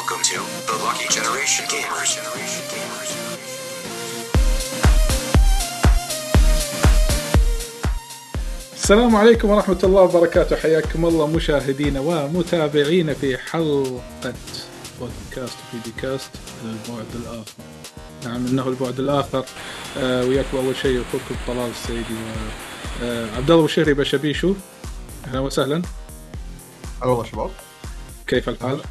Welcome to the Lucky Generation Gamers. السلام عليكم ورحمة الله وبركاته. حياكم الله مشاهدينا ومتابعينا في حلقة بودكاست فيديكاست البعد الآخر. نعم إنه البعد الآخر. وياكم أول شيء أخوكم طلال السيدي وعبد الله الشهري بشبيشو. أهلا وسهلا. هلا والله شباب، كيف الحال؟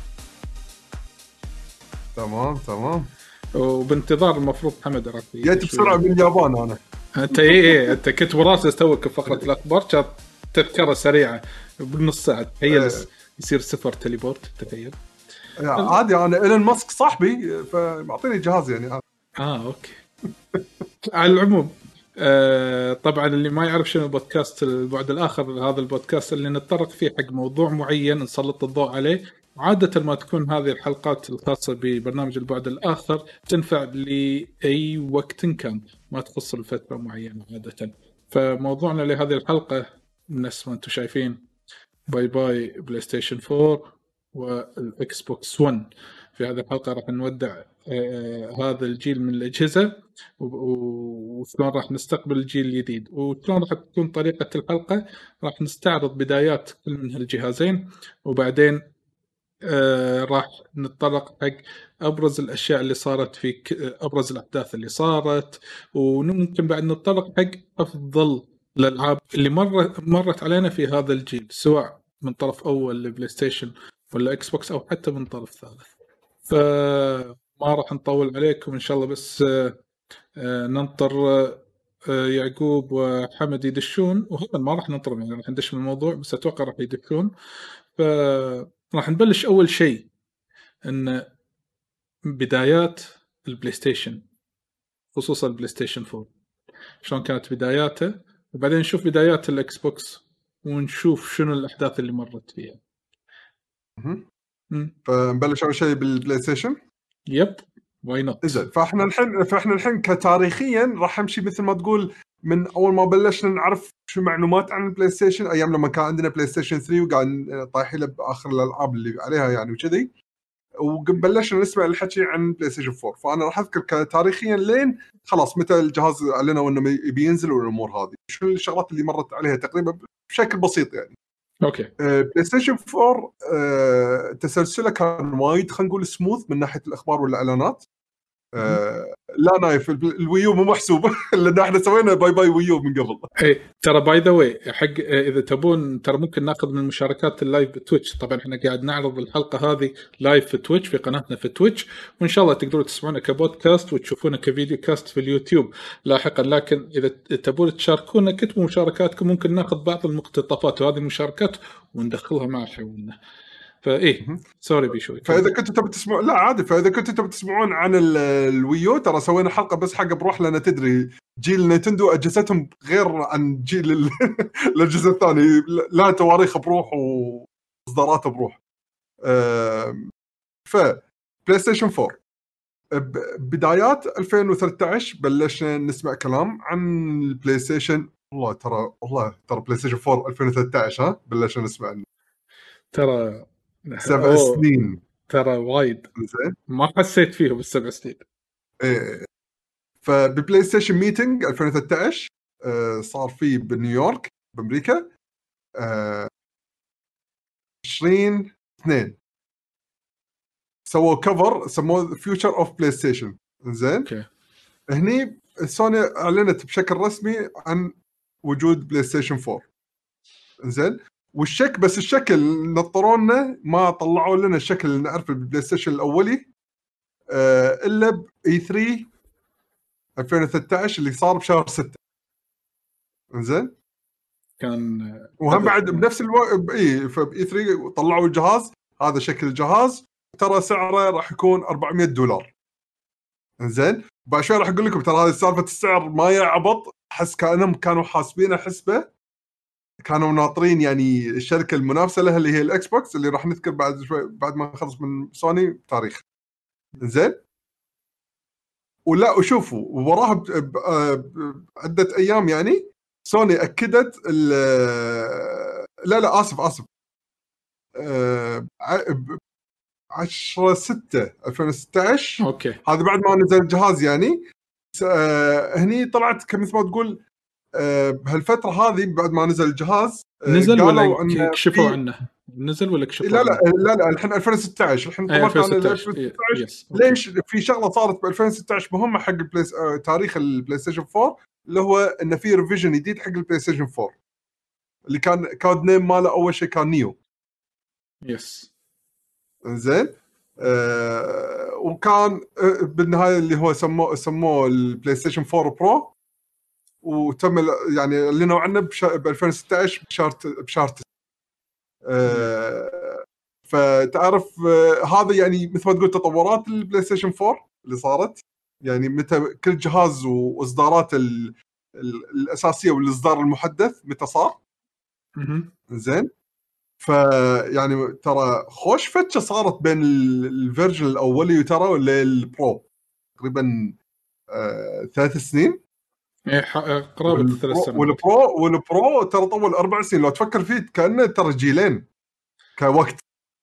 تمام. وبانتظار المفروض حمد رفي جيت بسرعة من اليابان أنا. انت كنت براسس توك فقرة الأخبار، كانت تذكرة سريعة بنص ساعة. تخيل يصير صفر تليبورت. تخيل عادي، أنا إيلون ماسك صاحبي فمعطيني جهاز يعني. أوكي. على العموم طبعا اللي ما يعرف شنو بودكاست البعد الآخر، هذا البودكاست اللي نتطرق فيه حق موضوع معين نسلط الضوء عليه. عادة ما تكون هذه الحلقات الخاصة ببرنامج البعد الآخر تنفع لأي وقت كان، ما تخص الفترة معينة عادة. فموضوعنا لهذه الحلقة نفس ما انتم شايفين، باي بلاي ستيشن 4 والإكس بوكس 1. في هذه الحلقة راح نودع هذا الجيل من الأجهزة وشلون راح نستقبل الجيل الجديد، وشلون راح تكون طريقة الحلقة. راح نستعرض بدايات كل من هالجهازين، وبعدين راح نتطرق حق أبرز الأشياء اللي صارت في أبرز الأحداث اللي صارت، وممكن بعد نتطرق حق أفضل الألعاب اللي مرت علينا في هذا الجيل، سواء من طرف أول لبلاي ستيشن ولا إكس بوكس أو حتى من طرف ثالث. فما راح نطول عليكم إن شاء الله، بس ننطر يعقوب وحمد يدشون، وهذا ما راح ننطر يعني راح ندش من الموضوع، بس أتوقع راح يدشون. راح نبلش أول شيء إن بدايات البلاي ستيشن، خصوصا البلاي ستيشن 4 شلون كانت بداياته، وبعدين نشوف بدايات الإكس بوكس ونشوف شنو الأحداث اللي مرت فيها. فنبلش أول شيء بالبلاي ستيشن. يب، واي نوت. إذا فإحنا الحين كتاريخيا راح نمشي مثل ما تقول من أول ما بلشنا نعرف شو معلومات عن البلاي ستيشن، أيام لما كان عندنا بلاي ستيشن 3 وقاعد طايحين بآخر الألعاب اللي عليها يعني وكذي، وبلشنا نسمع الحكي عن بلاي ستيشن 4. فأنا راح أذكر كتاريخيا لين خلاص متى الجهاز أعلنوا إنه بينزل والأمور هذه، شو الشغلات اللي مرت عليها تقريبا بشكل بسيط يعني. أوكي. بلاي ستيشن 4 تسلسله كان وايد خلينا نقول سموث من ناحية الأخبار والإعلانات. لا نايف الويو مو محسوبه لان احنا سوينا باي ويو من قبل. اي ترى باي ذا واي حق اذا تبون ترى ممكن ناخذ من مشاركات اللايف بتويتش. طبعا احنا قاعد نعرض الحلقه هذه لايف في تويتش، في قناتنا في تويتش، وان شاء الله تقدروا تسمعونا كبودكاست وتشوفونا كفيديو كاست في اليوتيوب لاحقا. لكن اذا تبون تشاركونا كتبوا مشاركاتكم، ممكن ناخذ بعض المقتطفات وهذه المشاركات وندخلها مع حيواننا. فايه سوري بشوي. فاذا كنتوا تبي تسمعون، لا عادي، فاذا كنتوا تبي تسمعون عن الويو ترى سوينا حلقه بس حق بروح، لنا تدري جيل نينتندو اجهزتهم غير عن جيل الاجهزه الثانيه، لا تواريخ بروح واصدارات بروح. ف بلاي ستيشن 4 بدايات 2013 بلشنا نسمع كلام عن البلاي ستيشن. والله ترى بلاي ستيشن 4 2013 بلشنا نسمع عنه. ترى 7 سنين ترى وايد ما حسيت فيه بالسبع سنين. إيه. فبلاي ستيشن ميتنج 2013 صار فيه بنيويورك بأمريكا 20/2 سووا كفر سموه فيوتشر اوف بلاي ستيشن. زين هني سوني اعلنت بشكل رسمي عن وجود بلاي ستيشن 4. زين بس الشكل نطرونا، ما طلعوا لنا الشكل اللي نعرفه بالبلاي ستيشن الاولي الا ب E3 2013 اللي صار بشهر 6. زين كان وهم بعد بنفس الوقت فبإي 3 طلعوا الجهاز، هذا شكل الجهاز، ترى سعره راح يكون $400. زين بعد شوي راح اقول لكم ترى هذه سالفه السعر ما يعبط، احس كانهم كانوا حاسبينها حسبه، كانوا ناطرين يعني الشركه المنافسه لها اللي هي الاكس بوكس اللي راح نذكر بعد شوي بعد ما نخلص من سوني بتاريخ. زين ولا وشوفوا وراها عده ايام يعني سوني اكدت لا اسف 10/6/2016. اوكي هذا بعد ما نزل الجهاز يعني. هني طلعت كمثل ما تقول بهالفتره هذه بعد ما نزل الجهاز نزل قالوا ولا كشفوا عنه؟ نزل ولا كشفوا لا عنه؟ لا الحين 2016 الحين طلعت انا 2016 2016 ليش في شغله صارت ب 2016 مهمه حق تاريخ البلاي ستيشن 4 اللي هو انه في ريفيجن جديد حق البلاي ستيشن 4 اللي كان كود نيم ماله اول شيء كان نيو. يس زين وكان بالنهايه اللي هو سموه البلاي ستيشن 4 برو وتم يعني اللي عنه ب 2016 بشهر 9. فتعرف هذا يعني مثل ما تقول تطورات البلاي ستيشن 4 اللي صارت يعني متى كل جهاز واصدارات الاساسيه والاصدار المحدث متى صار. زين فيعني ترى خوش فتشه صارت بين الفيرجن الاولي وترى ولا البرو تقريبا 3 سنين. قرابه 3 سنوات. والبرو ترى طول 4 سنين لو تفكر فيه كأنه ترى جيلين كوقت.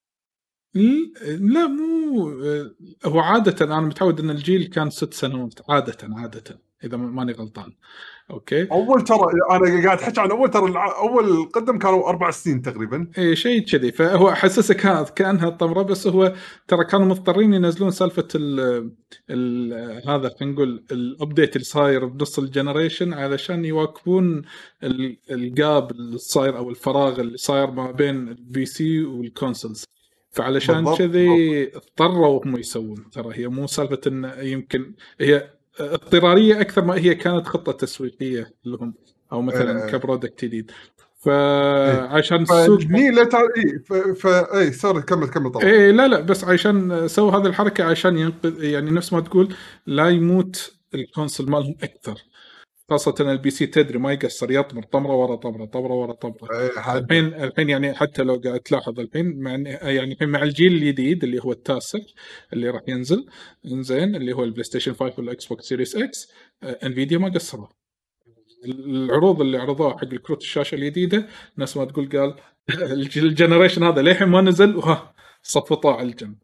لا مو هو عاده انا متعود ان الجيل كان 6 سنوات عاده اذا ماني غلطان. اوكي اول ترى انا قاعد احكي عن اول ترى اول قدم كانوا 4 سنين تقريبا اي شيء كذي. فهو حسسك كانها طمره بس هو ترى كانوا مضطرين ينزلون سالفه هذا خلينا نقول الابديت اللي صاير بنص الجنريشن علشان يواكبون الجاب اللي صاير او الفراغ اللي صاير ما بين البي سي والكونسولز. فعلشان كذي اضطروا هم يسوون. ترى هي مو سالفه ان يمكن هي اضطراريه اكثر ما هي كانت خطه تسويقيه لهم او مثلا كبرودكت جديد. فعشان السوق اي سوري كمل طبعا. اي لا بس عشان سووا هذه الحركه عشان ينقذ يعني نفس ما تقول لا يموت الكونسول مالهم اكثر. خاصة البي سي تدري ما يقصر يطمر طمرة ورا طمرة. الحين يعني حتى لو قاعد تلاحظ الحين يعني الحين مع الجيل الجديد اللي هو التاسع اللي راح ينزل إنزين اللي هو البلاي ستيشن 5 والإكس بوكس سيريس إكس انفيديا ما قصروا. العروض اللي عرضوها حق الكروت الشاشة الجديدة ناس ما تقول قال الجنريشن هذا للحين ما نزل وها صفطوا على الجنب.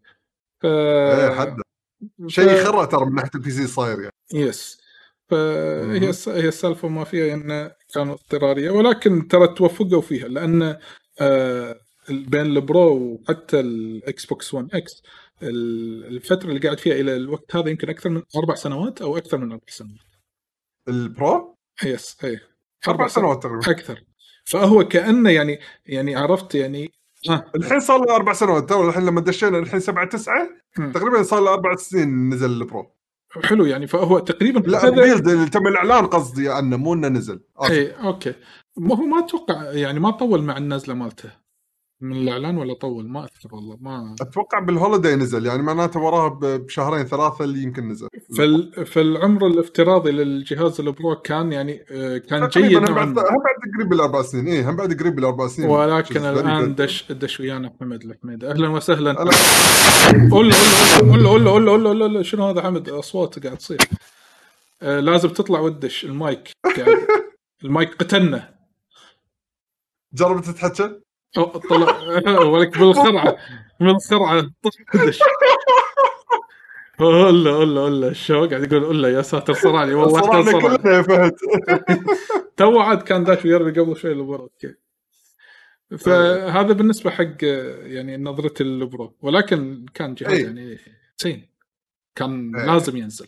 شيء خرا ترى من ناحية البي سي صاير يعني. يس فهي السالفة ما فيها إن كانوا اضطرارية ولكن ترى توفقوا فيها لأن بين البرو وحتى الإكس بوكس 1 إكس الفترة اللي قاعد فيها إلى الوقت هذا يمكن أكثر من 4 سنوات أو أكثر من 4 سنوات. البرو؟ يس 4 سنوات تقريبا أكثر. فهو كأنه يعني عرفت يعني الحين صار له 4 سنوات تو الحين لما دشينا الحين 7/9 تقريبا صار له 4 سنين نزل البرو. حلو يعني فهو تقريبا لا بيلد تم الاعلان قصدي عنه مو انه نزل. اي اوكي ما اتوقع يعني ما طول مع النزله مالته من الاعلان ولا طول ما اذكر والله ما اتوقع بالهوليداي نزل يعني معناته وراه بشهرين 3 اللي يمكن نزل. فالعمر الافتراضي للجهاز البرو كان يعني كان جيد نوعا ما. هم بعد قريب ال4 سنين ايه هم بعد قريب ال4 سنين ولكن الان دش ويانا حمد الحميد اهلا وسهلا. قول شنو هذا حمد اصوات قاعد تصير لازم تطلع ودش المايك قاعد المايك قتلنا. جربت تتحكى طلع ولك بالخرعه دش قول الشو قاعد يقول قول له يا ساتر صرعني والله صرعني يا فهد. تو عاد كان داش ويربي قبل شوي البرو. اوكي فهذا بالنسبه حق يعني نظرتي للبرو ولكن كان جهاز يعني زين كان لازم ينزل.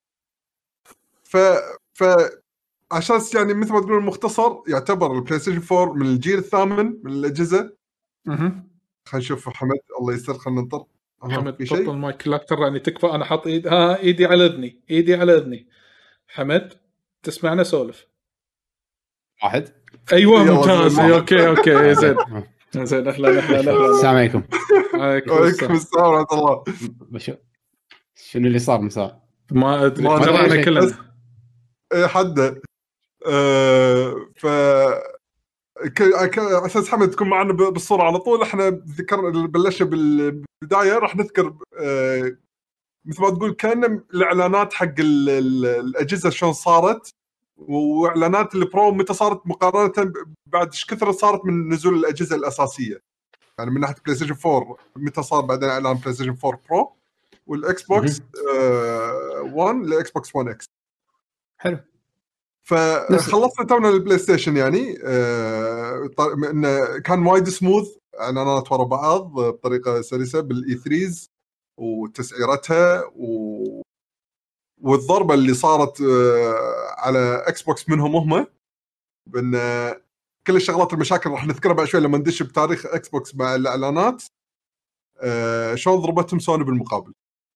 عشان يعني مثل ما تقول المختصر يعتبر البلاي ستيشن 4 من الجيل الثامن من الأجهزة. خلينا نشوف حمد الله يستر خلينا ننطر. حمد بطل المايك لا تراني تكفى انا حاط ايدي على اذني حمد تسمعنا سولف واحد ايوه ممتاز اوكي زين اهلا السلام عليكم. وعليكم السلام ورحمه الله. شنو اللي صار مساء ما ادري ترانا كلنا حد ف اساس حمد تكون معنا بالصوره على طول. احنا ذكرنا بلشنا بالبدايه راح نذكر مثل ما تقول كان الاعلانات حق الاجهزه شلون صارت واعلانات البرو متى صارت مقارنه بعد ايش كثر صارت من نزول الاجهزه الاساسيه. يعني من ناحيه بلاي ستيشن 4 متى صار بعدين اعلان بلاي ستيشن 4 برو والاكس بوكس 1 لاكس بوكس 1 اكس. حلو. فخلصنا تونا البلاي ستيشن يعني انه كان وايد سموث اعلانات ورا بعض بطريقه سلسه بالاي 3 وتسعيرتها والضربه اللي صارت على اكس بوكس منهم هم بان كل الشغلات المشاكل راح نذكرها بعد شوي لما ندش بتاريخ اكس بوكس مع الاعلانات شلون ضربتهم سوني بالمقابل.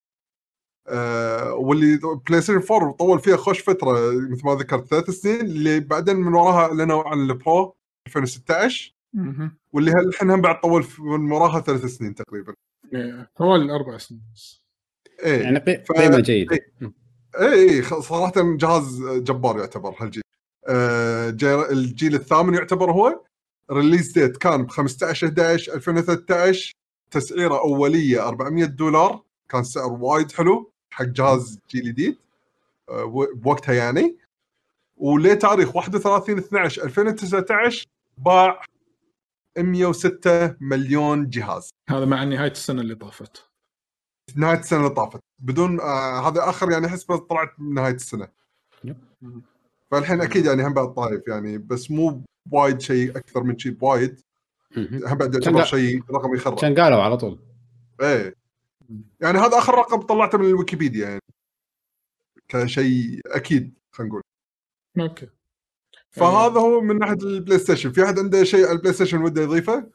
واللي بلاي ستيشن 4 طول فيها خوش فتره مثل ما ذكرت 3 سنين اللي بعدين من وراها اعلنوا عن البرو 2016 واللي الحين هم بعد طول من وراها 3 سنين تقريبا. حوالي 4 سنين ايه يعني قيمه جيده. ايه صراحه جهاز جبار يعتبر هالجيل. الجيل الثامن يعتبر هو ريليز ديت كان ب 15/11/2013 تسعيره اوليه $400 كان سعر وايد حلو حق جهاز جيل جديد بوقتها يعني. وليه تاريخ 31/12/2019 باع 106 مليون جهاز. هذا مع نهايه السنه اللي طافت. نهايه السنه اللي طافت بدون هذا اخر يعني حسبه طلعت من نهايه السنه. فالحين اكيد يعني هم بعد طايف يعني بس مو وايد شيء اكثر من شيء وايد هم بعد يعتبر شيء رقم يخرب. كان قالوا على طول ايه يعني هذا اخر رقم طلعته من الويكيبيديا يعني كشيء اكيد خلينا نقول. اوكي فهذا هو من ناحيه البلاي ستيشن. في احد عنده شيء على البلاي ستيشن وده يضيفه؟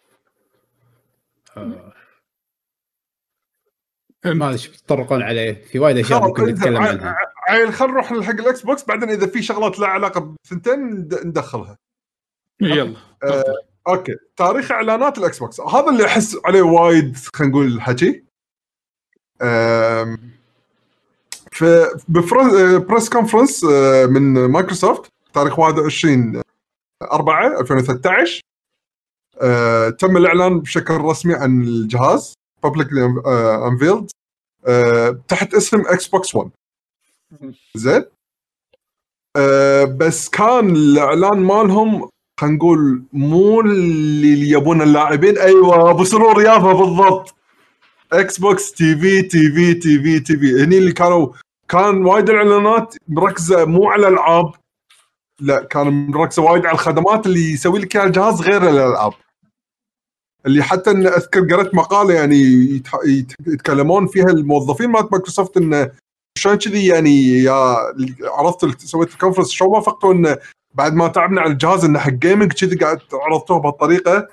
ما ادري تطرقون عليه في وايد اشياء ممكن نتكلم عنها. عيل خلينا نروح حق الاكس بوكس بعدين اذا في شغلات لها علاقه بثنتين ندخلها. يلا اوكي تاريخ اعلانات الاكس بوكس هذا اللي احس عليه وايد خلينا نقول الحكي. في بريس كونفرنس من مايكروسوفت تاريخ 21/4/2013 تم الاعلان بشكل رسمي عن الجهاز publicly unveiled تحت اسم اكس بوكس 1. زين بس كان الاعلان مالهم خلينا نقول مو اللي يبون اللاعبين. ايوه ابو سرور يافا بالضبط اكس بوكس تي في هني اللي كان وايد الاعلانات مركزه مو على الالعاب لا كان مركزه وايد على الخدمات اللي يسوي لك اياها الجهاز غير الالعاب. اللي حتى ان اذكر قرأت مقاله يعني يتكلمون فيها الموظفين مال مايكروسوفت انه شلون كذي يعني يا عرفت سويت الكونفرنس شو وافقتوا انه بعد ما تعبنا على الجهاز انه حق جيمنج كذي قاعد عرضتوه بهالطريقه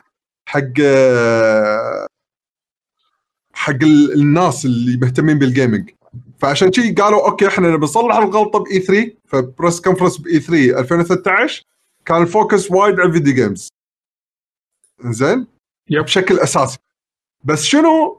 حق الناس اللي مهتمين بالجيمنج. فعشان شي قالوا اوكي احنا بنصلح الغلطه باي 3. فبريس كونفرنس باي 3 2013 كان الفوكس وايد على الفيديو جيمز زين بشكل اساسي. بس شنو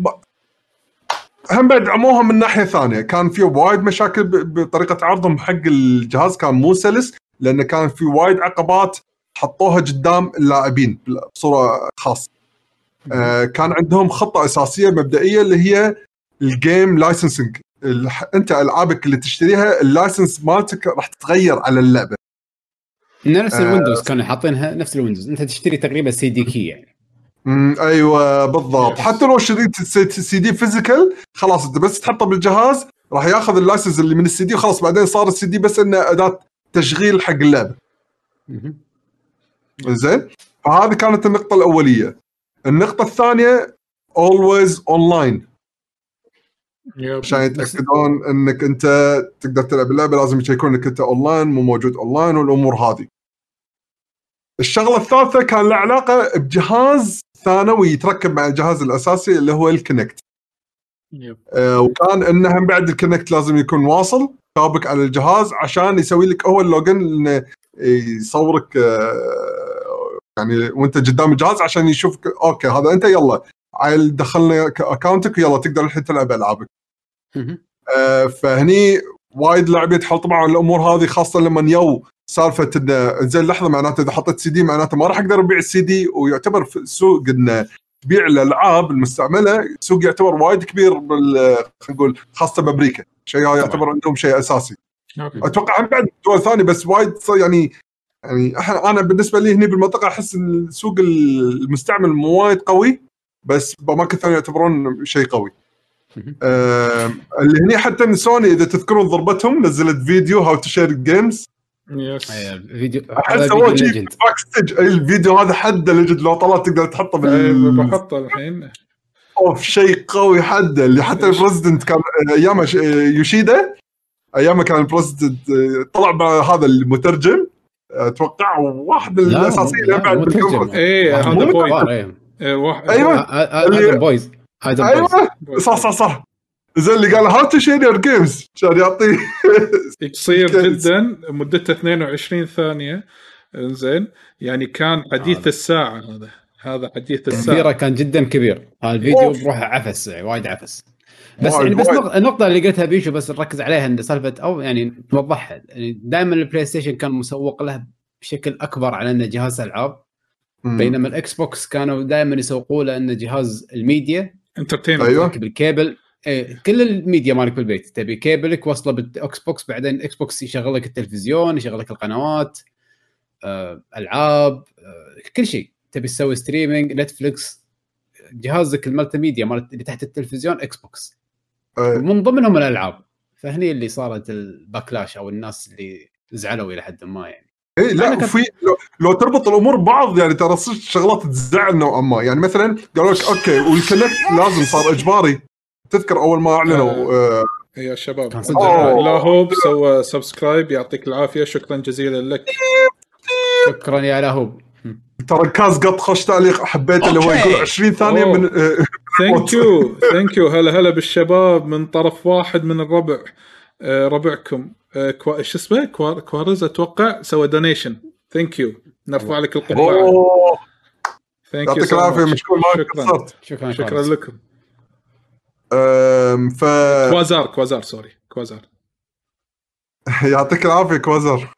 هم بدعموها من ناحيه ثانيه كان في وايد مشاكل بطريقه عرضهم حق الجهاز كان مو سلس لان كان في وايد عقبات حطوها قدام اللاعبين بصوره خاصه. كان عندهم خطه اساسيه مبدئيه اللي هي الجيم لايسنسنج. انت العابك اللي تشتريها اللايسنس مالتك راح تتغير على اللعبه. نفس الويندوز كانوا حاطينها نفس الويندوز انت تشتري تقريبا سي دي كي يعني. ايوه بالضبط. حتى لو شريت سي دي فيزيكال خلاص انت بس تحطه بالجهاز راح ياخذ اللايسنس اللي من السي دي وخلاص بعدين صار السي دي بس انه اداه تشغيل حق اللعبه. زين فهذه كانت النقطه الاوليه. النقطه الثانيه always online عشان يتاكدون انك انت تقدر تلعب اللعبه لازم يكون انك انت اونلاين مو موجود اونلاين والامور هذه. الشغله الثالثه كان له علاقه بجهاز ثانوي يتركب مع الجهاز الاساسي اللي هو الكونكت. وكان انه هم بعد الكونكت لازم يكون واصل ثابت على الجهاز عشان يسوي لك هو اللوجن انه يصورك يعني وانت قدام الجهاز عشان يشوفك اوكي هذا انت يلا عيل دخلنا اكاونتك ويلا تقدر الحين تلعب العابك. فهني وايد لاعبين يتحول طبعا الامور هذه خاصه لما يو سالفه انه زين لحظه معناته اذا حطيت سي دي معناته ما راح اقدر ابيع السي دي. ويعتبر في السوق انه تبيع الالعاب المستعمله سوق يعتبر وايد كبير خلينا نقول خاصه بامريكا شيء يعتبر عندهم شيء اساسي. اتوقع هم بعد دول ثانيه بس وايد يعني يعني انا بالنسبه لي هنا بالمنطقه احس ان السوق المستعمل مو وايد قوي، بس باماكن ثانيه يعتبرون شيء قوي. اللي هني حتى من سوني اذا تذكرون ضربتهم نزلت فيديو هاو تو شير جيمز. يس فيديو احس سووا شيء باك ستيج. الفيديو هذا حد ليجند لو طلعت تقدر تحطه بحطه الحين. اوف شيء قوي حده اللي حتى البريزدنت كان ايام يوشيدا، ايام كان البريزدنت طلع بهذا المترجم اتوقع واحد من الاساسيين بعد بالكونفرنس. ايه هذا بوي ايوه هذا بويز ايوه صح زين اللي قال هاو تو شير يور جيمز عشان يعطيه قصير جدا مدته 22 ثانيه. زين يعني كان حديث الساعه. هذا حديث الساعه كان جدا كبير. الفيديو بروحه عفس وايد عفس. بس يعني بس النقطه اللي قلتها بيشو بس نركز عليها ان سالفه او يعني توضحها. يعني دائما البلاي ستيشن كان مسوق له بشكل اكبر على انه جهاز العاب، بينما الاكس بوكس كانوا دائما يسوقوا له انه جهاز الميديا انترتينمنت. أيوة. بالكيبل كل الميديا مالك بالبيت تبي كيبلك وصله بالاكس بوكس، بعدين الاكس بوكس يشغل لك التلفزيون، يشغل لك القنوات، العاب، كل شيء تبي تسوي ستريمينج، نتفليكس، جهازك المالتي ميديا مالت اللي تحت التلفزيون اكس بوكس من ضمنهم الالعاب. فهني اللي صارت الباكلاش او الناس اللي زعلوا الى حد ما يعني. اي لا في لو تربط الامور ببعض يعني ترى صرت شغلات تزعل نوعا ما. يعني مثلا قالوا لك اوكي والكونكت لازم صار اجباري. تذكر اول ما اعلنوا يا شباب لا هوب سوى سبسكرايب يعطيك العافيه، شكرا جزيلا لك. شكرا يا لاهوب. ترى كاز قط خوش تعليق حبيت اللي هو يقول 20 ثانيه من ثانك يو هلا بالشباب من طرف واحد من الربع. ربعكم ايش اسمه كوارز اتوقع سوى دونيشن. ثانك يو نرفع لك القبعه. يعطيك العافيه مشكور معك. شكرا لكم. كوازار سوري كوازار يعطيك العافيه كوازار.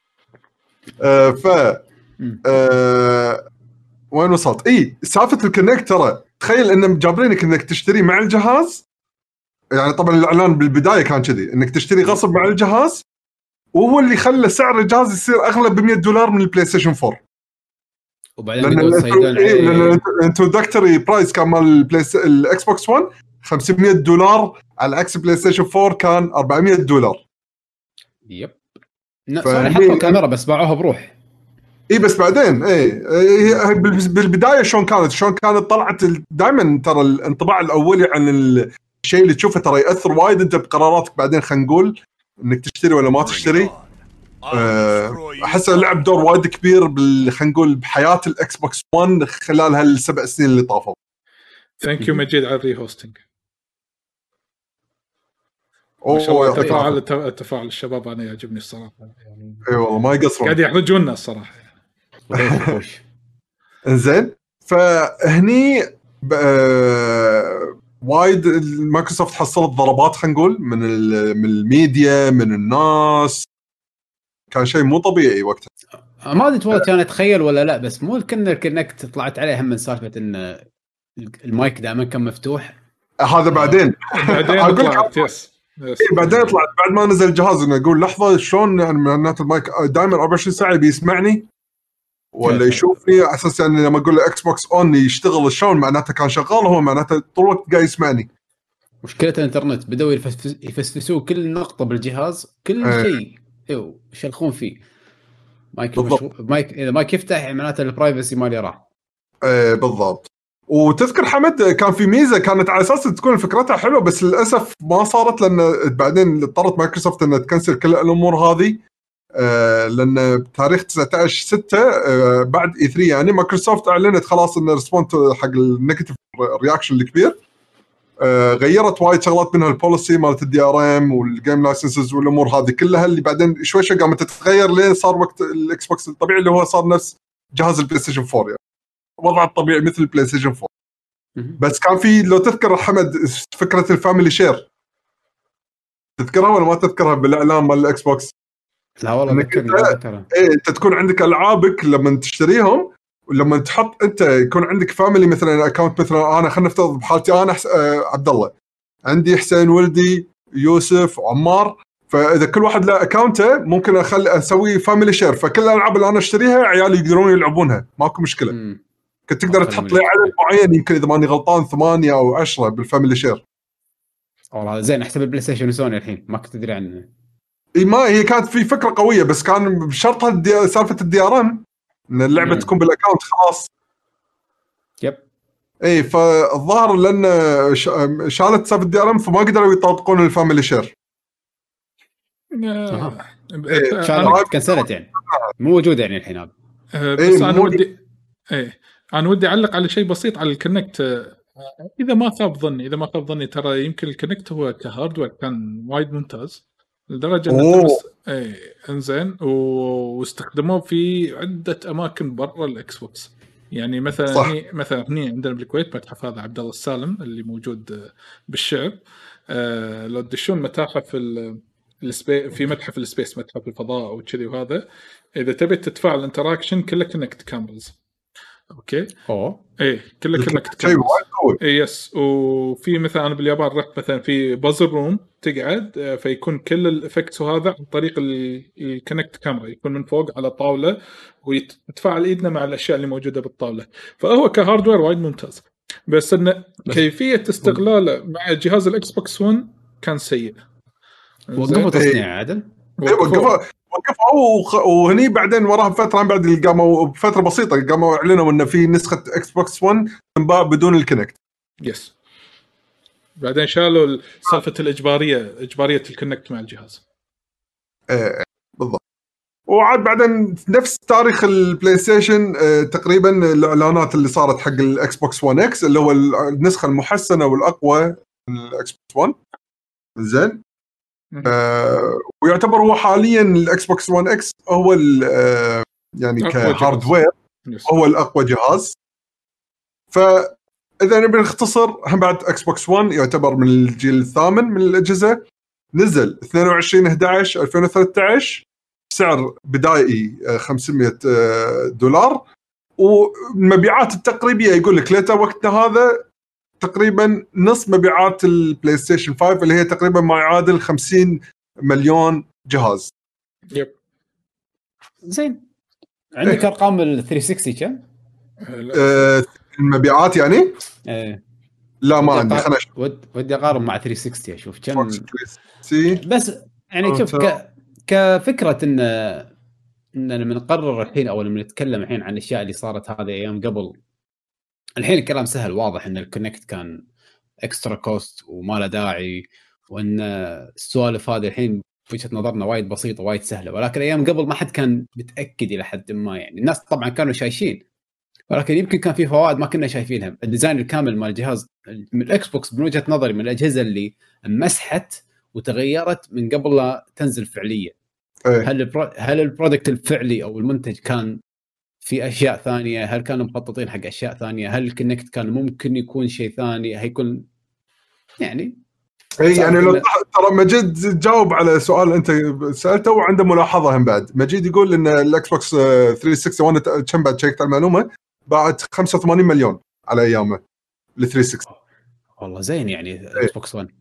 وين وصلت؟ سالفه الكونكت ترى تخيل ان جابرينك انك تشتري مع الجهاز. يعني طبعا الاعلان بالبدايه كان كذي انك تشتري غصب مع الجهاز، وهو اللي خلى سعر الجهاز يصير اغلى $100 من البلاي ستيشن 4. وبعدين لان الانترودكتوري برايس كان مال الاكس بوكس 1 $500 على عكس بلاي ستيشن 4 كان $400. يب صار حطوا الكاميرا بس باعوها بروح. بس بعدين بالبدايه شلون كانت طلعت دائما ترى الانطباع الاولي عن الشيء اللي تشوفه ترى ياثر وايد انت بقراراتك بعدين. خلينا نقول انك تشتري ولا ما تشتري. احس لعب دور وايد كبير خلينا نقول بحياه الاكس بوكس 1 خلال هال7 سنين اللي طافوا. ثانك يو مجيد على الري هوستنج. ما شاء الله التفاعل الشباب انا يعجبني الصراحه يعني. اي والله ما يقصرون قاعد يحرجونا الصراحه. انزين فهني وايد مايكروسوفت حصلت ضربات خلينا نقول من الميديا من الناس. كان شيء مو طبيعي وقتها. ما ادري والله كان اتخيل ولا لا، بس مو الكونكت طلعت عليه هم من سالفه ان المايك دائما كان مفتوح. هذا بعدين طلعت بعدين طلعت بعد ما نزل الجهاز انه يقول لحظه شلون يعني معناته المايك دائما 24 ساعه بيسمعني ولا يشوفني على اساس يعني لما اقول له اكس بوكس اون يشتغل شلون معناته كان شغال هو معناته طول الوقت قاعد يسمعني. مشكله الانترنت بدوا يفسفسوا كل نقطه بالجهاز كل شيء يشلخون فيه. مايك اذا مايك يفتح معناته البرايفسي مالي راح. بالضبط. وتذكر حمد كان في ميزه كانت على اساس تكون فكرتها حلوه بس للاسف ما صارت لان بعدين اضطرت مايكروسوفت انها تكنسل كل الامور هذه. لان بتاريخ 19/6 بعد E3 يعني مايكروسوفت اعلنت خلاص ان ريسبونت حق النيجاتيف رياكشن الكبير. غيرت وايد شغلات منها البوليسي مالت الDRM والجيم لايسنسز والامور هذه كلها اللي بعدين شوي شوي قامت تتغير لين صار وقت الاكس بوكس الطبيعي اللي هو صار نفس جهاز البلاي ستيشن 4 يعني وضع الطبيعي مثل البلاي ستيشن 4. بس كان في لو تذكر حمد فكره الفاميلي شير تذكرها ولا ما تذكرها بالاعلان مال الاكس بوكس؟ لا والله تذكرها. انت تكون عندك العابك لما تشتريهم ولما تحط انت يكون عندك فاميلي مثلا اكونت مثلا انا خلينا نفترض بحالتي انا عبد الله عندي حسين ولدي يوسف عمار فاذا كل واحد له اكاونته ممكن اسوي فاميلي شير، فكل الالعاب اللي انا اشتريها عيالي يقدرون يلعبونها، ماكو مشكله. كنت تقدر تحط لي عدد معين، يمكن اذا ماني غلطان 8 أو 10 بالفاميلي شير. والله زين. احسب البلاي ستيشن وسوني الحين ما كنت تدري عنه. اي ما هي كانت في فكره قويه، بس كان بشرطها سالفه الدي ار ام ان اللعبه تكون بالاكاونت خلاص. يب. اي فالظاهر لان شالت سالفه الدي ار ام فما قدروا يطبقون الفاميلي شير. كنسلت يعني مو موجوده يعني الحين هذا. بس انا ودي انا ودي اعلق على شيء بسيط على الكونكت. اذا ما خاب ظني ترى يمكن الكونكت هو كهاردوير كان وايد ممتاز لدرجه انه انزين واستخدموه في عده اماكن برا الاكس بوكس. يعني مثلا هني عندنا بالكويت متحف هذا عبد الله السالم اللي موجود بالشعب. لو تدشون متاحف في متحف السبيس، متحف الفضاء وكذي، وهذا اذا تبي تتفاعل انتراكشن كله كونكت كاميرز. اوكي كله كونكت كاميرز. يس. وفي مثلا انا باليابان رحت مثلا في بازل روم تقعد فيكون كل الافكتس وهذا عن طريق الكونكت كاميرا، يكون من فوق على طاوله ويتفاعل ايدنا مع الاشياء اللي موجوده بالطاوله. فهو كهاردوير وايد ممتاز، بس ان كيفيه استغلاله مع جهاز الاكس بوكس 1 كان سيء. وقفوا تصنيع عدل. وقفوا وهني بعدين وراها فتره بعد قاموا بفتره بسيطه قاموا اعلنوا انه في نسخه اكس بوكس 1 تنباع بدون الكونكت. يس. بعدين شالوا سالفه اجباريه الكونكت مع الجهاز. بالضبط. وعاد بعدين نفس تاريخ البلاي ستيشن تقريبا الاعلانات اللي صارت حق الاكس بوكس 1 اكس اللي هو النسخه المحسنه والاقوى من الاكس بوكس 1. زين. ويعتبر هو حاليا الاكس بوكس 1 اكس هو يعني كهاردوير هو الاقوى جهاز. فاذا نبي نختصر، هم بعد اكس بوكس 1 يعتبر من الجيل الثامن من الاجهزه، نزل 22/11/2013 سعر بدائي $500، والمبيعات التقريبيه يقول لك ليتا وقتنا هذا تقريبا نص مبيعات البلاي ستيشن 5 اللي هي تقريبا ما يعادل 50 مليون جهاز. يب. زين. عندك ارقام ال 360 كم؟ المبيعات يعني؟ لا ما عندي. خلنا ودي اقارن مع 360 اشوف كم. بس يعني شوف كفكره ان لما نقرر الحين او لما نتكلم الحين عن الاشياء اللي صارت هذه ايام قبل، الحين الكلام سهل واضح ان الكونكت كان اكسترا كوست وما له داعي، وان السوالف هذه الحين بوجهة نظرنا وايد بسيطه وايد سهله، ولكن ايام قبل ما حد كان متاكد الى حد ما. يعني الناس طبعا كانوا شايشين، ولكن يمكن كان في فوائد ما كنا شايفينها. الديزاين الكامل مال الجهاز من الاكس بوكس من وجهة نظري من الاجهزه اللي مسحت وتغيرت من قبل لا تنزل فعليا. هل البرودكت الفعلي او المنتج كان في اشياء ثانيه؟ هل كانوا مخططين حق اشياء ثانيه؟ هل الكونكت كان ممكن يكون شيء ثاني؟ هيكون يعني يعني لو ترى مجيد جاوب على سؤال انت سالته وعنده ملاحظه هم بعد. مجيد يقول ان الاكس بوكس 360 وانا كم بعد شيكت المعلومه باعت 85 مليون على ايامه ل 360. والله زين يعني اكس بوكس 1.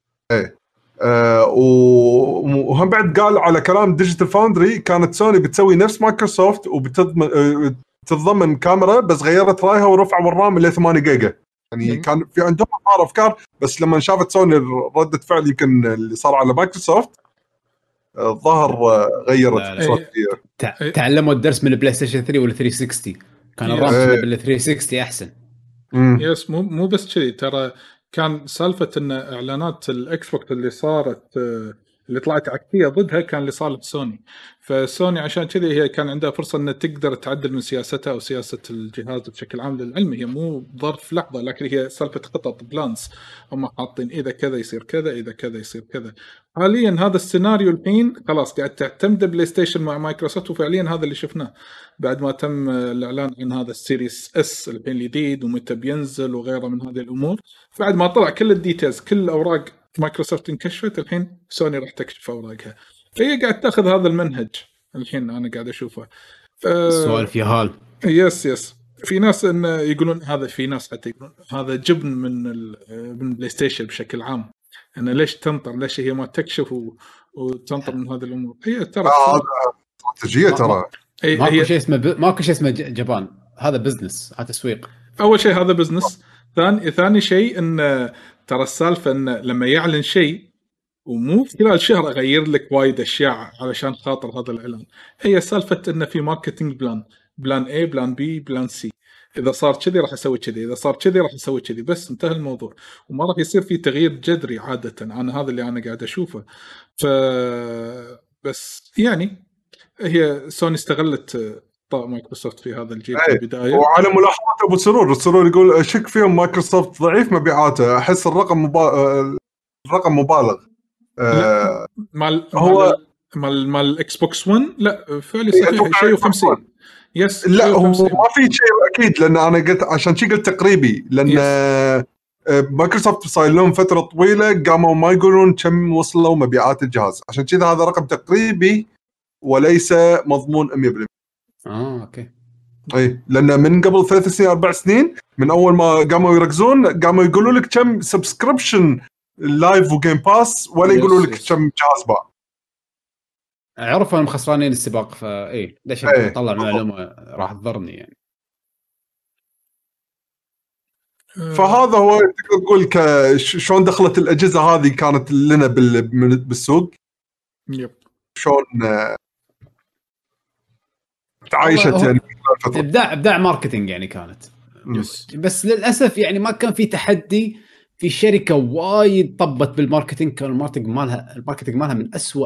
وهم بعد قال على كلام ديجيتال فاوندري كانت سوني بتسوي نفس مايكروسوفت وبتتضمن كاميرا، بس غيرت رايها ورفعوا الرام ل 8 جيجا. يعني كان في عندهم افكار، بس لما شافت سوني ردة فعل يمكن اللي صار على مايكروسوفت الظاهر غيرت تعلموا الدرس من البلاي ستيشن 3 ولا 360. كان الرام بال 360 احسن. يس. مو بس كذي، ترى كان سالفة ان اعلانات الاكس بوكس اللي صارت اللي طلعت عكسية ضدها كان لصالح سوني. فسوني عشان كذي هي كان عندها فرصة ان تقدر تعدل من سياستها او سياسة الجهاز بشكل عام للعلم. هي مو ظرف لحظة، لكن هي سالفة خطط بلانس. هم حاطين اذا كذا يصير كذا، اذا كذا يصير كذا. حاليا هذا السيناريو الحين خلاص قاعد تعتمد بلاي ستيشن مع مايكروسوفت، وفعليا هذا اللي شفناه بعد ما تم الاعلان عن هذا السيريس اس الحين الجديد ومتى بينزل وغيره من هذه الامور. بعد ما طلع كل الديتيلز كل الاوراق مايكروسوفت انكشفت، الحين سوني راح تكشف اوراقها. فهي قاعد تاخذ هذا المنهج الحين انا قاعد اشوفه. السؤال في حال يس في ناس ان يقولون هذا، في ناس حتى يقولون هذا جبن من بلاي ستيشن بشكل عام، ان ليش تنطر، ليش هي ما تكشف وتنطر من هذه الامور. هي ترى استراتيجيه ترى ماكو شيء اسمه ماكو شيء اسمه جبان، هذا بزنس، هذا تسويق. اول شيء هذا بزنس، ثاني شيء ان ترى السالفه ان لما يعلن شيء ومو خلال شهر اغير لك وايد اشياء علشان خاطر هذا الاعلان. هي سالفه انه في ماركتينج بلان A بلان B بلان C، اذا صار كذي راح اسوي كذي، اذا صار كذي راح اسوي كذي، بس انتهى الموضوع وما راح يصير في تغيير جذري عاده. انا هذا اللي انا قاعد اشوفه. بس يعني هي سوني استغلت مايكروسوفت في هذا الجيل في البدايه. وعلى ملاحظه ابو سرور يقول شك فيهم مايكروسوفت ضعيف مبيعاته، احس الرقم مبالغ. مال الاكس بوكس 1 لا فعلي صحيح شيء 50. يس لا هو ما في شيء اكيد، لان انا قلت عشان شيء قلت تقريبي، لان مايكروسوفت صار لهم فتره طويله قاموا ما يقولون كم وصلوا مبيعات الجهاز، عشان كذا هذا رقم تقريبي وليس مضمون 100%. اوكي. اي لان من قبل 3 سنين 4 سنين من اول ما قاموا يركزون قاموا يقولوا لك كم سبسكريبشن لايف وجيم باس، ولا يقولوا لك كم جهاز باع. عرفوا انهم خسرانين السباق، فاي ليش اطلع معلومه راح تضرني يعني. فهذا هو تقدر تقول شلون دخلت الاجهزه هذه كانت لنا بالسوق. يب شلون تعايشت يعني ابداع ماركتينج يعني كانت. بس للاسف يعني ما كان في تحدي في شركه وايد طبت بالماركتينج. كان الماركتينج مالها من أسوأ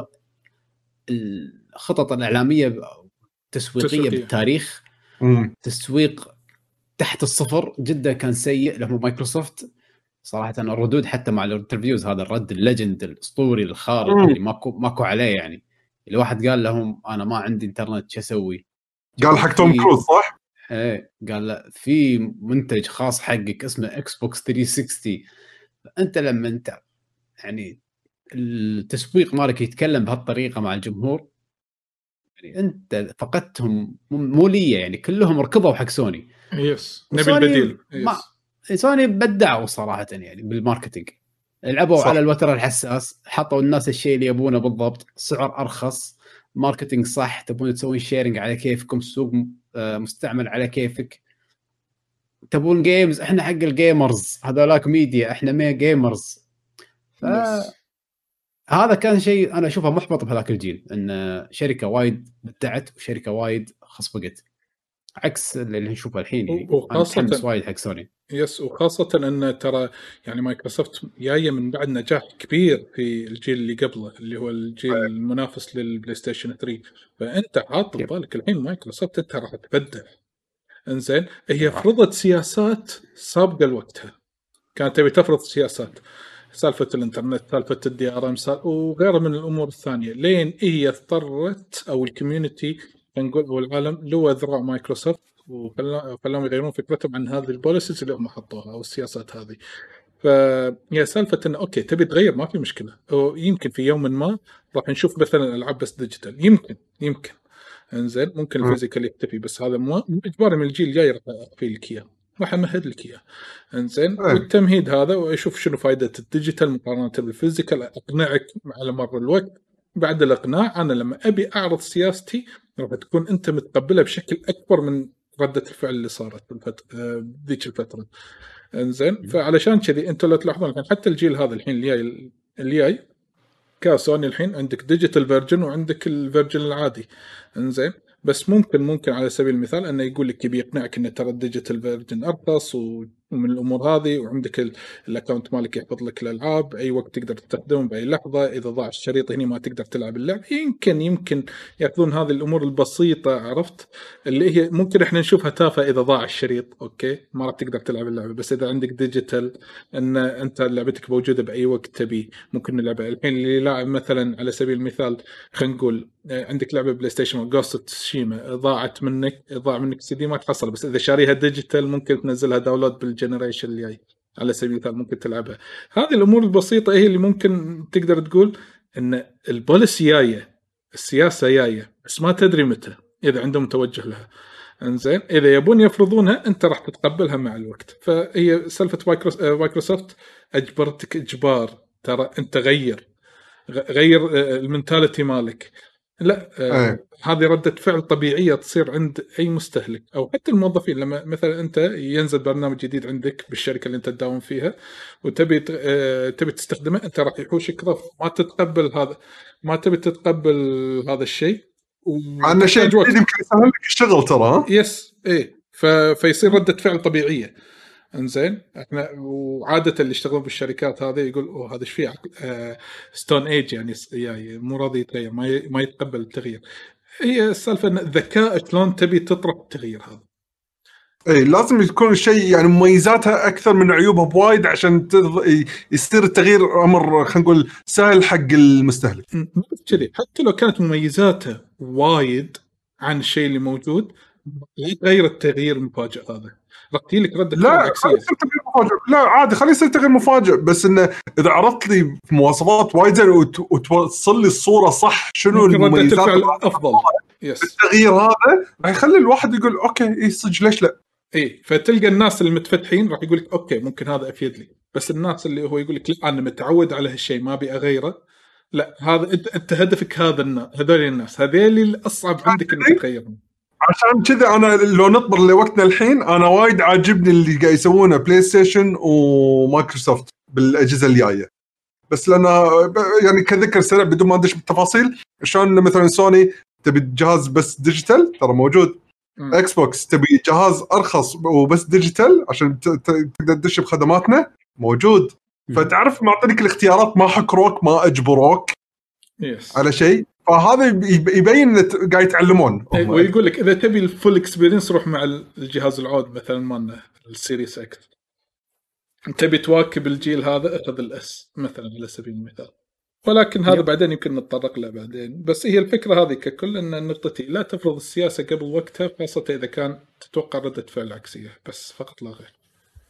الخطط الاعلاميه تسويقيه بالتاريخ. تسويق تحت الصفر جدا، كان سيء لهم مايكروسوفت صراحه. الردود حتى مع الانترفيوز، هذا الرد الليجند الاسطوري الخارق اللي ماكو عليه يعني. الواحد قال لهم انا ما عندي انترنت شو اسوي؟ قال حق توم كروز صح؟ ايه قال لا في منتج خاص حقك اسمه اكس بوكس 360. انت لما انت يعني التسويق مالك يتكلم بهالطريقه مع الجمهور، يعني انت فقدتهم مو لي يعني، كلهم ركضوا حق سوني. يس نبي البديل. سوني بدعوا صراحه يعني بالماركتينج، لعبوا على الوتر الحساس، حطوا الناس الشيء اللي يبونه بالضبط، سعر ارخص، ماركتينج صح، تبون تسوون شيرنج على كيفكم، سوق مستعمل على كيفك، تبون جيمز احنا حق الجيمرز، هذولاك ميديا احنا ما جيمرز. هذا كان شيء انا اشوفه محبط بهذاك الجيل، ان شركه وايد بدعت وشركه وايد خصبقت، عكس اللي نشوفه الحين يعني. وخاصه وايد حق سوني. يس وخاصه ان ترى يعني مايكروسوفت جايه من بعد نجاح كبير في الجيل اللي قبله اللي هو الجيل المنافس للبلاي ستيشن 3. فانت حاط ببالك الحين مايكروسوفت انت راح تبدع. انزين هي فرضت سياسات سابقه لوقتها، كانت تبي تفرض سياسات، سالفه الانترنت، سالفه الدي ار ام وغيرها من الامور الثانيه، لين هي اضطرت او الكوميونتي نقول او العالم لو ذراع مايكروسوفت وخلاهم يغيرون فكرتهم عن هذه البوليسيز اللي هم حطوها او السياسات هذه. فهي سالفه انه اوكي تبي تغير ما في مشكله، ويمكن في يوم ما راح نشوف مثلا العاب بس ديجيتال، يمكن انزين ممكن الفيزيكال يختفي، بس هذا مو اجباري من الجيل الجاي راح اخفي لك اياه، راح امهد لك اياه. انزين والتمهيد هذا واشوف شنو فائده الديجيتال مقارنه بالفيزيكال، اقنعك على مر الوقت. بعد الاقناع انا لما ابي اعرض سياستي راح تكون انت متقبلها بشكل اكبر من رده الفعل اللي صارت ذيك الفتره. انزين فعلشان كذي انتوا لو تلاحظون الحين حتى الجيل هذا الحين اللي جاي كسوني الحين عندك ديجيتال فيرجن وعندك الفيرجن العادي. انزين بس ممكن على سبيل المثال انه يقول لك يبي يقنعك ان ترى الديجيتال فيرجن ارخص ومن الامور هذه، وعندك الاكونت مالك يحفظ لك الالعاب اي وقت تقدر تستخدمه باي لحظه، اذا ضاع الشريط هنا ما تقدر تلعب اللعب. يمكن ياخذون هذه الامور البسيطه، عرفت اللي هي ممكن احنا نشوفها تافهه اذا ضاع الشريط اوكي ما راح تقدر تلعب اللعبه، بس اذا عندك ديجيتال ان انت لعبتك موجوده باي وقت تبي ممكن نلعبها. الحين اللي لاعب مثلا على سبيل المثال خلينا نقول عندك لعبه بلاي ستيشن جوست تسوشيما ضاع منك سي دي ما تحصل، بس اذا شاريها ديجيتال ممكن تنزلها داونلود بالجنريشن اللي جاي على سبيل المثال ممكن تلعبها. هذه الامور البسيطه هي اللي ممكن تقدر تقول ان البوليسي جايه، السياسه جايه، بس ما تدري متى اذا عندهم توجه لها. انزين اذا يبون يفرضونها انت راح تتقبلها مع الوقت. فهي سالفه مايكروسوفت اجبرتك اجبار، ترى انت غير غير المنتاليتي مالك. لا هذه ردة فعل طبيعية تصير عند أي مستهلك أو حتى الموظفين. لما مثلا أنت ينزل برنامج جديد عندك بالشركة اللي أنت تداوم فيها وتبي تبي تستخدمه، أنت راح يحوشك رفض، ما تتقبل هذا، ما تبي تتقبل هذا الشيء، عندنا شيء جديد يمكن يسهل لك الشغل ترى. يس إيه، فيصير ردة فعل طبيعية. انزين احنا وعاده اللي يشتغلون بالشركات هذه يقول هذا ايش فيه ستون ايج، يعني مو راضي يتغير، ما يتقبل التغيير. هي السالفه ان الذكاء شلون تبي تطرح التغيير هذا. اي لازم يكون الشيء يعني مميزاتها اكثر من عيوبها بوايد عشان يصير التغيير امر خلينا نقول سهل حق المستهلك. بس كذي حتى لو كانت مميزاتها وايد عن الشيء اللي موجود، لا يتغير التغيير المفاجئ هذا، راح تجي لك رده فعل عكسيه. لا عادي خليه يصير تغيير مفاجئ، بس انه اذا عرضت لي مواصفات وايد زين وتوصل لي الصوره صح شنو المميزات الافضل التغيير هذا راح يخلي الواحد يقول اوكي اي صدق ليش لا. اي فتلقى الناس المتفتحين راح يقول لك اوكي ممكن هذا افيد لي، بس الناس اللي هو يقول لك لا انا متعود على هالشيء ما ابي اغيره، لا هذا انت هدفك هذول الناس هذول الاصعب عندك انك تغيرهم. عشان كذا انا لو نطبر لوقتنا الحين انا وايد عاجبني اللي قاعد يسوونه بلاي ستيشن ومايكروسوفت بالاجهزه الجايه، بس لأن يعني كذكر سريع بدون ما ندش بالتفاصيل، شلون مثلا سوني تبي جهاز بس ديجيتال ترى موجود، اكس بوكس تبي جهاز ارخص وبس ديجيتال عشان تقدر تدش بخدماتنا موجود. فتعرف معطيك الاختيارات، ما حكروك ما اجبروك على شيء، فهذا يبين ان قاعد يتعلمون. ويقول لك اذا تبي الفول اكسبيرينس روح مع الجهاز العود مثلا مالنا السيريس اكس، تبي تواكب الجيل هذا اخذ الاس مثلا على سبيل المثال. ولكن هذا بعدين يمكن نتطرق له بعدين. بس هي الفكره هذه ككل ان نقطتي لا تفرض السياسه قبل وقتها، خاصه اذا كان تتوقع رده فعل عكسيه، بس فقط لا غير.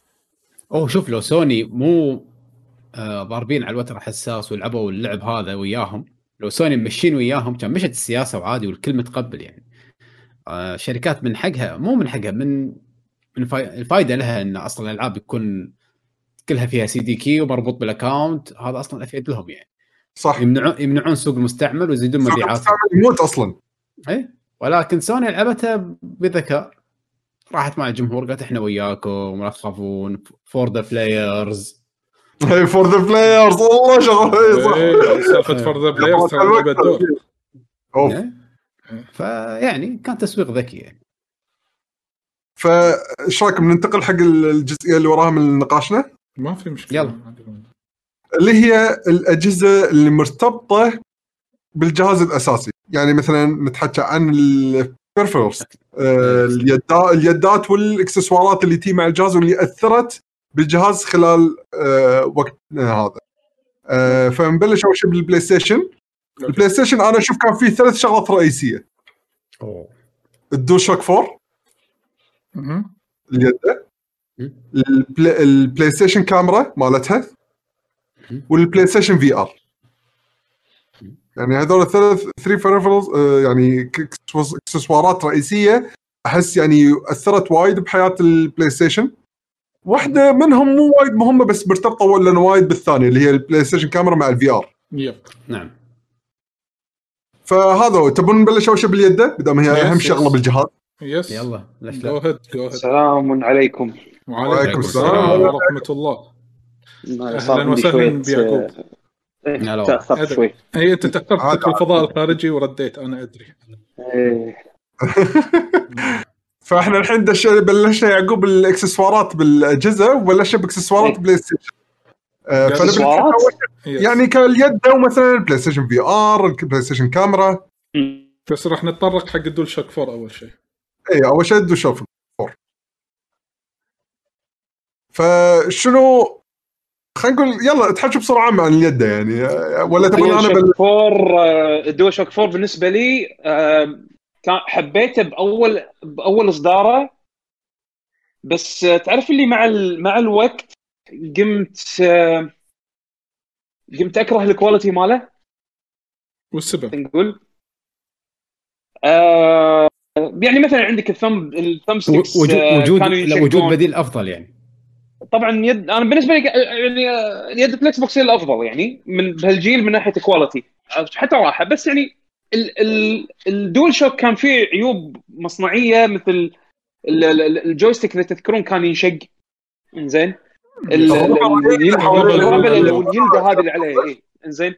شوف لو سوني مو ضاربين على الوتر حساس ولعبوا اللعب هذا وياهم، لو سوني مشين وياهم كان مشت السياسه وعادي والكل متقبل. يعني شركات من حقها مو من حقها من الفائده لها ان اصلا الالعاب يكون كلها فيها سي دي كي ومربوط بالاكاونت، هذا اصلا افيد لهم يعني. صح، يمنعون سوق المستعمل ويزيدون مبيعات. يموت اصلا. اي ولكن سوني لعبتها بذكاء، راحت مع الجمهور قالت احنا وياكم ولا تخافون، فور ذا بلايرز. هي فور ذا بلايرز والله شغله صح. سالفه فور ذا بلايرز لعبه دور. فيعني كان تسويق ذكي يعني. فايش رايكم ننتقل حق الجزئيه اللي وراها من نقاشنا؟ ما في مشكله. يلا. اللي هي الاجهزه اللي مرتبطه بالجهاز الاساسي، يعني مثلا نتحكى عن البيرفيرز، اليدات والاكسسوارات اللي تي مع الجهاز واللي اثرت بالجهاز خلال وقت هذا. فنبلش اول شيء بالبلاي ستيشن. البلاي ستيشن انا اشوف كان فيه 3 شغلات رئيسيه. الدول شوك 4 اليد، البلاي ستيشن كاميرا مالتها، والبلاي ستيشن في ار. يعني هذول 3 peripherals يعني اكسسوارات رئيسيه احس يعني اثرت وايد بحياه البلاي ستيشن. واحده منهم مو وايد مهمه بس مرتبطه ولا وايد بالثانيه اللي هي البلاي ستيشن كاميرا مع الفي ار. نعم. فهذا تبون نبلش اول شيء باليد بدل هي اهم شغله بالجهاز. يلا السلام عليكم. وعليكم السلام ورحمه الله. اهلا وسهلا بيعقوب. تأخرت شوي. هي انت تأخرت في الفضاء الخارجي ورديت انا ادري. فاحنا الحين بلشنا يعقوب الاكسسوارات بالاجهزه وبلشنا باكسسوارات بلاي ستيشن. يعني كاليد ومثلا البلاي ستيشن في ار، البلاي ستيشن كاميرا. بس راح نتطرق حق الدول شوك 4 اول شيء. اي اول شيء الدول شوك 4. فشنو خلينا نقول يلا تحكي بسرعه عن اليد يعني ولا تبون انا الدول شوك 4 بالنسبه لي كان حبيته باول اصداره، بس تعرف اللي مع الوقت قمت اكره الكواليتي ماله. والسبب نقول يعني مثلا عندك الثم ستيكس وجود بديل افضل يعني. طبعا انا بالنسبه لي يعني يد الاكس بوكس هي الافضل يعني من بهالجيل من ناحيه كواليتي حتى راحه. بس يعني الدول شوك كان فيه عيوب مصنعيه مثل الجويستيك اللي تذكرون كان ينشق. انزين اليلده هذه اللي عليه ايه. انزين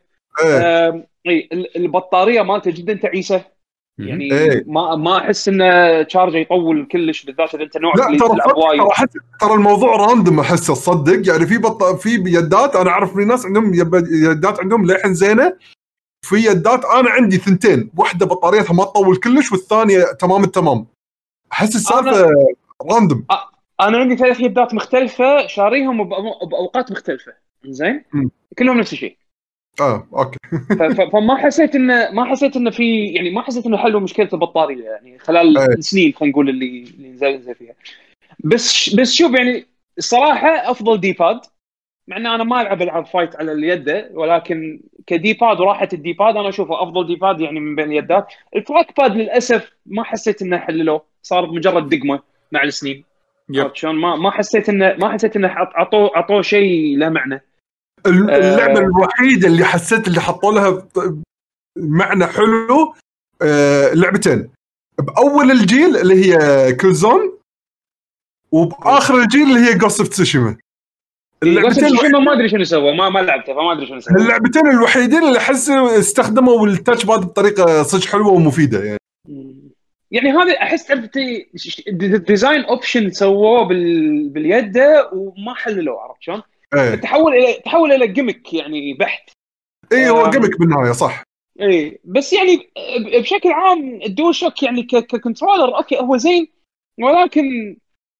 البطاريه مالته جدا تعيسه يعني ما احس انه شارجه يطول كلش بالذات اذا انت نوعك اللي تلعب وايد. ترى الموضوع راندم احسه تصدق يعني في يدات انا اعرف في ناس عندهم يدات عندهم لحن زينه في يدات انا عندي ثنتين واحده بطاريتها ما تطول كلش والثانيه تمام التمام. احس السالفه راندم. انا عندي 3 يدات مختلفه شاريهم باوقات مختلفه. زين كلهم نفس الشيء. اوكي. فما حسيت انه في يعني ما حسيت انه حلوا مشكله البطاريه يعني خلال السنين خلينا نقول اللي نزل فيها. بس شوف يعني الصراحه افضل ديباد مع ان انا ما العب فايت على اليد ولكن كديباد وراحه الديباد انا اشوفه افضل ديباد يعني من بين اليدات. التراك باد للاسف ما حسيت انه حللوه صار مجرد دقمه مع السنين. شلون ما حسيت انه عطوه شيء له معنى. اللعبه الوحيده اللي حسيت اللي حطوا لها معنى حلو لعبتين باول الجيل اللي هي كلزون وباخر الجيل اللي هي جوست اوف تسوشيما. اللعبتين ما ادري شنو سووا ما لعبتها فما ادري شنو سووا. اللعبتين الوحيدين اللي احس استخدموا التاتش باد بطريقه صدق حلوه ومفيده يعني هذا احس تعرفتي الديزاين اوبشن سووه باليد وما حللوه عرفت شلون. تحول الى جيمك يعني بحت. هو جيمك بالنهايه صح. بس يعني بشكل عام الدول شوك يعني ككنترولر اوكي هو زين ولكن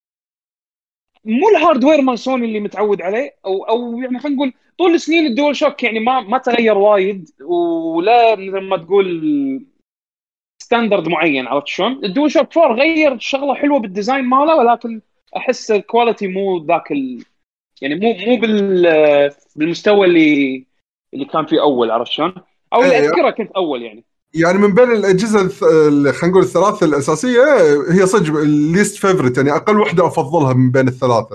مو الهاردوير مال سوني اللي متعود عليه او يعني خلينا نقول طول السنين الدول شوك يعني ما تغير وايد ولا مثل ما تقول ستاندرد معين عرفت شلون. الدول شوك 4 غير شغله حلوه بالديزاين ماله ولكن احس الكواليتي مو ذاك يعني مو بالمستوى اللي كان فيه اول عرفت شلون او اللي اذكره كنت اول يعني من بين الاجهزه خلينا نقول الثلاثه الاساسيه هي صدق الليست فيفورت يعني اقل وحده افضلها من بين الثلاثه.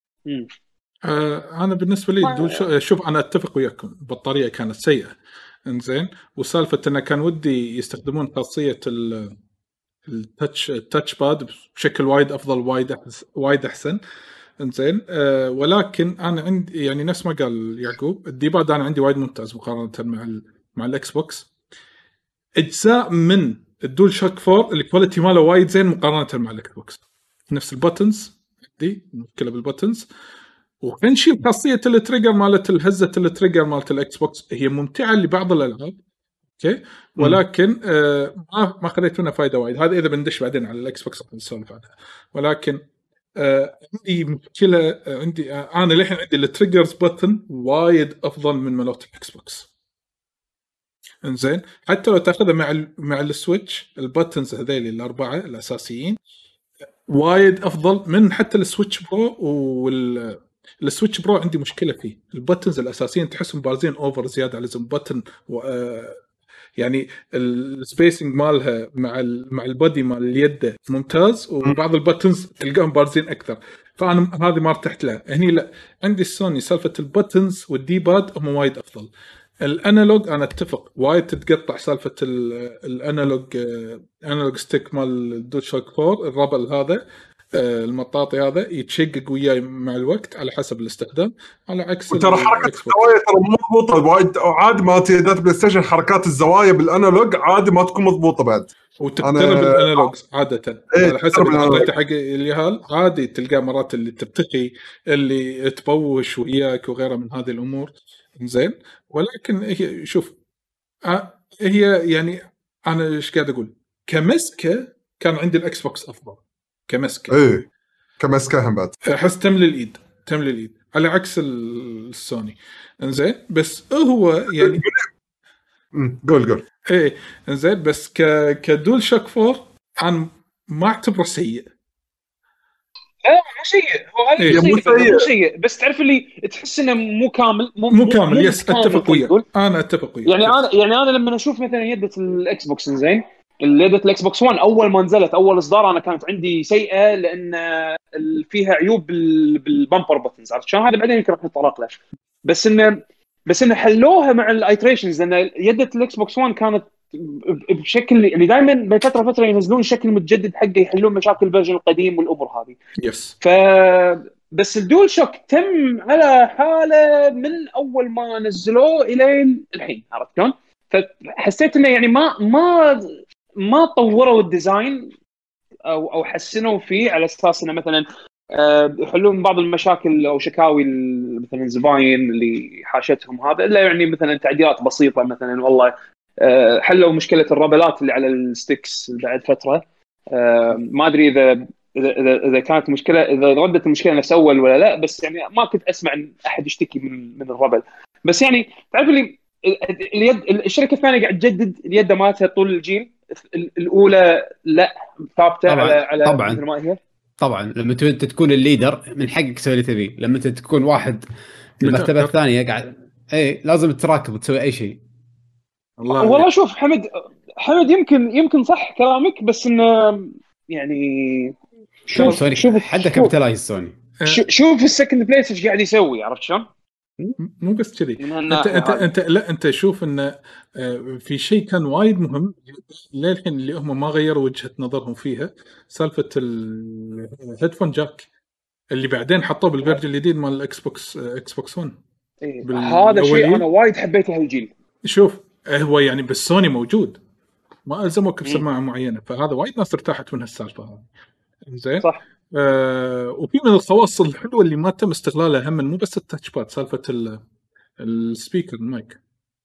انا بالنسبه لي شوف انا اتفق وياكم البطاريه كانت سيئه. انزين وسالفه انه كان ودي يستخدمون خاصيه التاتش باد بشكل وايد افضل وايد احسن. انزين ولكن انا عندي يعني نفس ما قال يعقوب الديباد انا عندي وايد ممتاز مقارنه مع الاكس بوكس. اجزاء من الدول شوك 4 الكواليتي ماله وايد زين مقارنه مع الاكس بوكس. نفس البوتنز دي مشكله بالبوتنز وخنشيل خاصيه التريجر مالت الهزه التريجر مالت الاكس بوكس هي ممتعه لبعض الالعاب اوكي ولكن ما خليت منها فايده وايد. هذا اذا بندش بعدين على الاكس بوكس نسولف عنها. ولكن عندي مشكله عندي انا للحين عندي التريجرز بوتن وايد افضل من مالوت الاكس بوكس. انزين حتى لو تاخذها مع السويتش البوتنز هذيل الاربعه الاساسيين وايد افضل من حتى السويتش برو. السويتش برو عندي مشكله فيه البوتنز الاساسيين تحسهم بارزين اوفر زياده على لازم بوتن يعني السبيسنج مالها مع البودي مال اليد ممتاز وبعض البوتنز تلقاهم بارزين اكثر. فانا هذه ما ارتحت لها هني. لا عندي السوني سالفه البوتنز والديباد هم وايد افضل. الانالوج انا اتفق وايد تتقطع سالفه الانالوج ستيك مال الدول شوك 4 الربل هذا المطاطي هذا يتشقق وياي مع الوقت على حسب الاستخدام على عكس ترى حركه الزوايا ترى مو مضبوطه وايد عادي ما تيدات بلاي ستيشن حركات الزوايا بالانالوج عادي ما تكون مضبوطه بعد وتقترب الانالوج عاده على حسب العطية حق اليهال عادي تلقى مرات اللي تبتقي اللي تبوش وياك وغيرها من هذه الامور. زين ولكن هي شوف هي يعني انا ايش قاعد اقول كمسكه كان عندي الاكس بوكس افضل كمسكه كمسكه هم بعد احس تملي الايد على عكس السوني. انزين بس هو يعني قول انزين بس كدول شوك 4 انا ما اعتبره سيء. لا مو سيء هو مو سيء بس تعرف اللي تحس انه مو كامل. يس اتفق وياك انا اتفق وياك يعني انا لما اشوف مثلا يده الاكس بوكس زين يد الاكس بوكس 1 اول ما نزلت اول اصدار انا كانت عندي سيئه لان فيها عيوب بالبامبر بوتنز، عرفت شلون؟ هذا بعدين يمكن راح نتطرق له. بس انه حلوها مع الايتريشنز، لان يد الاكس بوكس 1 كانت بشكل يعني دائما بين فتره فتره ينزلون شكل متجدد حقه يحلون مشاكل الفيرجن القديم والامور هذه. يس. بس الدول شوك تم على حاله من اول ما نزلوه الى الحين، عرفت شلون؟ فحسيت انه يعني ما طوروا الديزاين او حسنوا فيه على اساس انه مثلا يحلون بعض المشاكل او شكاوي مثلا الزباين اللي حاشتهم هذا، الا يعني مثلا تعديلات بسيطه، مثلا والله حلوا مشكله الربلات اللي على الستيكس بعد فتره. ما ادري اذا كانت مشكله، اذا ردت المشكله نفس اول ولا لا، بس يعني ما كنت اسمع ان احد يشتكي من الربل. بس يعني تعرف اللي اليد الشركه الثانيه قاعد تجدد اليد مالتها طول الجيل، الاولى لا ثابته على طبعا مثل ما هي. طبعا لما انت تكون الليدر من حقك تسوي اللي تبيه، لما انت تكون واحد في المرتبه الثانيه قاعد لازم تراكب وتسوي اي شيء. والله شوف حمد يمكن صح كلامك، بس انه يعني شوف حتى كابيتالايز سوني، شوف السكند بليس ايش قاعد يسوي، عرفت شلون؟ مو بس كذي، انت شوف انه في شيء كان وايد مهم للحين اللي هم ما غيروا وجهة نظرهم فيها، سالفة الهيدفون جاك اللي بعدين حطوه بالفيرجن الجديد مال الاكس بوكس 1. هذا شيء انا وايد حبيته هالجيل. شوف هو يعني بالسوني موجود، ما ألزموك بسماعة معينة، فهذا وايد ناس ارتاحت من هالسالفة هذه. زين صح. وفي من الخواص الحلوة اللي ما تم استغلالها هم مو بس التاتش باد، سالفة السبيكر المايك،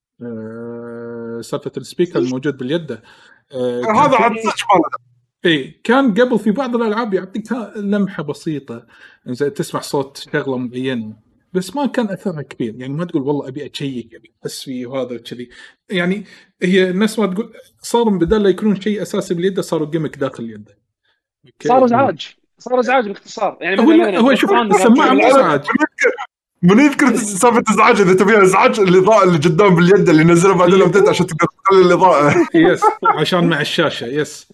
سالفة السبيكر الموجود باليد هذا عاد اي كان قبل في بعض الالعاب يعطيك لمحة بسيطة زين تسمع صوت شغلة معينة، بس ما كان اثرها كبير، يعني ما تقول والله ابي اشيك ابي احس فيه وهذا كذي. يعني هي الناس ما تقول صاروا بدل لا يكونون شيء اساسي باليد صاروا جيمك داخل اليد، صار ازعاج باختصار. يعني هو شوف السماعه مو ازعاج، من يذكر سالفه ازعاج اذا تبيها ازعاج الاضاءه اللي قدام باليد اللي نزلها بعدين ابديت عشان تقدر تقلل الاضاءه. يس عشان مع الشاشه. يس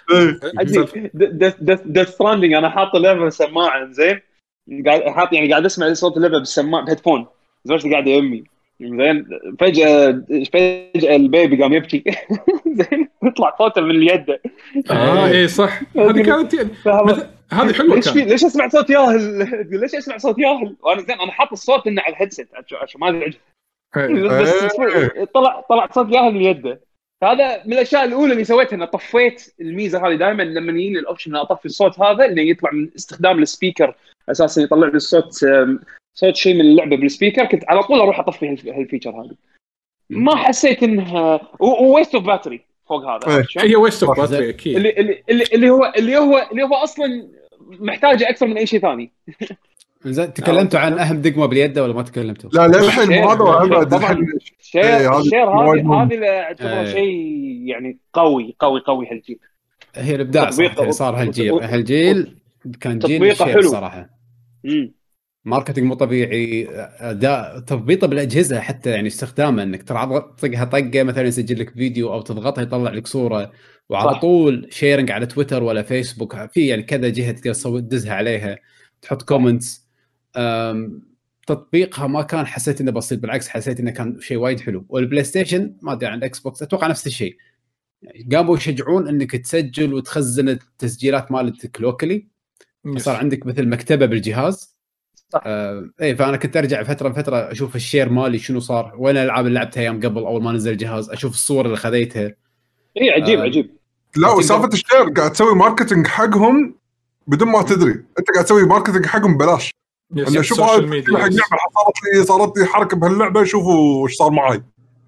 ديث ستراندينج انا حاط لعبه سماعه زين، قاعد اسمع صوت اللعبه بالسماعه بهيدفون، زوجتي قاعده يمي زين، فجاه البيبي قام يبكي زين يطلع صوته من اليد. اي صح، هذه كانت هذه حلوه. ليش اسمع صوت ياهل وانا زين انا حاط الصوت انه على الهيدسيت عشان ما ازعج، بس طلع صوت ياهل من يده. هذا من الاشياء الاولى اللي سويتها، ان طفيت الميزه هذه. دائما لما يجيني الاوبشن اطفي الصوت هذا انه يطلع من استخدام السبيكر اساسا يطلع لي صوت شيء من اللعبه بالسبيكر، كنت على طول اروح اطفي هالفيتشر هذه. ما حسيت انها وويست اوف باتري فوق هذا. هي ويست اوف باتري اكيد، اللي هو اصلا محتاجه اكثر من اي شيء ثاني. زين تكلمتوا عن اهم دقمه باليد ولا ما تكلمتوا؟ لا الحين هذا طبعا الشير هذه اعتبره شيء يعني قوي هالجيل. هي الابداع اللي صار هالجيل كان جيل الشير صراحه. ماركتينج مو طبيعي، اداء تضبيطه بالاجهزه حتى، يعني استخدامه انك تطقها طقه مثلا يسجل لك فيديو او تضغطها يطلع لك صوره، وعلى طول شيرنج على تويتر ولا فيسبوك، في يعني كذا جهه تقدر تدزها عليها تحط كومنتس. تطبيقها ما كان حسيت انه بسيط، بالعكس حسيت انه كان شيء وايد حلو. والبلاي ستيشن ما ادري عن الاكس بوكس اتوقع نفس الشيء، يعني قاموا يشجعون انك تسجل وتخزن التسجيلات مالتك لوكالي، صار عندك مثل مكتبه بالجهاز. فانا كنت ارجع فتره فتره اشوف الشير مالي شنو صار، وين الالعاب اللي لعبتها ايام قبل اول ما نزل الجهاز، اشوف الصور اللي خذيتها. عجيب. لا وسالفه الشير قاعد تسوي ماركتينج حقهم بدون ما تدري، انت قاعد تسوي ماركتينج حقهم ببلاش. انا شوف حق لعبه صارت لي حركه بهاللعبه، شوفوا ايش صار معي.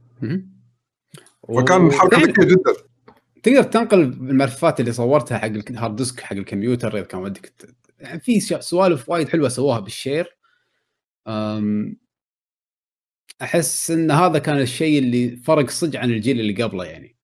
وكان حركه ذكيه جدا. تقدر تنقل الملفات اللي صورتها حق الهارد ديسك حق الكمبيوتر اذا كان ودك، يعني في سوالف وايد حلوه سووها بالشير. احس ان هذا كان الشيء اللي فرق صدق عن الجيل اللي قبله، يعني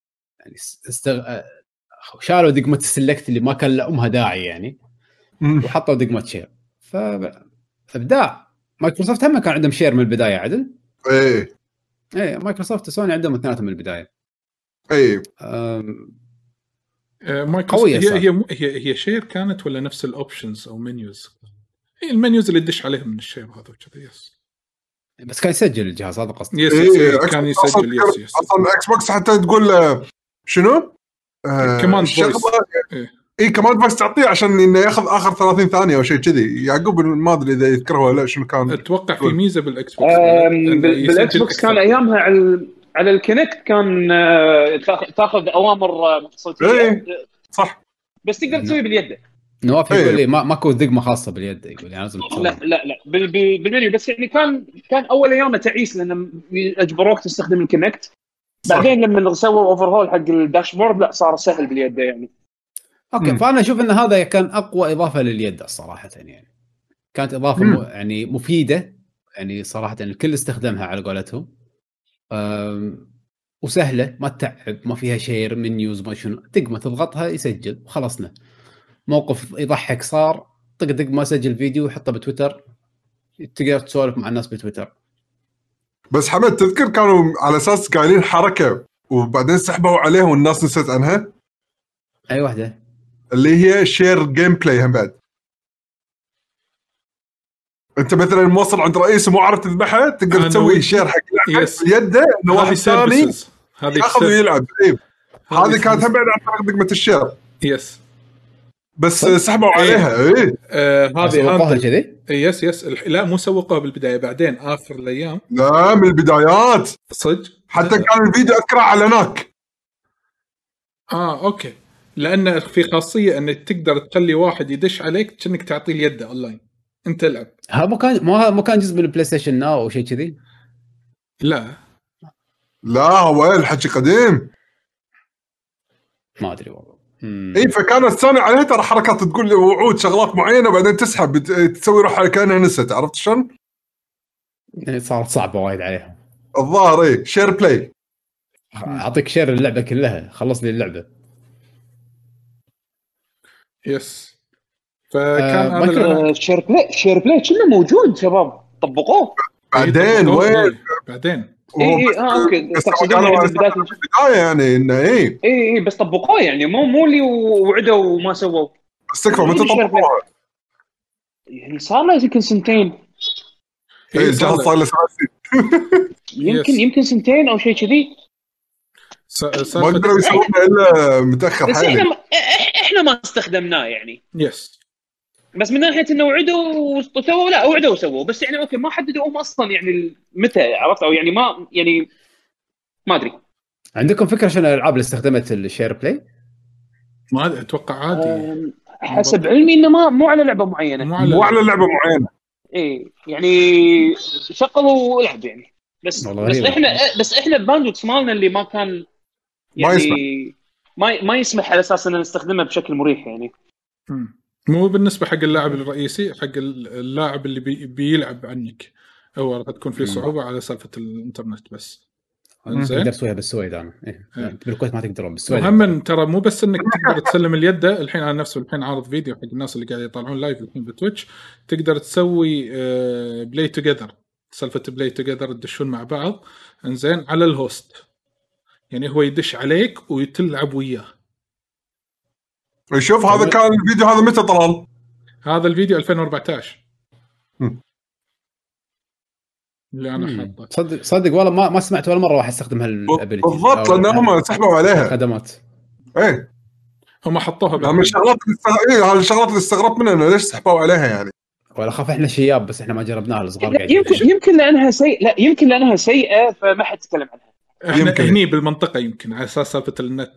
شالوا دقمه السلكت اللي ما كان لها داعي يعني، وحطوا دقمه شير. فابداع. مايكروسوفت هم كان عندهم شير من البدايه عدل. ايه مايكروسوفت وسوني عندهم اثنيناتهم من البدايه. قوية هي شير كانت ولا نفس الاوبشنز او منيوز؟ هي المنيوز اللي تدش عليهم من الشير هذا وكذا. يس بس كان يسجل الجهاز هذا قصدي. يس كان يسجل. يس اصلا اكس بوكس حتى تقول شنو كمان فويس. كمان فويس تعطيه عشان انه ياخذ اخر 30 ثانيه او شيء كذي. يعقوب ما ادري اذا يذكره ولا شنو كان. اتوقع في ميزه بالاكس بوكس. بالاكس بوكس كان ايامها على الكونكت كان تاخذ اوامر صوتيه. صح بس تقدر تسوي باليد. نواف يقول لي ماكو ذقمه خاصه باليد، يقول يعني لازم تسوي. لا بالمنيو بس. يعني كان اول ايامه تعيس لان اجبروك تستخدم الكونكت. بعدين لما سووا اوفرهول حق الداشبورد لا صار سهل باليد يعني. اوكي فانا اشوف ان هذا كان اقوى اضافه لليد الصراحه. يعني كانت اضافه يعني مفيده يعني صراحه. الكل استخدمها على قولتهم. وسهله ما تتعب، ما فيها شير منيوز ما شنو، دقمه تضغطها يسجل وخلصنا. موقف يضحك صار طق ما سجل فيديو وحطه بتويتر، تقدر تسولف مع الناس بتويتر. بس حمد تذكر كانوا على اساس قايلين حركه وبعدين سحبوا عليها والناس نسيت عنها. اي واحده اللي هي شير جيم بلاي. هم بعد انت مثلا موصل عند رئيس ومو عارف تذبحه تقدر تسوي شير حق يده انه واحد ثاني ياخذ ويلعب. هذه كانت هم بعد عن طريق دقمه الشير. يس بس سحبوا عليها. هذه كذي. يس لا مو سوقوها بالبدايه، بعدين اخر الايام. لا من البدايات صدق. حتى كان الفيديو اذكره اعلانك. اوكي. لان في خاصيه انك تقدر تخلي واحد يدش عليك كأنك تعطيه اليد اونلاين انت العب. ها ما كان جزء من البلاي ستيشن ناو او شيء كذي. لا هو الحكي قديم ما ادري والله. فكان الثاني عليه ترى حركات تقول وعود شغلات معينه بعدين تسحب تسوي روحها كانها نست. عرفت شلون؟ يعني صارت صعبه وايد عليهم الظاهر. شير بلاي اعطيك شير اللعبه كلها، خلص لي اللعبه. يس فكان هذا شير بلاي كله موجود شباب، طبقوه بعدين وين بعدين اوكي تقصدون يعني بالبدايه يعني انه اي بس طبقوه يعني مو اللي وعدوا وما سووا. بس تكفى متى طبقوها يعني صار له يمكن سنتين. الجهاز صار له يمكن سنتين او شيء كذي. ما قدروا يسوونه الا متاخر بس حاليا. احنا ما استخدمناه يعني. يس بس من ناحيه انه وعدوا وسووا، لا وعدوا وسووا بس يعني اوكي ما حددوا هم اصلا يعني متى. عرفت او يعني ما ادري. عندكم فكره شنو الالعاب اللي استخدمت الشير بلاي؟ ما اتوقع عادي. حسب علمي انه مو على لعبه معينه. مو على لعبه معينه. يعني شغلوا ولعب يعني. بس احنا الباندويث مالنا اللي ما كان يعني ما يسمح على اساس ان نستخدمه بشكل مريح يعني. مو بالنسبه حق اللاعب الرئيسي، حق اللاعب اللي بيلعب عنك هو راح تكون في صعوبه على سالفه الانترنت بس. تقدر تسويها بالسويد. انا بالكويت ما تقدرون بالسويد. مهم ترى مو بس انك تقدر تسلم اليد. الحين على نفسه الحين عارض فيديو حق الناس اللي قاعد يطلعون لايف الحين بتويتش، تقدر تسوي بلاي توجذر. سالفه بلاي توجذر تدشون مع بعض انزين على الهوست، يعني هو يدش عليك ويتلعب وياه. شوف هذا كان الفيديو هذا متى طلال؟ هذا الفيديو 2014 اللي انا حاطه. صدق والله ما سمعت ولا مره واحد استخدم هالابيليتي بالضبط لانهم سحبوا عليها خدمات. هم حطوها من الشغلات هذه الشغلات اللي استغربت منها انه ليش سحبوا عليها يعني. ولا خاف احنا شياب بس احنا ما جربناها. الصغار يمكن لانها يمكن لانها سيئه فما حد تكلم عنها. احنا هني بالمنطقه يمكن على اساس سالفه النت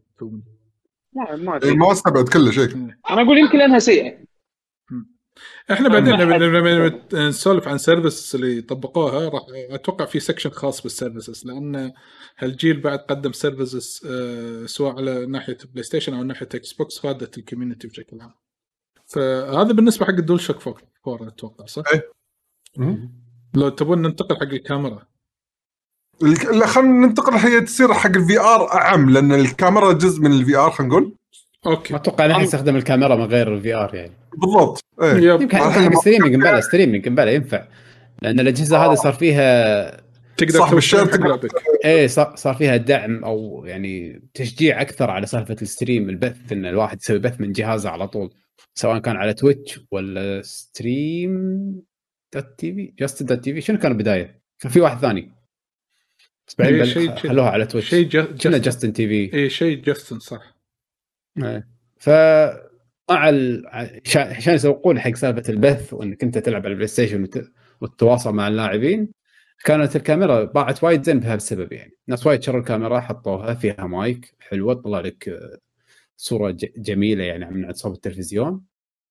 ما استبعد كل شيء. انا اقول يمكن لانها سيئه. احنا بعدين لما نسولف عن سيرفيس اللي طبقوها راح اتوقع في سكشن خاص بالسيرفيسز، لان هالجيل بعد قدم سيرفيسز سواء على ناحيه بلاي ستيشن او ناحيه اكس بوكس فادت الكوميونتي بشكل عام. فهذا بالنسبه حق الدول شوك 4 اتوقع صح. لو تبون ننتقل حق الكاميرا. لا خلينا ننتقل. هي تصير حق الفي ار اعم لان الكاميرا جزء من الفي ار. خلينا نقول اوكي ما اتوقع انه يستخدم الكاميرا من غير الفي ار يعني. بالضبط. يمكن ستريمينج مبلا ينفع لان الاجهزه هذه صار فيها تقدر صاحب الشير توصل حق تقدر لعبك. ايه صار فيها دعم او يعني تشجيع اكثر على سالفه الستريم البث، ان الواحد يسوي بث من جهازه على طول، سواء كان على تويتش ولا ستريم دوت تي في، جاست دوت تي في. شنو كان البدايه؟ كان في واحد ثاني بس بعدين خلوها على تويتش، شيء كنا جاستن تي في. اي شيء جاستن صح. ف مع عشان يسوقون حق سالفه البث وانك انت تلعب على البلاي ستيشن والتواصل مع اللاعبين، كانت الكاميرا باعت وايد زين بهذا السبب. يعني ناس وايد شروا الكاميرا حطوها فيها مايك حلوه تطلع لك صوره جميله يعني من عند صوب التلفزيون.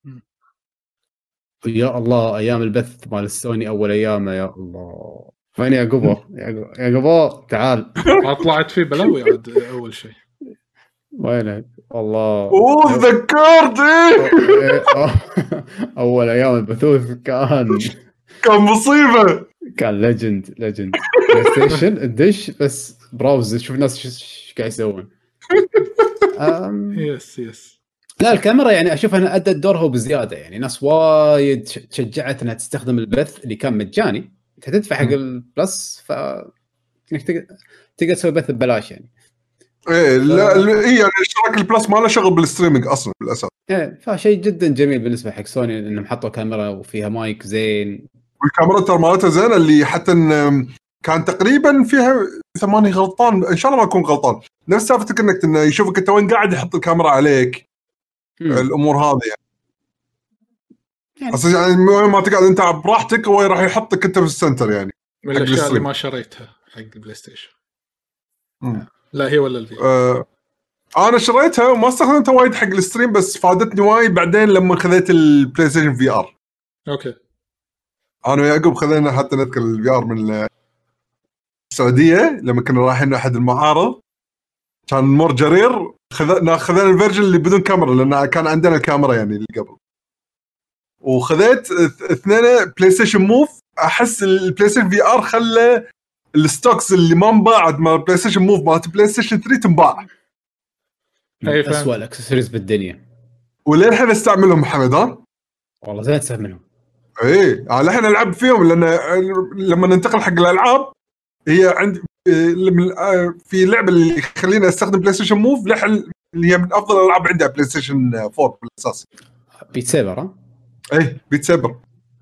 يا الله ايام البث مال السوني اول ايامه، يا الله وين يا قبو يا قبو تعال. طلعت فيه بلاوي عاد اول شيء. وينك والله ذكرت اول ايام البثوث كان مصيبه، كان ليجند بلاي ستيشن الدش بس براوز شوف الناس ايش قاعد يسوون. يس لا الكاميرا يعني اشوف انها ادت دورها بزياده، يعني ناس وايد تشجعت انها تستخدم البث اللي كان مجاني، انت تدفع حق البلس انك تقدر تسوي بث ببلاش يعني. ايه لا هي يعني اشتراك البلس ما له شغل بالستريمينج اصلا بالاساس. ايه فشيء جدا جميل بالنسبه حق سوني انهم حطوا كاميرا وفيها مايك زين، والكاميرا ترى مالتها زينه، اللي حتى كان تقريبا فيها ثمانية غلطان ان شاء الله ما اكون غلطان، نفس سالفتك انك انه يشوفك انت وين قاعد يحط الكاميرا عليك. الامور هذه يعني اصلا يعني ما تقعد انت براحتك هو راح يحطك انت في السنتر يعني. من الاشياء اللي ما شريتها حق البلاي ستيشن. لا هي ولا الفي انا شريتها وما استخدمتها وايد حق الستريم، بس فادتني وايد بعدين لما خذيت البلاي ستيشن في ار. اوكي انا ويعقوب خذينا حتى نذكر الفي ار من السعوديه لما كنا رايحين احد المعارض، كان مور جرير خذينا الفيرجن اللي بدون كاميرا لان كان عندنا الكاميرا يعني اللي قبل، وخذيت اثنين بلاي ستيشن موف. احس البلاي ستيشن في ار خلى الستوكس اللي ما انباعت مال بلاي ستيشن موف مالت بلاي ستيشن 3 تنباع. أسوأ الاكسسوارز بالدنيا وللحين استعملهم محمد. والله زين استعملهم. ايه انا الحين العب فيهم لان لما ننتقل حق الالعاب هي عندي في لعبه اللي خلينا استخدم بلاي ستيشن موف اللي هي من افضل الالعاب عندي بلاي ستيشن 4 بالاساس. بيت سيبر ايه بيت سيبر.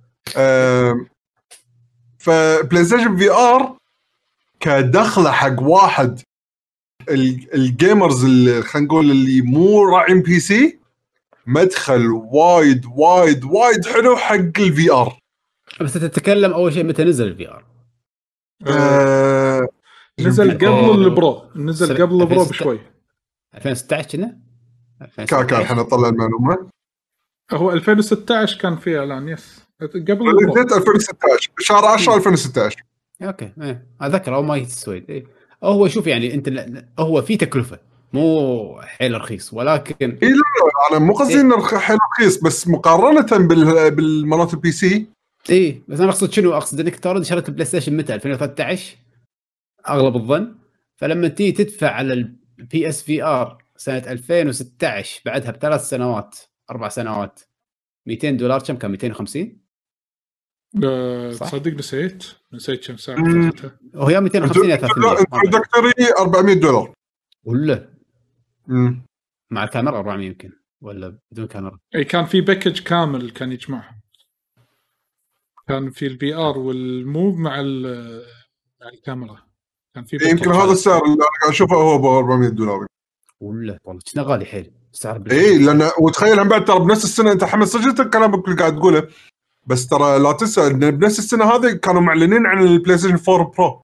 فبلاي ستيشن في ار كدخله حق واحد الجيمرز اللي خلينا نقول اللي مو راعين بي سي، مدخل وايد وايد وايد حلو حق الفي ار. بس تتكلم اول شيء متى نزل الفي ار؟ نزل قبل البرو، نزل قبل البرو بشوي 2016 كنا كان احنا نطلع المعلومه. هو 2016 كان في اعلان يس قبل البرو 2016 شهر 10 2016. اوكي ايه اذكر او ما السويد. ايه هو شوف يعني انت هو في تكلفه مو حيل رخيص، ولكن اي لا انا مو قصدي انه حيل رخيص، بس مقارنه بالمناطق البي سي. اي بس انا اقصد شنو، اقصد انك ترى شريت البلاي ستيشن متى 2013 اغلب الظن، فلما تيجي تدفع على البي اس في ار سنه 2016 بعدها بثلاث سنوات 4 سنوات $200 كم كان 250 صدق نسيت كم ساعه هو يا 250 يا 300 انترودكتوري $400 ولا مع الكاميرا 400 يمكن ولا بدون كاميرا. اي كان في باكج كامل كان يجمعهم، كان في البي ار والموف مع الكاميرا، كان في يمكن هذا السعر اللي انا قاعد اشوفه هو $400 ولا والله كنا غالي حيل السعر. اي لان وتخيل هم بعد ترى بنفس السنه انت حمد سجلت كلامك اللي قاعد تقوله، بس ترى لا تنسى ان بنفس السنه هذه كانوا معلنين عن البلاي ستيشن 4 برو.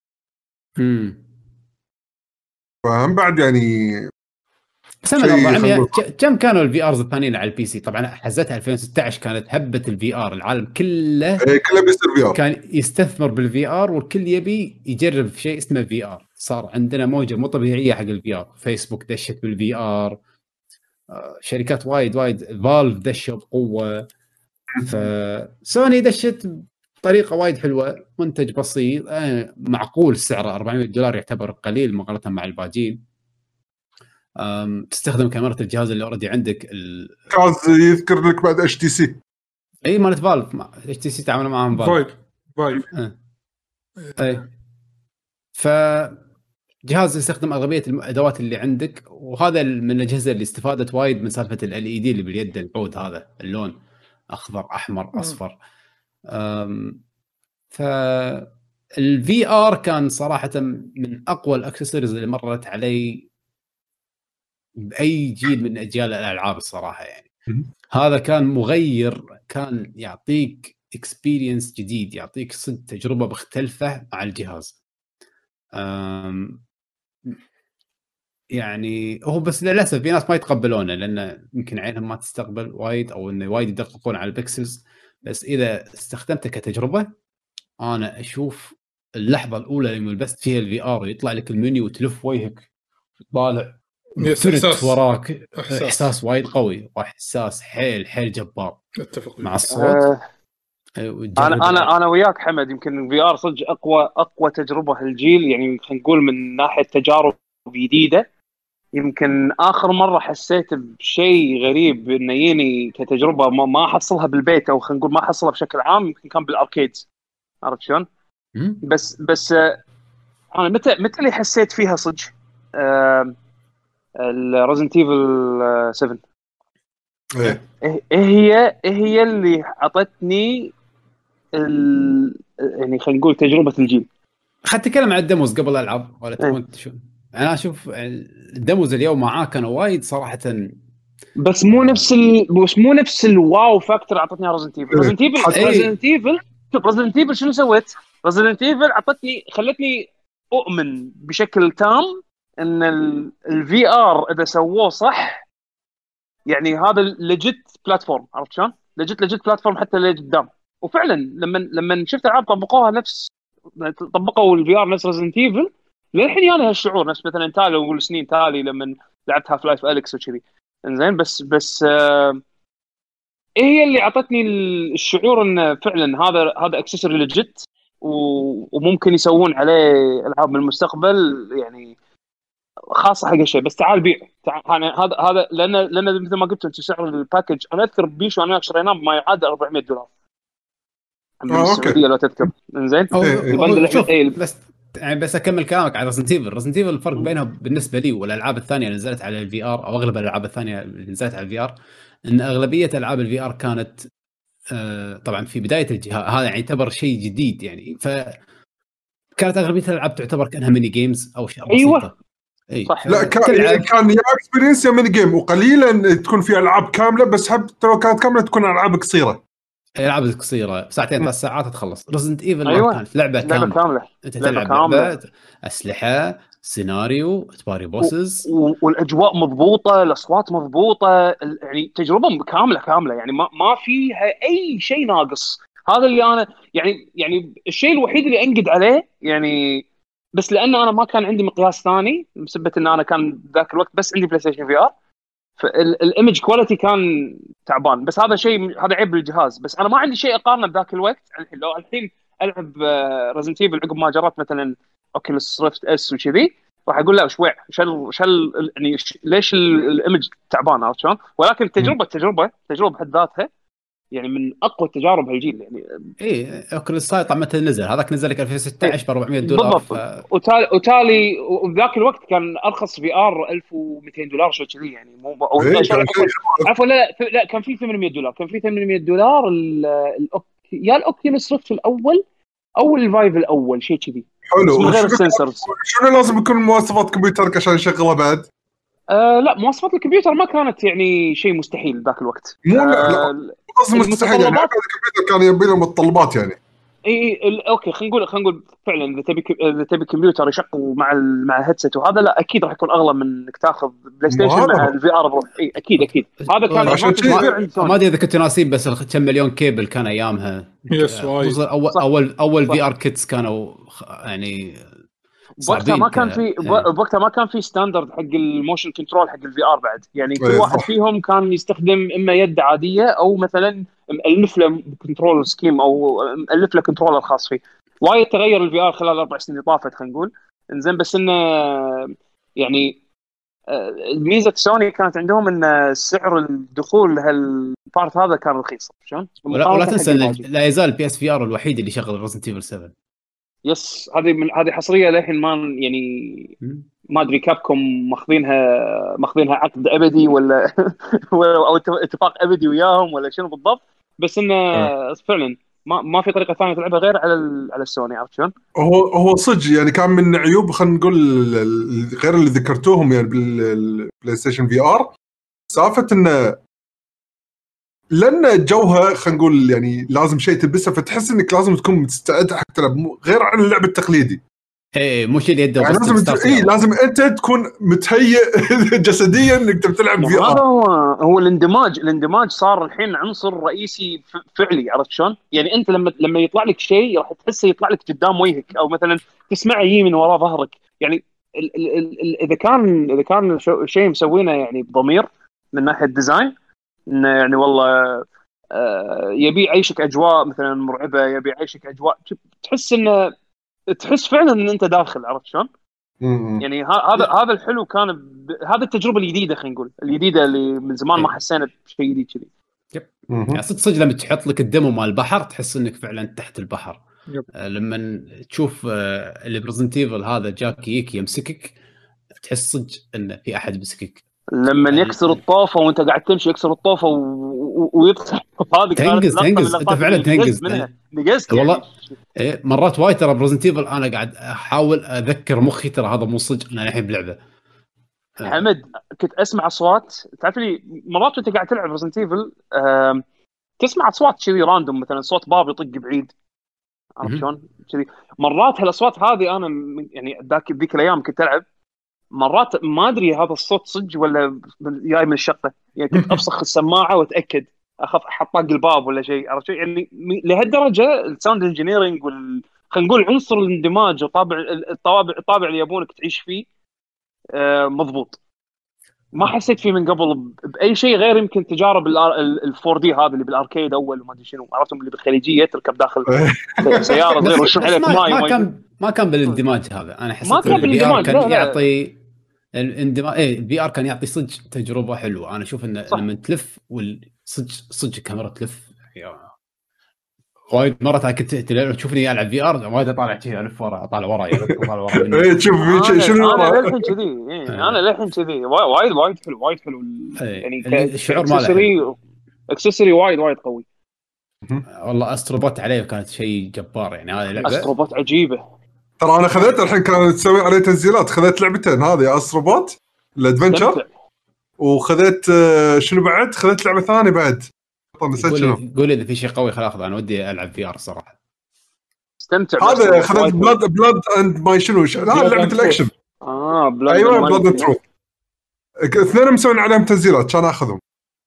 فهم بعد يعني بس انا 400 كم كانوا الفي ارز الثانيين على البي سي؟ طبعا حزتها 2016 كانت هبه الفي ار، العالم كله بيصير في ار، كان يستثمر بالفي ار والكل يبي يجرب شيء اسمه في ار. صار عندنا موجه مو طبيعيه حق الفي ار، فيسبوك دشت بالفي ار، شركات وايد فالف دشوا بقوه، فسوني دشت بطريقه وايد حلوه، منتج بسيط معقول سعره $400 يعتبر قليل مقارنه مع الباجين. تستخدم كاميرا الجهاز اللي اوريدي عندك كاز يذكر لك بعد اتش تي سي. اي مالت فالف اتش تي سي تعامل معهم فايب اي فجهاز يستخدم اغلبيه الادوات اللي عندك، وهذا من الاجهزه اللي استفادت وايد من سالفه ال LED اللي باليد، العود هذا اللون اخضر احمر اصفر. فالفي ار كان صراحه من اقوى الاكسسوارز اللي مرت علي باي جيل من اجيال الالعاب الصراحه يعني. هذا كان مغير، كان يعطيك اكسبيرينس جديد، يعطيك صدق تجربه مختلفه مع الجهاز. يعني هو بس للاسف في ناس ما يتقبلونه لانه يمكن عينهم ما تستقبل وايد، او انه وايد يدققون على البكسلز. بس اذا استخدمته كتجربه، انا اشوف اللحظه الاولى لما لبست فيها الفي ار يطلع لك المنيو وتلف وجهك طالع إحساس. وراك، احساس وايد قوي واحساس حيل جبار. اتفق مع الصوت. انا وياك حمد، يمكن الفي ار صدق اقوى تجربه هالجيل، يعني خلينا نقول من ناحيه تجارب جديده. يمكن اخر مره حسيت بشيء غريب انه يجيني كتجربه ما احصلها بالبيت، او خلينا نقول ما احصلها بشكل عام، يمكن كان بالاركيدز. عرفت شلون؟ بس انا متى اللي حسيت فيها صدق الريزنت ايفل 7. هي اللي عطتني يعني خلينا نقول تجربه الجيل. خدت تتكلم عن الديموز قبل الالعاب ولا تبغى شو؟ انا اشوف الديموز اليوم معاه كانوا وايد صراحه، بس مو نفس الواو فاكتور اعطتني ريزنت ايفل. ريزنت ايفل شنو سويت؟ ريزنت ايفل خلتني اؤمن بشكل تام ان الفي ار اذا سووه صح، يعني هذا ليجيت بلاتفورم. عرفت شلون؟ ليجيت بلاتفورم حتى لقدام. وفعلا لما شفت العاب طبقوا الفي ار نفس ريزنت ايفل، للحين يعني هالشعور نفس مثلا تالي والسنين تالي لما لعبت هاف لايف اليكس وكذي. انزين بس هي اللي اعطتني الشعور ان فعلا هذا اكسسوري ليجيت، وممكن يسوون عليه العاب من المستقبل يعني خاصه حق الشيء. بس تعال بيع هذا لان مثل ما قلت انت سعر الباكج، انا اذكر بيشو انا شريناه بما يعادل $400 من السعوديه لو تذكر. انزين بس اكمل كلامك على ريزنت ايفل. الفرق بينها بالنسبه لي والالعاب الثانيه اللي نزلت على الفي ار، او اغلب الالعاب الثانيه اللي نزلت على الفي ار، ان اغلبيه العاب الفي ار كانت طبعا في بدايه الجهاز هذا يعني يعتبر شيء جديد يعني، فكانت اغلبيه الالعاب تعتبر كانها ميني جيمز او اشياء بسيطه. صح. لا كان يا اكسبيرينس يا ميني جيم، وقليلا تكون في العاب كامله، بس حتى لو كانت كامله تكون العاب قصيره. العاب قصيره ساعتين 3 ساعات تخلص. ريزنت ايفل كانت لعبه كامله. انت تلعب لعبه اسلحه سيناريو تباري بوسز والاجواء مضبوطه، الاصوات مضبوطه، يعني تجربه كامله يعني ما فيها اي شيء ناقص. هذا اللي انا يعني الشيء الوحيد اللي انقد عليه يعني، بس لانه انا ما كان عندي مقياس ثاني بسبب ان انا كان ذاك الوقت بس عندي بلاي ستيشن في ار، فالايمج كواليتي كان تعبان. بس هذا عيب بالجهاز. بس انا ما عندي شيء اقارنه بذاك الوقت. لو الحين العب ريزنت ايفل عقب ما جربت مثلا اوكيوليس ريفت اس وكذي، راح اقول لا شوي شل يعني ليش الايمج تعبان. عرفت شلون؟ ولكن تجربه بحد ذاتها يعني من اقوى التجارب هالجيل يعني. اوكيوليس طبعا متى نزل هذاك؟ نزل لك 2016 ب $400 بالضبط. وتالي وبذاك الوقت كان ارخص في ار $1200 شيء كذي يعني. مو عفوا لا كان في $800. كان في $800 يا الاوكيوليس ريفت الاول او الفايف الاول شيء كذي. حلو. من غير السنسرز. شنو لازم يكون مواصفات كمبيوترك عشان يشغلها بعد؟ لا مواصفات الكمبيوتر ما كانت يعني شيء مستحيل ذاك الوقت. لا لازم مستحيل يعني. الكمبيوتر كان يبي له متطلبات يعني. اي اوكي خلينا نقول فعلا اذا تبي كمبيوتر يشغل مع الهيدسет وهذا، لا اكيد راح يكون اغلى من انك تاخذ بلاي ستيشن مع الفي ار بروح. اي اكيد هذا كان ما ادري اذا كنت ناسين، بس كم مليون كيبل كان ايامها. اول في ار كيتس كانوا يعني وقتها ما كان في ستاندرد حق الموشن كنترول حق الفي ار بعد يعني. كل واحد فيهم كان يستخدم اما يد عاديه او مثلا مؤلف له كنترول سكيم او مؤلف له كنترولر خاص فيه. وايد تغير الفي ار خلال 4 سنين طافت خلينا نقول. انزين بس انه يعني ميزه سوني كانت عندهم ان سعر الدخول لهالبارت هذا كان رخيص. شلون؟ ولا تنسى لا يزال البي اس في ار الوحيد اللي يشغل ريزنت ايفل 7. يس هذه حصريه للحين، ما يعني ما ادري كابكم ماخذينها عقد ابدي ولا او اتفاق ابدي وياهم ولا شنو بالضبط، بس انه فعلا ما في طريقه ثانيه تلعبها غير على السوني. عرفت شلون؟ هو صدق يعني كان من عيوب، خلينا نقول غير اللي ذكرتوهم يعني بالبلاي ستيشن في ار، سالفه انه لان جوها خلينا نقول يعني لازم شيء تلبسه، فتحس انك لازم تكون مستعد حق تلعب غير عن اللعب التقليدي. ايه مو شيء يده يعني لازم انت تكون متهيئ جسديا انك تلعب في ار. هذا هو الاندماج صار الحين عنصر رئيسي فعلي. عرفت شلون؟ يعني انت لما يطلع لك شيء راح تحسه يطلع لك قدام وجهك، او مثلا تسمعه يجي من وراء ظهرك. يعني اذا كان شيء مسوينه يعني بضمير من ناحيه ديزاين، انه يعني والله يبي يعيشك اجواء مثلا مرعبه، يبي يعيشك اجواء تحس فعلا ان انت داخل. عرفت شلون؟ يعني هذا الحلو كان هذا التجربه الجديده، خلينا نقول الجديده اللي من زمان ما حسينا بشيء جديد كذي. يعني صدق لما تحط لك الدمو مال البحر تحس انك فعلا تحت البحر. لما تشوف الريزنت ايفل هذا جاكي يكي يمسكك تحس صدق ان في احد مسكك. لما يكسر الطوفه وانت قاعد تمشي يكسر الطوفه ويدخل هذه تنقز انت فعلا تنقز نقزت والله. يعني. مرات وايد ترى بريزنت ايفل انا قاعد احاول اذكر مخي ترى هذا مو صدق، انا الحين بلعبه. حمد كنت اسمع اصوات، تعرف لي مرات وانت قاعد تلعب بريزنت ايفل تسمع اصوات كذي راندوم، مثلا صوت باب يطق بعيد. عرفت شلون كذي؟ مرات هالاصوات هذه انا يعني ذيك الايام كنت العب، مرات ما ادري هذا الصوت صدق ولا جاي من الشقه. يعني كنت افسخ السماعه واتاكد، اخاف احط طاق الباب ولا شيء. عرفت يعني لهالدرجه الساوند انجينيرنج خلينا نقول عنصر الاندماج وطابع الطابع اللي يبونك تعيش فيه مضبوط. ما حسيت فيه من قبل باي شيء غير يمكن تجارب ال4 دي هذا اللي بالاركيد اول وما ادري شنو، عرفتم اللي بالخليجيه تركب داخل سياره صغيره وشو عليك ماي. ما كان بالاندماج هذا. انا حسيت ما كان بالاندماج، كان يعطي الاندماج. الفي ار كان يعطي صدق تجربه حلوه. انا اشوف انه لما تلف صدق الكاميرا تلف وايد مرات كنت تشوفني العب في ار وايد اطالع كذي الف ورا اطالع ورا ايه تشوف شنو انا للحين كذي. انا للحين كذي وايد حلو يعني الشعور ماله اكسسوري وايد قوي والله. استروبوت عليه كانت شيء جبار يعني. هذه لعبه استروبوت عجيبه ترى. انا خذيت الحين كانت تسوي عليه تنزيلات، خذيت لعبتين هذه استروبوت الادفنتشر، وخذيت شنو بعد، خذيت لعبه ثانيه بعد قولي اذا في شيء قوي خل اخذ. انا ودي العب في ار صراحه. استمتع. هذا خذيت بلاد اند ماي شنو لعبه الاكشن. بلاد ايوه بلاد اند تروث. اثنين مسوين عليهم تنزيلات كان اخذهم.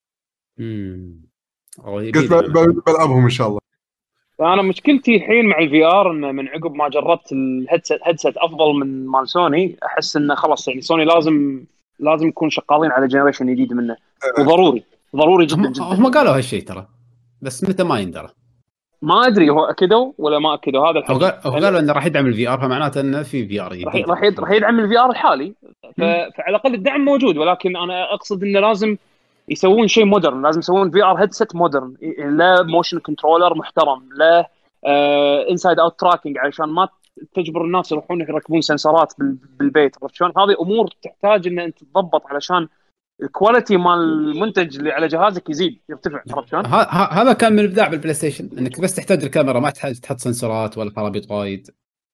قلت بلعبهم ان شاء الله. انا مشكلتي الحين مع الفي ار انه من عقب ما جربت الهيدسет افضل من مال سوني، احس انه خلاص يعني سوني لازم يكون شغالين على جنريشن جديد منه. وضروري جدا. هم قالوا هالشيء ترى، بس متى ما يندرى. ما ادري هو اكدوا ولا ما اكدوا هذا الحكي. قالوا انه راح يدعم الفي ار، فمعناته انه في في ار جديد راح يدعم الفي ار الحالي. فعلى الاقل الدعم موجود، ولكن انا اقصد انه لازم يسوون شيء مودرن. لازم يسوون في ار هيدسет مودرن، لا موشن كنترولر محترم، لا انسايد اوت تراكنج علشان ما تجبر الناس يروحون يركبون سنسرات بالبيت. عرفت شلون؟ هذه امور تحتاج ان انت تضبط علشان الكواليتي مال المنتج اللي على جهازك يرتفع. عرفت شلون؟ هذا كان من الابداع بالبلاي ستيشن، انك بس تحتاج الكاميرا، ما تحتاج تحط سنسورات ولا خرابيط وايد.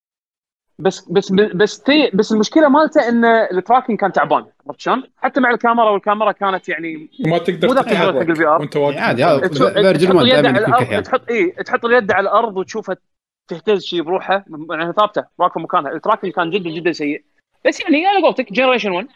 بس المشكله مالته ان التراكنج كان تعبان. عرفت شلون؟ حتى مع الكاميرا، والكاميرا كانت يعني ما تقدر تتحرك وانت واقف عادي. هذا فيرجن 1 دائما تحط اليد على الارض وتشوفها تهتز شيء بروحها يعني ثابته واقفه مكانها. التراكنج كان جدا سيء. بس يعني انا قلت لك جنريشن 1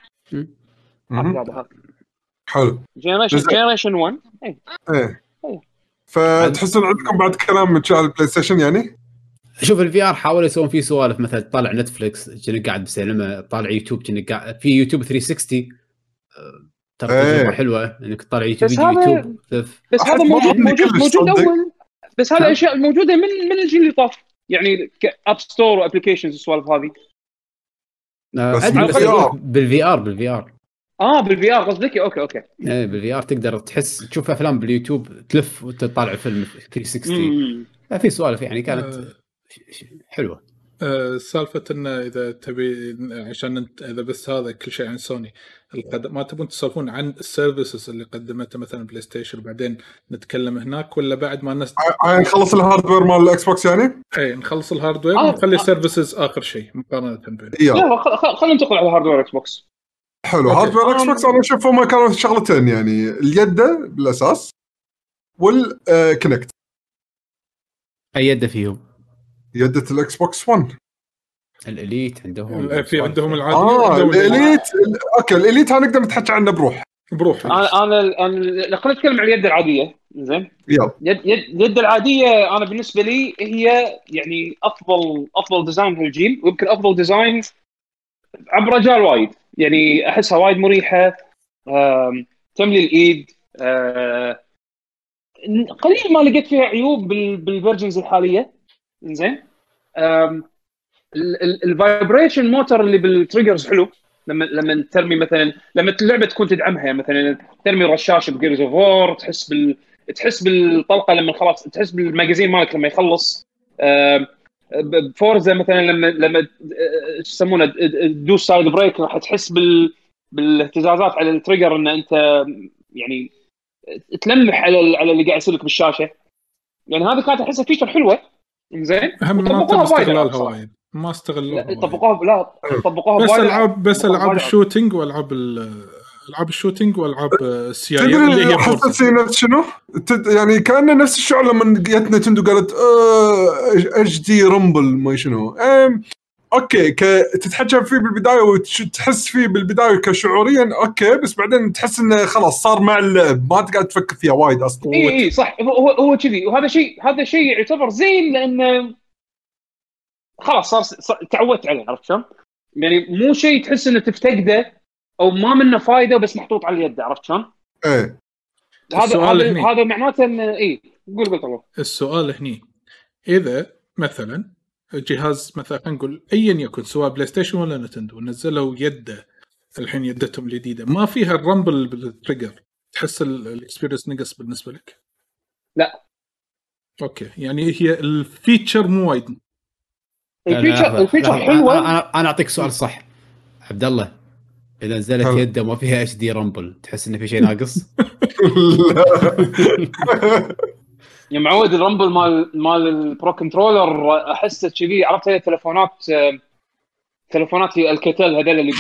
حلو. جنريشن 1 ايه فتحسون عندكم بعد كلام من شغل البلاي ستيشن يعني. شوف الفي ار حاولوا يسوون فيه سوالف، مثلا طالع نتفليكس كأنك قاعد بسينما، طالع يوتيوب كأنك قاعد في يوتيوب 360. ترى تجربه حلوه انك تطالع يوتيوب بس هذا موجود اول. بس هذه الاشياء موجوده من الجيل اللي طاف يعني كاب ستور وابلكيشنز والسوالف هذه. بس بالفي ار بالفي ار قصدك. اوكي ايه بالفي ار تقدر تشوف افلام باليوتيوب، تلف وتطالع فيلم 360. في سوالف يعني كانت حلوه. سالفة انه اذا تبي عشان انت اذا بس هذا كل شيء عن سوني ما تبون تسولفون عن السيرفيسز اللي قدمتها مثلا بلاي ستيشن وبعدين نتكلم هناك، ولا بعد ما نخلص الهاردوير مال الاكس بوكس يعني؟ اي نخلص الهاردوير ونخلي السيرفيسز اخر شيء مقارنة بينهم. لا خلينا ننتقل على هاردوير اكس بوكس. حلو. هاردوير اكس بوكس انا اشوف هما كانوا شغلتين يعني، اليد بالاساس والكونكت. اي يد فيهم؟ يدة الاكس بوكس 1 الاليت عندهم، في عندهم العادية الاليت. اوكي الاليت هنقدر نتحكي عنه بروح. انا خلينا نتكلم عن اليد العاديه. زين يلا يد العاديه انا بالنسبه لي هي يعني افضل ديزاين هالجيل، ويمكن افضل ديزاين عبر رجال وايد. يعني احسها وايد مريحه، تملي الايد. قليل ما لقيت فيها عيوب بالفيرجنز الحاليه. زين الفايبريشن موتور اللي بالتريجرز حلو. لما ترمي مثلا، لما اللعبه تكون تدعمها، مثلا ترمي رشاش بجيرز اوف وور، تحس بالطلقه لما خلاص، تحس بالماجازين مالك لما يخلص. بفورزا مثلا لما يسمونه دوس سايد بريك، راح تحس بالاهتزازات على التريجر، ان انت يعني تلمح على اللي قاعد يصير لك بالشاشه. يعني هذه كانت احسها فيشر حلوه. زين ما تم استغلالها وايد، ما استغلوها. طبقوها بس العاب الشوتينج والعاب الشوتينج والعاب السيايير اللي هي حسيت شنو يعني كأنه نفس الشعور لما جت نتندو قالت اتش دي رامبل ما شنو. اوكي تتحكم فيه بالبدايه وتحس فيه بالبدايه كشعوريا اوكي، بس بعدين تحس انه خلاص صار مع اللعب، ما تقعد تفكر فيها وايد اصلا. اي صح، هو كذي. وهذا شيء يعتبر زين، لانه خلاص صار تعودت عليه. عرفت شلون؟ يعني مو شيء تحس انه تفتقده او ما منه فايده بس محطوط على اليد. عرفت شلون؟ ايه هذا معناته انه قول طبعا. السؤال هني اذا مثلا جهاز مثلا خلينا نقول ايا يكن سواء بلاي ستيشن ولا نتندو نزلوا يده الحين يدتهم الجديده ما فيها الرامبل بالتريجر، تحس الاكسبيرينس نقص بالنسبه لك؟ لا اوكي، يعني هي الفيتشر مو وايد. الفيتشر حلوه. انا اعطيك سؤال صح عبد الله، اذا نزلت يده ما فيها اتش دي رامبل تحس انه في شيء ناقص؟ يا معود الرامبل مال البرو كنترولر احسه كذي. عرفت هي تلفونات الكتل هذول اللي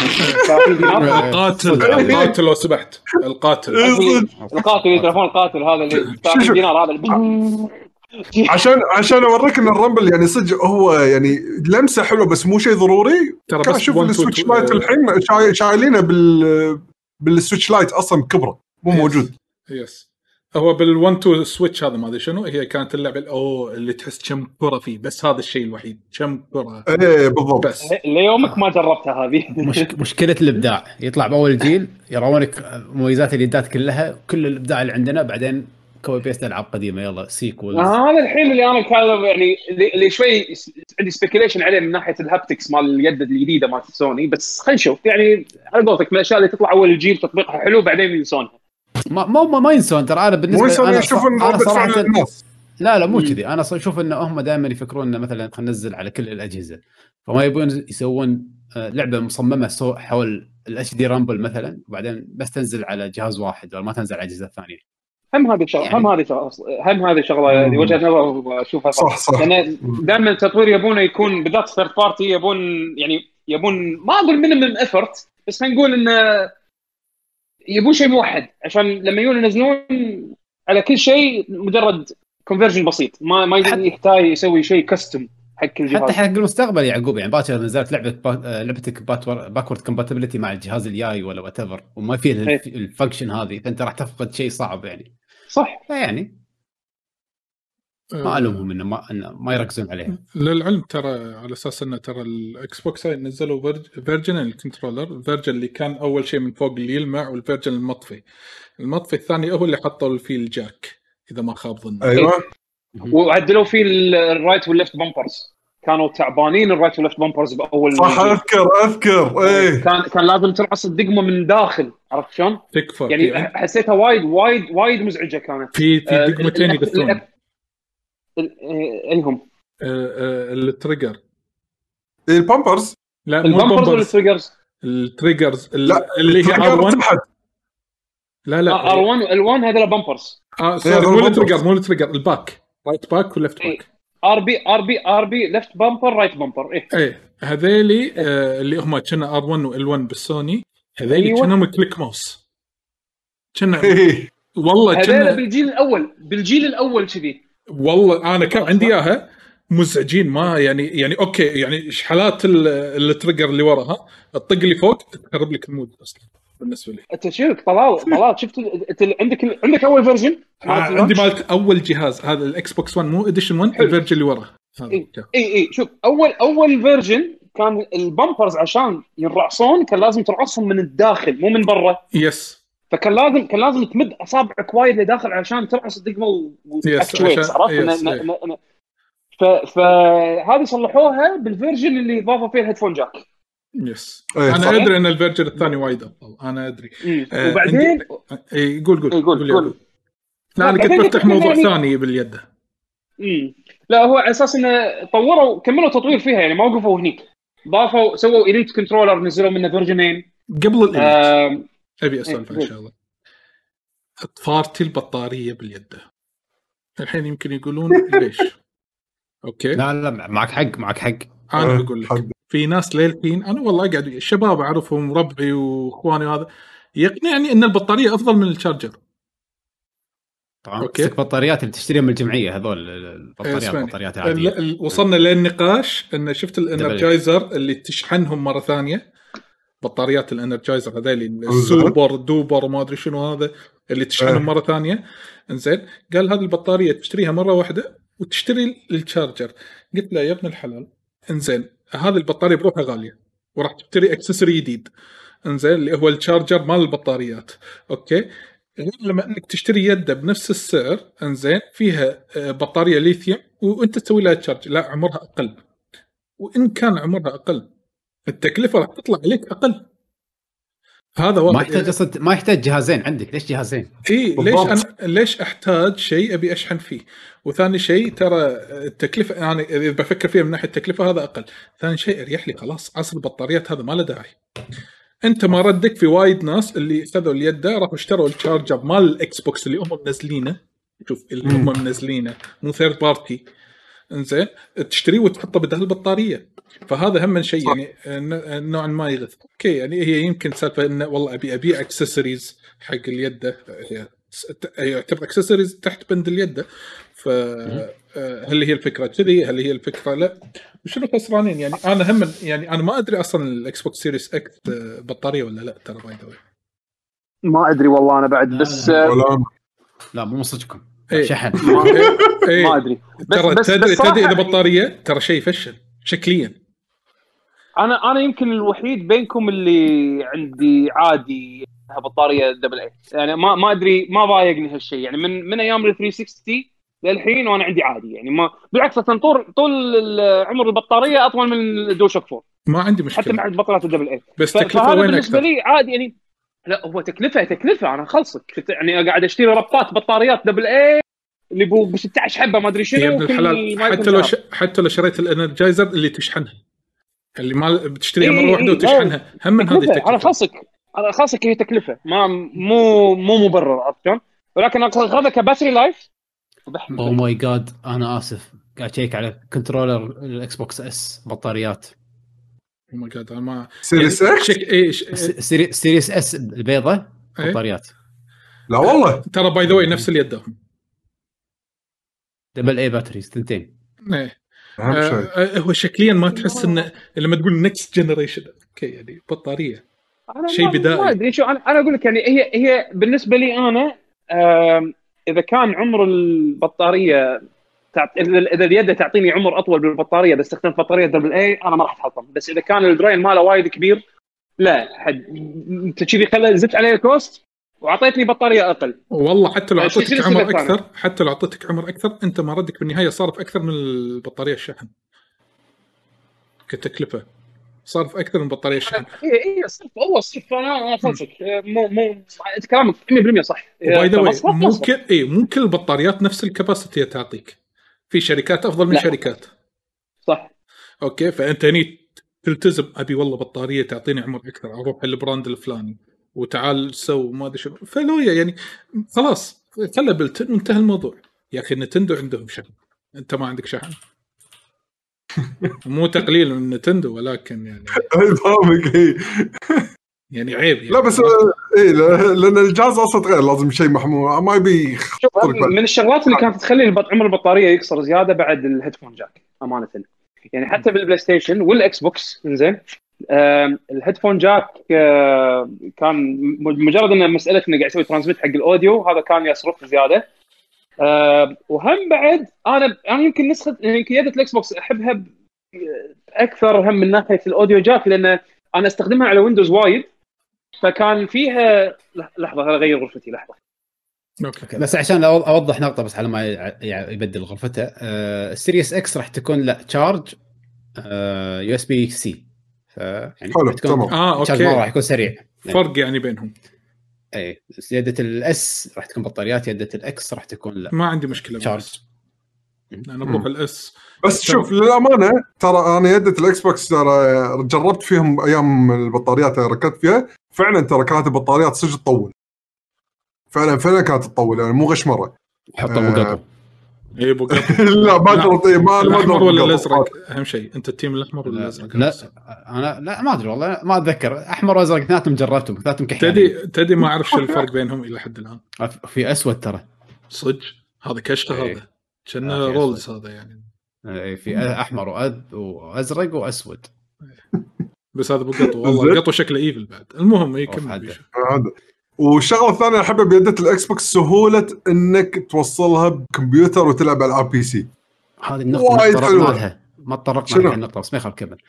القاتل لو سمحت، القاتل تلفون القاتل هذا اللي $30 هذا عشان اوريك ان الرامبل يعني صدق هو يعني لمسه حلوه بس مو شيء ضروري. كان اشوف السويتش لايت الحين شايلينه بالسويتش لايت اصلا كبره مو موجود. يس هو بال1 2 سويتش هذا ما ادري شنو هي كانت اللعبه اللي تحس كم كره فيه، بس هذا الشيء الوحيد كم كره. ايه بالضبط. بس ليومك ما جربتها هذه. مشكله الابداع يطلع باول جيل يراونك مميزات اليدات كلها، كل الابداع اللي عندنا بعدين كوبي بيست العاب قديمه يلا سيكول. هذا الحين اللي انا كان يعني اللي شوي عندي سبيكيليشن عليه من ناحيه الهابتكس مال اليد الجديده مال سوني. بس خلينا نشوف يعني على قولتك من الاشياء اللي تطلع اول الجيل تطبيقها حلو بعدين ينسونها. ما ينسون ترى. انا بالنسبه انا اشوف انه صراحه الناس لا مو كذي. انا اشوف ان هم دائما يفكرون ان مثلا خلينا ننزل على كل الاجهزه، فما يبون يسوون لعبه مصممه حول الاتش دي رامبل مثلا وبعدين بس تنزل على جهاز واحد ولا ما تنزل على اجهزه ثانيه. هم هذه شغله يعني وجهه نظر اشوفها صح. لان دائما التطوير يبونه يكون بالذات ثيرد بارتي، يبون ما اقول مينيمم ايفورت، بس خلينا نقول انه يبون شيء موحد عشان لما ينزلون على كل شيء مجرد كونفرجن بسيط، ما يحتاج يسوي شيء كاستم حق الجهاز. حتى حق المستقبل يا يعقوب، يعني باكر نزلت لعبتك باكورد كومباتيبلتي مع الجهاز الجاي ولا وات ايفر وما فيه الفانكشن هذه، فانت راح تفقد شيء صعب يعني. صح. يعني ما ألومهم إنه ما يركزون عليه. للعلم ترى على أساس إنه ترى الإكس بوكس هاي نزلوا فيرجن الكنترولر، الفيرجن اللي كان أول شيء من فوق اللي يلمع، والفيرجن المطفي الثاني هو اللي حطوا فيه الجاك إذا ما خاب ظني. أيوة. وعدلوا فيه الرايت والليفت بامبرز، كانوا تعبانين الرايت والليفت بامبرز بأول. صح أذكر إيه. كان لازم ترعص الدقمة من داخل. عرفت شلون؟ تكفى يعني حسيتها وايد مزعجة كانت. في دقمتين يدفون. أيهم التريجر البامبرز لا مو البامبرز ولا البامبرز، التريجرز؟ التريجرز لا اللي هي التريجر R1. تحت. لا R1 و L1 هذول بامبرز. سوري هذول مو bumpers. التريجر، مو التريجر، الباك، رايت باك ولفت إيه. باك. RB ليفت بامبر رايت بامبر. ايه هذيلي اللي هم كنا R1 و L1 بالسوني، هذيلي أيوة. كانوا كليك ماوس، كنا إيه. والله هذول كنا بالجيل الاول كذي. والله انا كان عندي اياها مزعجين، ما يعني اوكي يعني شحالات التريجر اللي وراها تطق اللي فوق تخرب لك المود اصلا بالنسبه لي. انت شوف طلال شفت عندك اول فيرجن عندي مالت اول جهاز هذا الاكس بوكس 1 مو اديشن 1 حلو. الفيرجن اللي وراه هذا. اي شوف اول فيرجن كان البامبرز عشان ينرعصون كان لازم ترعصهم من الداخل مو من برا. يس فكان لازم تمد اصابعك وايد لداخل عشان ترعص الدقمه يس عرفت. فهذه صلحوها بالفيرجن اللي ضافوا فيه الهيدفون جاك. يس إيه، انا صح. ادري ان الفيرجن الثاني وايد افضل، انا ادري. وبعدين قول. لا انا كنت بعدين بفتح موضوع يعني- ثاني باليد. لا هو على اساس انه طوروا كملوا تطوير فيها يعني ما وقفوا هنيك. ضافوا سووا إليت كنترولر نزلوا منه فيرجنين قبل الإليت ابي إيه، اسولف ان شاء الله. طفارتي البطاريه باليد الحين يمكن يقولون ليش. اوكي لا معك حق. انا بقول لك في ناس للحين، انا والله قاعد الشباب اعرفهم ربعي واخواني هذا يقنعني ان البطاريه افضل من الشارجر. طبعا أوكي. بطاريات اللي تشتريها من الجمعيه هذول البطاريات العاديه. وصلنا للنقاش ان شفت الانرجايزر اللي تشحنهم مره ثانيه، بطاريات الانرجايزر هذول السوبر دوبر وما ادري شنو هذا اللي تشحنهم مره ثانيه. انزين قال هذه البطاريه تشتريها مره واحده وتشتري الشارجر. قلت له يا ابن الحلال انزين هذه البطاريه بروحها غاليه وراح تشتري اكسسوري جديد انزين اللي هو الشارجر مال البطاريات. اوكي غير لما انك تشتري يده بنفس السعر انزين فيها بطاريه ليثيوم وانت تسوي لها تشارج، لا عمرها اقل، وان كان عمرها اقل التكلفه راح تطلع عليك اقل. هذا واحد ما يحتاج جهازين عندك. ليش جهازين؟ ليش احتاج شيء ابي اشحن فيه؟ وثاني شيء ترى التكلفه يعني اذا بفكر فيها من ناحيه التكلفه هذا اقل. ثاني شيء اريح لي خلاص عصر البطاريات هذا ما له داعي. انت ما ردك في وايد ناس اللي اخذوا اليد راحوا اشتروا الشارجر مال الاكس بوكس اللي هم منزلينه، شوف اللي هم منزلينه مو ثيرد بارتي انزين تشتريه وتحطه بدل البطاريه. فهذا هم من شيء يعني نوعا ما يغث. اوكي يعني هي يمكن سالفه انه والله ابي اكسسوارز حق اليد، هي يعتبر اكسسوارز تحت بند اليد. فهل هي الفكره كذي؟ هل هي الفكره لا؟ وشنو خسرانين يعني؟ انا هم يعني انا ما ادري اصلا الاكس بوكس سيريس اكس بطاريه ولا لا ترى باي ذا واي ما ادري والله انا بعد بس لا مو صدقكم إيه. شحن ما ادري ترى تدري اذا بطاريه ترى شيء فشل شكليا. انا يمكن الوحيد بينكم اللي عندي عادي بطاريه دبل اي يعني ما ادري ما ضايقني هالشيء يعني من ايام ال 360 للحين وانا عندي عادي يعني ما بالعكس طول عمر البطاريه اطول من الدول شوك 4 ما عندي مشكله حتى مع البطاريات الدبل اي. بس تكلفه وين بالنسبه اكثر؟ لي عادي يعني. لا هو تكلفه انا خلصك يعني قاعد اشتري ربطات بطاريات دبل اي اللي ب 16 حبه ما ادري شنو. يا ابن الحلال حتى لو شريت الانرجايزر اللي تشحنها اللي ما بتشتريها مره واحده وتشحنها هم من هذه التكلفه. انا خاصك هي تكلفه ما مو مبرر عرفت شلون؟ ولكن اخذها كباتري لايف. او ماي جاد انا اسف قاعد اشيك على كنترولر الاكس بوكس اس بطاريات. او ماي جاد انا ما سيريس اكس سيريس اس البيضه بطاريات. لا والله ترى باي ذا واي نفس اليد دبل اي باتريز ثنتين. هو شكليا ما تحس انه لما تقول نكست جنريشن اوكي يعني بطاريه شيء بدائي. ما ادري شو انا اقول لك يعني هي بالنسبه لي انا اذا كان عمر البطاريه اذا اليد تعطيني عمر اطول بالبطاريه بس استخدم بطاريه دبل اي انا ما راح اتحطم. بس اذا كان الدرين ماله وايد كبير لا انت كذي زدت عليه الكوست وعطيتني بطاريه اقل. والله حتى لو اعطيتك عمر اكثر انت ما ردك بالنهايه صارف اكثر من البطاريه الشحن كتكلفه صارف اكثر من بطاريه الشحن. اي صرف انا خلصك مو كلامك 100% صح. ممكن البطاريات نفس الكباسيتي تعطيك في شركات افضل من شركات صح. اوكي فانت هني تلتزم ابي والله بطاريه تعطيني عمر اكثر، اروح البراند الفلاني وتعال سو ما ادري شنو فلويا يعني خلاص خلى بلتن وانتهى الموضوع. يا اخي نتندو عندهم شحن، انت ما عندك شحن. مو تقليل من نتندو ولكن يعني فاهمك ايه. يعني عيب يعني. لا بس ايه لان الجهاز اصلا غير لازم شيء محمول ما يبي. شوف من الشغلات اللي كانت تخلي عمر البطاريه يكسر زياده بعد الهيدفون جاك امانه. يعني حتى بالبلاي ستيشن والاكس بوكس انزين الهيدفون جاك كان مجرد انه مساله انه قاعد يسوي ترانسميت حق الاوديو هذا كان يصرف زياده. وهم بعد انا يمكن نسخه يمكن يده الاكس بوكس احبها اكثر هم من ناحيه الاوديو جاك لان انا استخدمها على ويندوز وايد فكان فيها لحظه اغير غرفتي لحظه. أوكي. بس عشان اوضح نقطه بس على ما يبدل غرفته السيريس اكس راح تكون لا تشارج يو اس بي سي يعني تكون اوكي راح يكون سريع فرق يعني بينهم. اي يده الاس راح تكون بطاريات يده الاكس راح تكون لا ما عندي مشكله تشارج. انا بروح الاس بس شوف للامانه ترى انا يده الاكس بوكس ترى جربت فيهم ايام البطاريات ركبت فيها فعلا ترى كانت البطاريات صدق تطول فعلا كانت تطول يعني مو غشمره. حط ابو قطو اي ابو قطو لا ما جربت ما الاحمر ولا الازرق اهم شيء انت التيم الاحمر ولا الازرق؟ لا انا لا ما ادري والله ما اتذكر احمر وازرق اثنيناتهم جربتهم اثنيناتهم كحيان تدي ما اعرف شو الفرق بينهم الى حد الان. في اسود ترى صدق هذا كشخ هذا كأنه رولز هذا يعني في احمر وازرق واسود بس هذا بقطو والله قطو شكله ايفل بعد. المهم يكمل هذا. والشغله الثانيه احبها بيده الاكس بوكس سهوله انك توصلها بكمبيوتر وتلعب على البي سي. هذه النقطه ما تطرقنا لها النقطه بس ما يخالف كمل.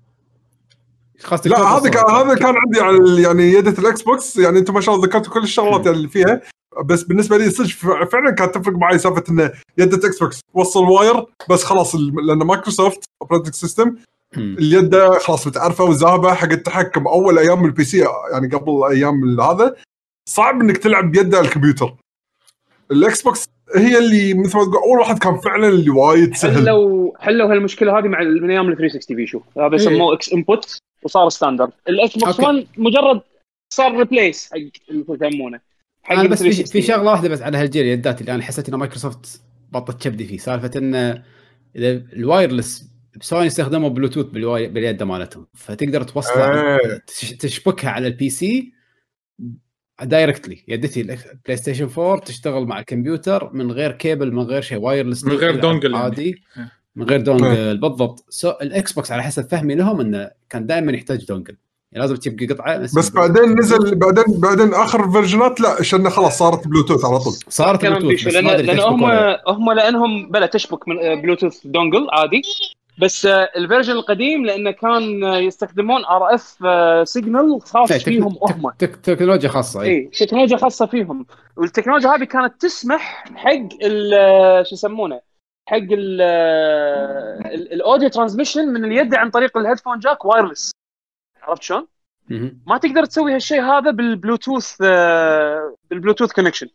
لا هذا كان عندي على يعني يده الاكس بوكس يعني انت ما شاء الله ذكرت كل الشغلات اللي فيها بس بالنسبه لي صدق فعلا كانت تفرق معي سالفه ان يده اكس بوكس توصل واير بس خلاص لان مايكروسوفت اوبريتنج سيستم اليد خلاص متعرفه وذابه حق التحكم. اول ايام البي سي يعني قبل ايام هذا صعب انك تلعب بيد الكمبيوتر. الاكس بوكس هي اللي مثل ما تقول اول واحد كان فعلا اللي وايد سهل. حلوا هالمشكله هذه مع من ايام ال 360 في شو هذا يسموه اكس انبوت وصار ستاندرد. الاكس بوكس 1 مجرد صار ريبليس حق اللي يسمونه. انا بس في شغله واحده بس على هالجيل اليدات اللي انا حسيت ان مايكروسوفت بطت كبدي فيه سالفه ان اذا الوايرلس سوني استخدموا بلوتوث باليد مالتهم فتقدر توصلها تشبكها على البي سي دايركتلي. يدتي البلاي ستيشن 4 تشتغل مع الكمبيوتر من غير كيبل من غير شيء وايرلس من غير دونجل عادي يعني. من غير دونجل بالضبط. الاكس بوكس على حسب فهمي لهم انه كان دائما يحتاج دونجل يعني لازم تجيب قطعه بس بعدين نزل بعدين اخر فيرجنات لا عشان خلاص صارت بلوتوث على طول صارت بلوتوث لان هم لانهم بلا تشبك من بلوتوث دونجل عادي بس الفيرجن القديم لانه كان يستخدمون ار اف سيجنال خاص فيهم هم تكنولوجيا خاصه اي تكنولوجيا خاصه فيهم. والتكنولوجيا هذه كانت تسمح حق شو يسمونه حق الاوديو ترانسميشن من اليد عن طريق الهيدفون جاك وايرلس. عرفت شلون؟ ما تقدر تسوي هالشيء هذا بالبلوتوث كونكشن.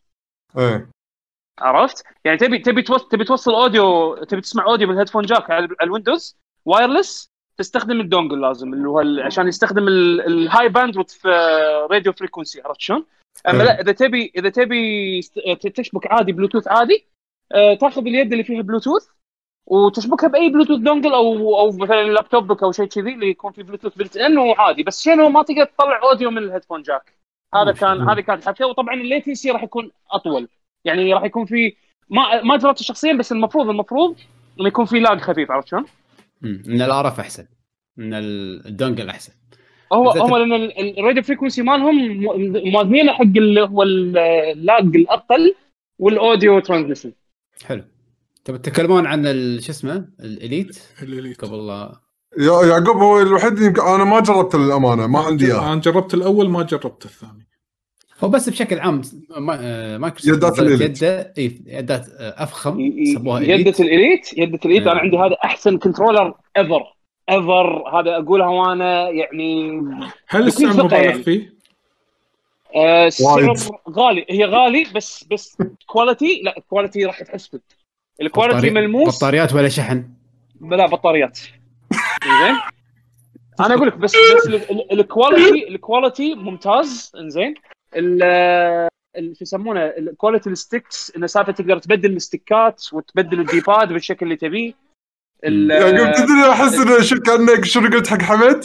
عرفت يعني تبي توصل اوديو تبي تسمع اوديو من الهيدفون جاك على الويندوز وايرلس تستخدم الدونجل لازم اللي هو عشان يستخدم الهاي باندويث في راديو فريكونسي. عرفت شلون؟ اما لا اذا تبي تشبك عادي بلوتوث عادي تاخذ اليد اللي فيها بلوتوث وتشبكها باي بلوتوث دونجل او مثلا لابتوبك او شيء كذي اللي يكون في بلوتوث بلت ان وعادي بس شنو ما تقدر تطلع اوديو من الهيدفون جاك. هذه كانت حكايه. وطبعا الليتنسي راح يكون اطول يعني راح يكون في ما جربت شخصيا بس المفروض انه يكون في لاج خفيف. عرفت شلون؟ من الارف احسن من الدونجل احسن. هو لان الراديو فريكونسي مالهم ماضمينه حق اللي هو اللاج الاقل والاوديو ترانسميشن. حلو. تبي تتكلمون عن شو اسمه الاليت قبل يا يعقوب هو الوحيد يمكن انا ما جربت الامانه ما عندي اياه. انا جربت الاول ما جربت الثاني. هو بس بشكل عام مايكروسوفت يدات افخم سموها يدة الاليت انا عندي هذا احسن كنترولر ايفر هذا اقولها وانا يعني. هل السعر مبالغ فيه؟ السعر غالي. هي غالي بس كواليتي لا كواليتي راح تحس الكواليتي ملموس. بطاريات ولا شحن؟ لا بطاريات. زين انا اقول لك بس الكواليتي ممتاز. انزين شو يسمونه الكواليتي الستيكس، انه سالفه تقدر تبدل الستيكات وتبدل الديباد بالشكل اللي تبيه. يعني تدري احس انه كانك شنو قلت حق حمد،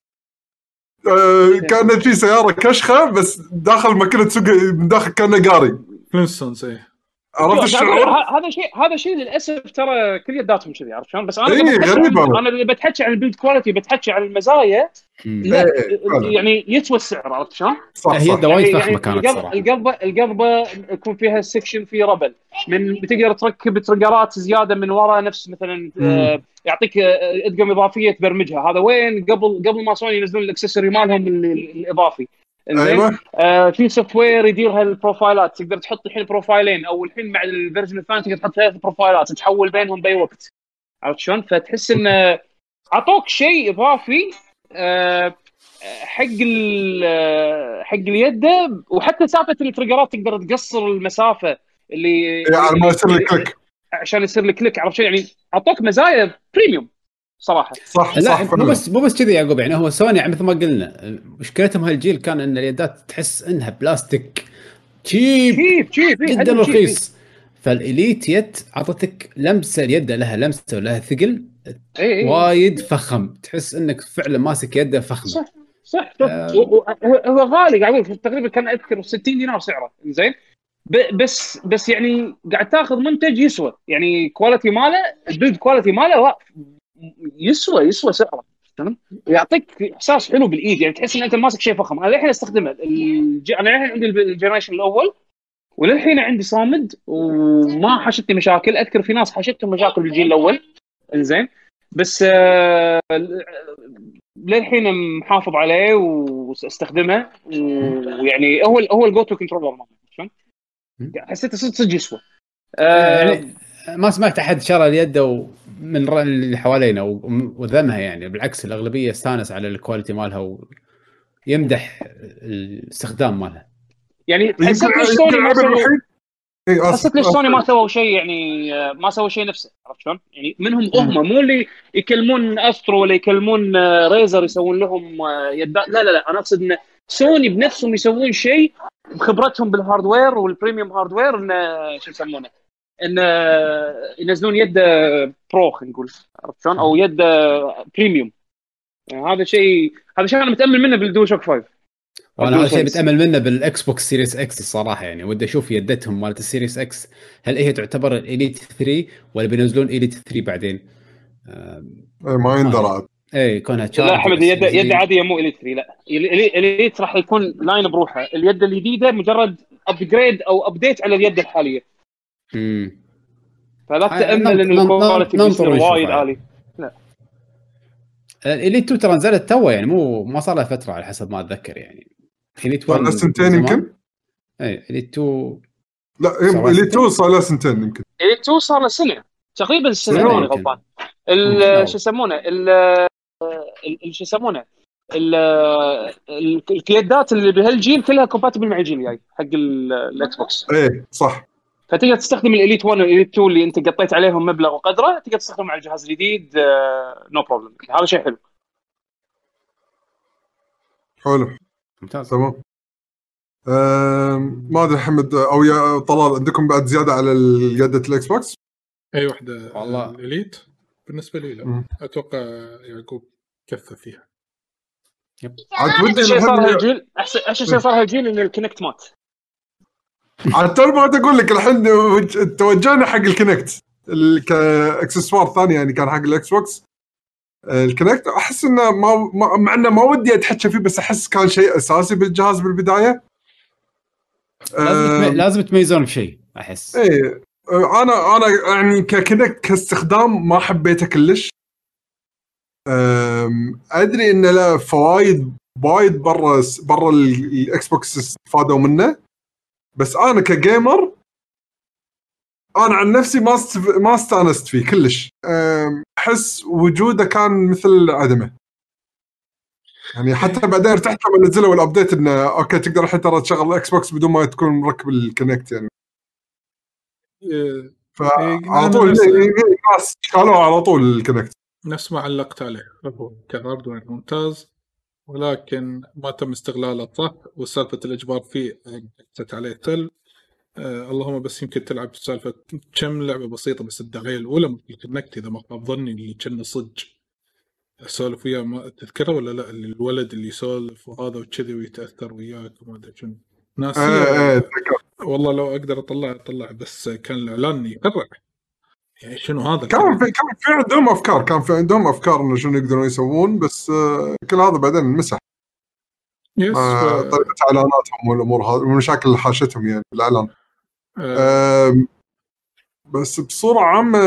كان في سياره كشخه بس داخل ماكينه تسوق من داخل كانه قاري فلينستونز. ايه عرفت الشعور؟ هذا شيء للاسف ترى كل يداتهم كذي، عرفت شلون؟ بس انا انا اللي بتحكي عن البيلد كواليتي، بتحكي عن المزايا. لا يعني يسوى السعر، عرفت شلون؟ هي وايد فخمه كانت صراحه. القضبه يكون فيها سكشن في ربل، من بتقدر تركب تريجرات زياده من ورا، نفس مثلا يعطيك ادقم اضافيه تبرمجها. هذا وين قبل ما سوني ينزلون الاكسسوري مالهم الاضافي. أيوة. في سوفت وير يدير هالبروفايلات، تقدر تحط الحين بروفايلين، او الحين مع الفيرجن الثاني تقدر تحط 3 بروفايلات تحول بينهم باي وقت، عرفت شلون؟ فتحس ان اعطوك شيء اضافي حق اليد. وحتى سالفه التريجرات تقدر تقصر المسافه اللي يعني ما يصير لك كليك، عشان يصير لك كليك، عرفت شلون؟ يعني اعطوك مزايا بريميوم صراحه. صح لا صح مو بس كذا يعقوب، يعني هو سوني مثل ما قلنا مشكلتهم هالجيل كان ان اليدات تحس انها بلاستيك تشيب جدا رخيص. فالإليت يد عطتك لمسه، اليد لها لمسه ولها ثقل وايد فخم، تحس انك فعلا ماسك يده فخمه. صح هو غالي، قاعد اقول تقريبا كان اذكر 60 دينار سعره. زين بس يعني قاعد تاخذ منتج يسوى، يعني كواليتي ماله، البيلد كواليتي ماله يسوى سعره، تمام؟ يعطيك احساس حلو بالايد، يعني تحس ان انت ماسك شيء فخم. انا الحين استخدمه انا الحين عندي الجنريشن الاول وللحين عندي صامد وما حشتني مشاكل. اذكر في ناس حشتهم مشاكل بالجيل الاول، انزين، بس للحين محافظ عليه واستخدمه، ويعني هو الجو تو كنترولر مالي. شلون حسيت صدق يسوى. يعني ما سمعت احد شرى اليد من اللي حوالينا وذمها، يعني بالعكس الاغلبيه استانس على الكواليتي مالها ويمدح الاستخدام مالها. يعني حسيت ليش سوني ما سووا شيء، يعني ما سووا شيء نفسه، عرفت شلون؟ يعني منهم مو اللي يكلمون استرو ولا يكلمون ريزر يسوون لهم يدات. لا انا اقصد ان سوني بنفسهم يسوون شيء بخبرتهم بالهاردوير والبريميوم هاردوير، ان شو يسمونه، ان ينزلون يد برو، خلينا نقول، عرفت شلون؟ او يد بريميوم. يعني هذا شيء انا متامل منه بالدول شوك 5. وانا هذا شيء بتامل منه بالاكس بوكس سيريس اكس الصراحه. يعني ودي اشوف يدتهم مالت السيريس اكس، هل هي تعتبر الاليت 3 ولا بينزلون اليت 3 بعدين؟ ما يندرى. اي كونها لا احمد، يد عاديه مو اليت 3. لا اليت راح يكون لاين بروحه. اليد الجديده مجرد ابجريد او ابديت على اليد الحاليه. فلا تامل ان الكواليتي بيصير وايد عالي. لا الاليت 2 ترى نزلت تو، يعني ما صار لها فتره على حسب ما اتذكر. يعني اليت 1 سنتين يمكن. اي اليت 2 لا اليت 2 صار له سنتين يمكن. اليت 2 صار له سنه تقريبا، السنه ماني غلطان. شو يسمونه شو يسمونه الكيدات اللي بهالجيل كلها كومباتبل مع الجيل الجاي حق الاكس بوكس. ايه صح. فتقدر تستخدم الاليت 1 والاليت 2 اللي انت قطيت عليهم مبلغ وقدره، تقدر تستخدمهم على الجهاز الجديد نو بروبلم. هذا شيء حلو. حلو ممتاز. تمام. ما ادري حمد او يا طلال، عندكم بعد زياده على يدة الاكس بوكس؟ اي وحده والله الاليت بالنسبه لي لا. اتوقع يعقوب كفى فيها. عاد ودي شيء صار هالجيل احسن شيء صار هالجيل ان الكونكت مات. عاد ترى تقول لك الحين توجهنا حق الكونكت كاكسسوار ثاني، يعني كان حق الاكس بوكس الكونكت. احس انه مع انه ما ودي اتحكى فيه، بس احس كان شيء اساسي بالجهاز بالبدايه. لازم تميزون بشيء احس. ايه انا يعني ككونكت كاستخدام ما حبيته كلش. ادري ان له فوائد وايد برا الاكس بوكس استفادوا منه، بس انا كجيمر انا عن نفسي ما استانست فيه كلش. احس وجوده كان مثل عدمه. يعني حتى بعدين ارتحت لما نزلوا الابديت انه اوكي تقدر الحين ترى تشغل الاكس بوكس بدون ما تكون مركب الكونكت يعني. فعلى طول الناس شغلوه على طول الكونكت. نفس ما علقت عليه، هو كهاردوير ممتاز ولكن ما تم استغلاله صح، وسالفة الإجبار فيه أكدت عليه تل. اللهم بس يمكن تلعب سالفة كم لعبة بسيطة بس الدعاية الأولى مثل كونكت إذا ما خاب ظني اللي كنا صج سولف وياه، ما تذكره ولا لا؟ اللي الولد اللي يسولف وهذا وكذي ويتأثر وياك وما أدري شنو ناسيه. والله لو أقدر أطلع بس كان الإعلان يقرع يعني شنو هذا. كان في عندهم افكار، كان في عندهم افكار انه شنو يقدرون يسوون، بس كل هذا بعدين مسح. يس طريقه اعلاناتهم والامور هذه والمشاكل اللي حاشتهم يعني بالاعلان. بس بصوره عامه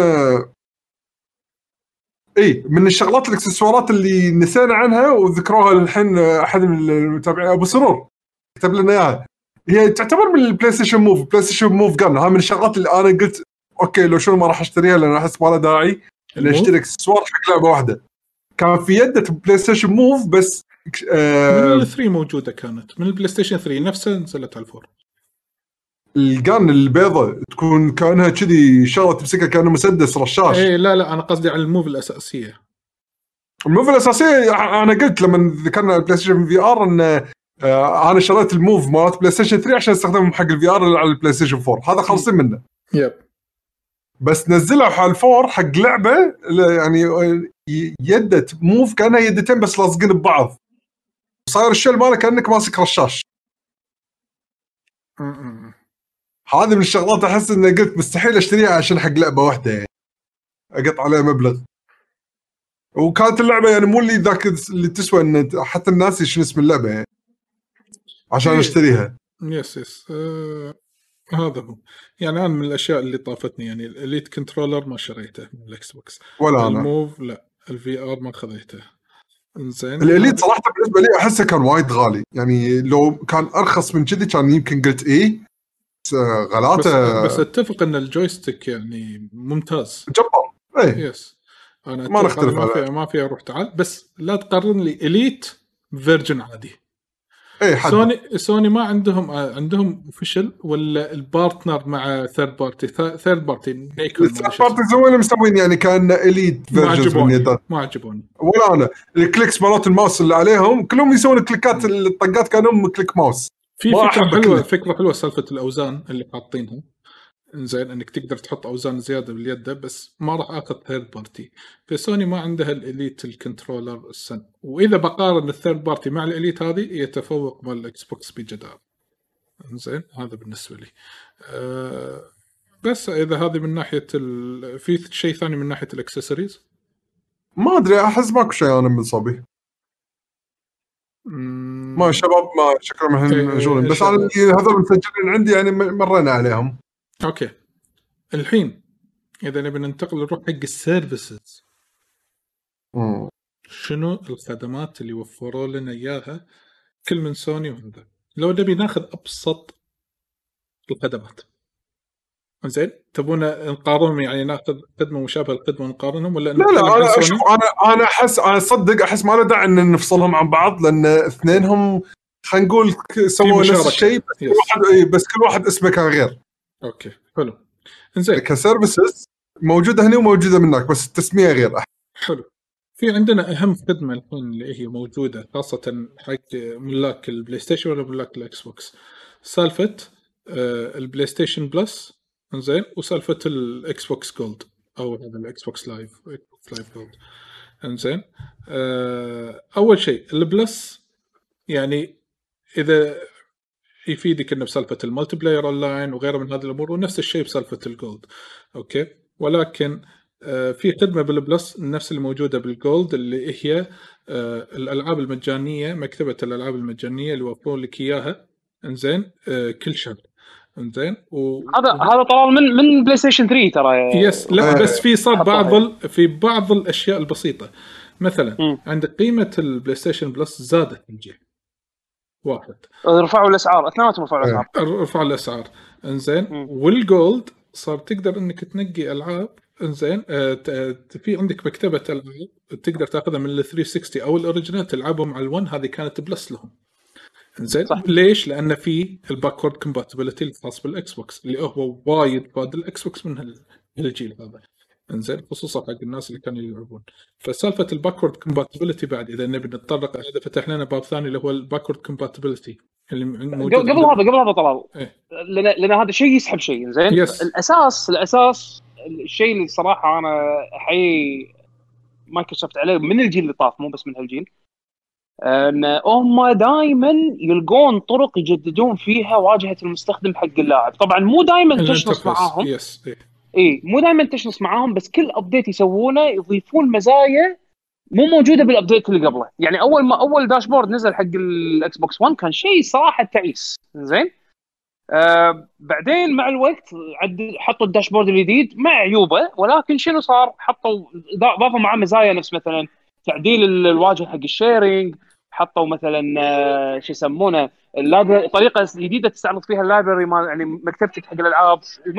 اي من الشغلات الاكسسوارات اللي نسينا عنها وذكروها للحين احد المتابعين ابو سرور كتب لنا اياها، هي تعتبر من البلاي ستيشن موف. بلاي ستيشن موف قال هاي من الشغلات اللي انا قلت اوكي لو شنو ما راح اشتريها لان احس ما له داعي ان اشتري اكسسوار حق لعبه واحده. كان في يده بلاي ستيشن موف بس من ال3 موجوده، كانت من البلاي ستيشن 3 نفسها نزلت على الفور. الجان البيضة تكون كانها كذي شغله تمسكها كانه مسدس رشاش. اي لا انا قصدي على الموف الاساسيه. الموف الاساسيه انا قلت لما ذكرنا البلاي ستيشن في ار ان انا شريت الموف مالت بلاي ستيشن 3 عشان استخدمهم حق الفي ار اللي على البلاي ستيشن 4، هذا خلصين منه. يب. بس نزلوا حال 4 حق لعبه يعني يده موف كانها يدتين بس لاصقين ببعض، صاير الشيل ماله كانك ماسك رشاش. هذه من الشغلات احس اني قلت مستحيل اشتريها عشان حق لعبه واحده يعني اقطع عليها مبلغ، وكانت اللعبه يعني مو اللي ذاك اللي تسوى ان حتى الناس شنو اسم اللعبه يعني عشان اشتريها. يس هذا هو يعني انا من الاشياء اللي طافتني يعني الاليت كنترولر ما شريته من الاكس بوكس، ولا الموف لا، الفي ار ما خذيته. انزين الاليت صراحه بالنسبه لي احسه كان وايد غالي، يعني لو كان ارخص من كذي كان يمكن قلت ايه غلاته. بس اتفق ان الجويستيك يعني ممتاز جبار. ايه يس انا ما نختلف ما فيها روح تعال، بس لا تقارن لي اليت فيرجن عادي. ايه سوني ما عندهم اوفيشال ولا البارتنر مع ثيرد بارتي. ثيرد بارتي نيكون الثيرد بارتي زوين مسوين يعني كان اليت فيرجن ما عجبوني ولا انا الكليكس مالات الماوس اللي عليهم كلهم يسوون كليكات الطقات كانهم كليك ماوس. في فكره حلوه سالفه الاوزان اللي حاطينها، إنزين انك تقدر تحط اوزان زياده باليد، بس ما راح اخذ ثيرد بارتي. فسوني ما عندها الاليت الكنترولر السن، واذا بقارن الثيرد بارتي مع الاليت هذه يتفوق مال الاكس بوكس بجدار. إنزين هذا بالنسبه لي. بس اذا هذه من ناحيه في شيء ثاني من ناحيه الاكسسوارز ما ادري احس ماكو شيء انا من صبي ما شباب ما شكرا مهنجون بس انا هذول مسجلين عندي يعني مرينا عليهم. اوكي الحين اذا نبي ننتقل نروح حق السيرفيسز. شنو الخدمات اللي وفروا لنا اياها كل من سوني وهذا؟ لو نبي ناخذ ابسط الخدمات زين تبونا نقارنهم يعني ناخذ خدمه مشابهه للخدمه ونقارنهم ولا لا انا احس انا صدق احس ما له داعي ان نفصلهم عن بعض لان اثنينهم خلينا نقول سووا نفس الشيء بس كل واحد اسمه كان غير. اوكي حلو انزين كسيرفيسز موجوده هنا وموجوده منك بس التسميه غير. حلو. في عندنا اهم خدمه الحين اللي هي موجوده خاصه حق ملاك البلاي ستيشن ولا ملاك الاكس بوكس، سالفه البلاي ستيشن بلس انزين وسالفه الاكس بوكس جولد او هذا الاكس بوكس لايف جولد. انزين اول شيء البلس يعني اذا يفيدك انه بسالفه الملتي بلاير اونلاين وغيره من هذه الامور، ونفس الشيء بسالفه الجولد. اوكي ولكن في خدمه بالبلس نفس اللي موجوده بالجولد اللي هي الالعاب المجانيه، مكتبه الالعاب المجانيه اللي يوفرون لك اياها انزين كل شهر انزين. هذا طلال من بلاي ستيشن 3 ترى. يس لا بس في صار بعض الاشياء البسيطه مثلا عندك قيمه البلاي ستيشن بلس زادت الجيل واحد، رفعوا الاسعار اثنيناتهم رفعوا الاسعار انزين. والجولد صار تقدر انك تنقي العاب انزين في عندك مكتبه العاب تقدر تاخذها من ال 360 او الاوريجينال تلعبهم على ال1، هذه كانت بلس لهم انزين. ليش؟ لان في الباكورد كومباتيبلتي الخاص بالاكس بوكس اللي هو وايد فاد الاكس بوكس من الجيل هذا انزين خصوصا حق الناس اللي كانوا يلعبون. فسالفه الباكورد كومباتيبلتي بعد اذا نبي نتطرق هذا فتح لنا باب ثاني اللي هو الباكورد كومباتيبلتي اللي موجود قبل هذا طلال إيه؟ لان هذا شيء يسحب شيء زين. الاساس الشيء اللي صراحه انا احيي مايكروسوفت عليه من الجيل اللي طاف مو بس من هالجيل، ان هم دائما يلقون طرق يجددون فيها واجهه المستخدم حق اللاعب. طبعا مو دائما تشنص معاهم، مو دائما تشنص معاهم، بس كل ابديت يسوونه يضيفون مزايا مو موجوده بالابديت اللي قبله. يعني اول داشبورد نزل حق الاكس بوكس 1 كان شيء صراحه تعيس زين. بعدين مع الوقت حطوا الداشبورد الجديد مع عيوبه، ولكن شنو صار؟ ضافوا معاه مزايا نفس مثلا تعديل الواجهه حق الشيرنج، حطوا مثلا شو يسمونه طريقه جديده تستعرض فيها اللايبرري مال يعني مكتبتك حق الالعاب.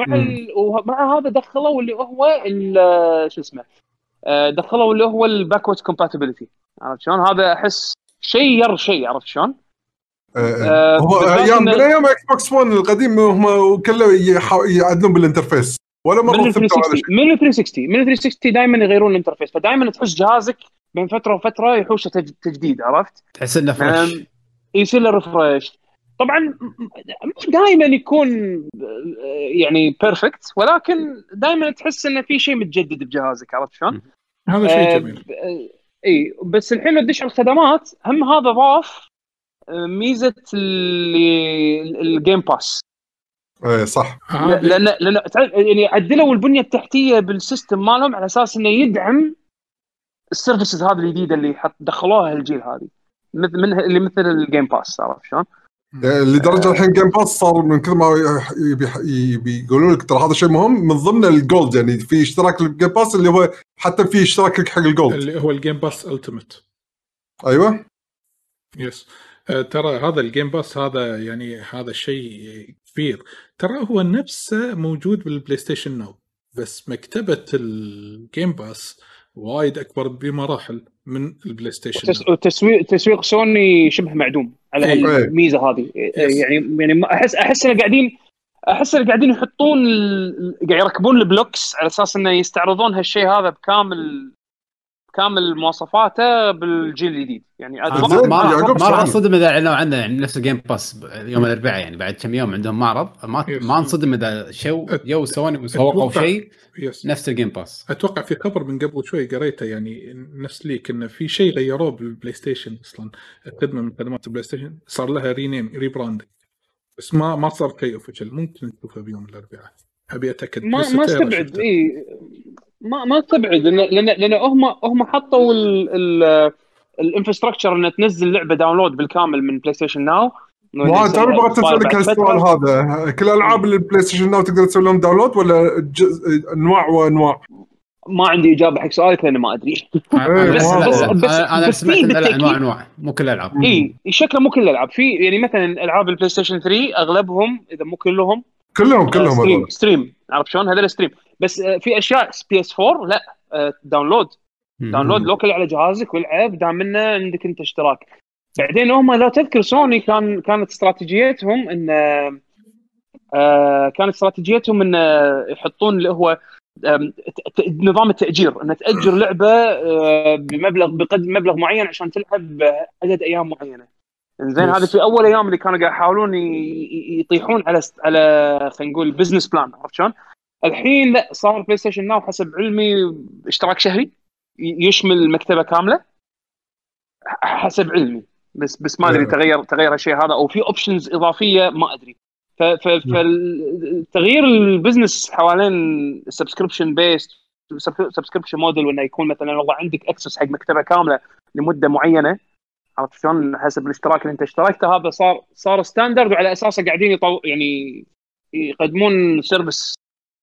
ومع هذا دخلوا اللي هو شو اسمه دخلوا اللي هو الباكورد كومباتيبلتي. عرفت شلون؟ هذا احس شيء عرفت شلون؟ هو ايام من ايام اكس بوكس 1 القديم هم كله يعدلون بالانترفيس ولا مره من 360 دائما يغيرون الانترفيس، فدائما تحس جهازك بين فتره وفتره يحوشه تجديد. عرفت؟ تحس انه فريش، يصير له ريفرش. طبعا مش دائما يكون يعني بيرفكت، ولكن دائما تحس انه في شيء متجدد بجهازك. عرفت شلون؟ هذا شيء جميل. اي بس الحين تدش على الخدمات هم هذا ضاف ميزه الجيم باس. ايه صح. لان يعني عدلوا البنيه التحتيه بالسيستم مالهم على اساس انه يدعم السيرفيسز هذه الجديده اللي دخلوها الجيل هذه مثل الجيم باس. عرفت شلون؟ لدرجه الحين جيم باس صار من كثر ما بيقولوا لك ترى هذا شيء مهم من ضمن الجولد، يعني في اشتراك الجيم باس اللي هو حتى في اشتراك حق الجولد اللي هو الجيم باس التيمت. ايوه يس. ترى هذا الجيم باس هذا يعني هذا شيء كبير. ترى هو نفسه موجود بالبلاي ستيشن ناو، بس مكتبة الجيم باس وايد أكبر بمراحل من البلاي ستيشن ناو. تسويق سوني شبه معدوم على الميزة هذه. يعني أحس إن قاعدين يحطون قاعد يركبون البلوكس على أساس إنه يستعرضون هالشيء هذا بكامل مواصفاته بالجيل الجديد. يعني ما راح انصدم اذا اعلنوا عنه، يعني نفس الجيم باس يوم الاربعاء، يعني بعد كم يوم عندهم معرض ما انصدم اذا جو سوني وسوقوا شيء نفس الجيم باس. اتوقع في خبر من قبل شوي قريته يعني نفس ليك انه في شيء غيروه بالبلاي ستيشن. اصلا خدمه من خدمات البلاي ستيشن صار لها ريبراند، بس ما صار شيء اوفيشال. ممكن نشوفه بيوم الاربعاء، ابي اتاكد. ما استبعد ما استبعد لان هم حطوا الانفراستراكشر ان تنزل لعبه داونلود بالكامل من بلاي ستيشن ناو. ما تعرف بغيت اسالك هالسؤال هذا، كل العاب البلاي ستيشن ناو تقدر تسوي لهم داونلود ولا انواع وانواع؟ ما عندي اجابه حق سؤالك لان ما ادري. بس انا سمعت ان انواع مو كل الالعاب. شكله مو كل الالعاب. في يعني مثلا العاب البلاي ستيشن 3 اغلبهم اذا مو كلهم ستريم. عرفت شلون؟ هذا الستريم. بس في اشياء بي اس 4 لا داونلود لوكال على جهازك والعب دام منه عندك انت اشتراك. بعدين هم لا تذكر سوني كانت استراتيجيتهم ان يحطون اللي هو نظام التأجير، ان تأجر لعبة بقدر مبلغ معين عشان تلعب عدد ايام معينة. زين هذا في اول ايام اللي كانوا قاعد يحاولون يطيحون على خلينا نقول بزنس بلان. عرفت شلون؟ الحين لا، صار بلاي ستيشن ناو حسب علمي اشتراك شهري يشمل المكتبة كاملة حسب علمي. بس ما ادري تغير الشيء هذا او في اوبشنز اضافيه ما ادري. فالتغيير البزنس حوالين السبسكريبشن بيست سبسكريبشن موديل، وانه يكون مثلا والله عندك اكسس حق مكتبه كامله لمده معينه. عرفت شلون؟ حسب الاشتراك اللي انت اشتركته. هذا صار ستاندرد، وعلى اساسه قاعدين يعني يقدمون سيرفيس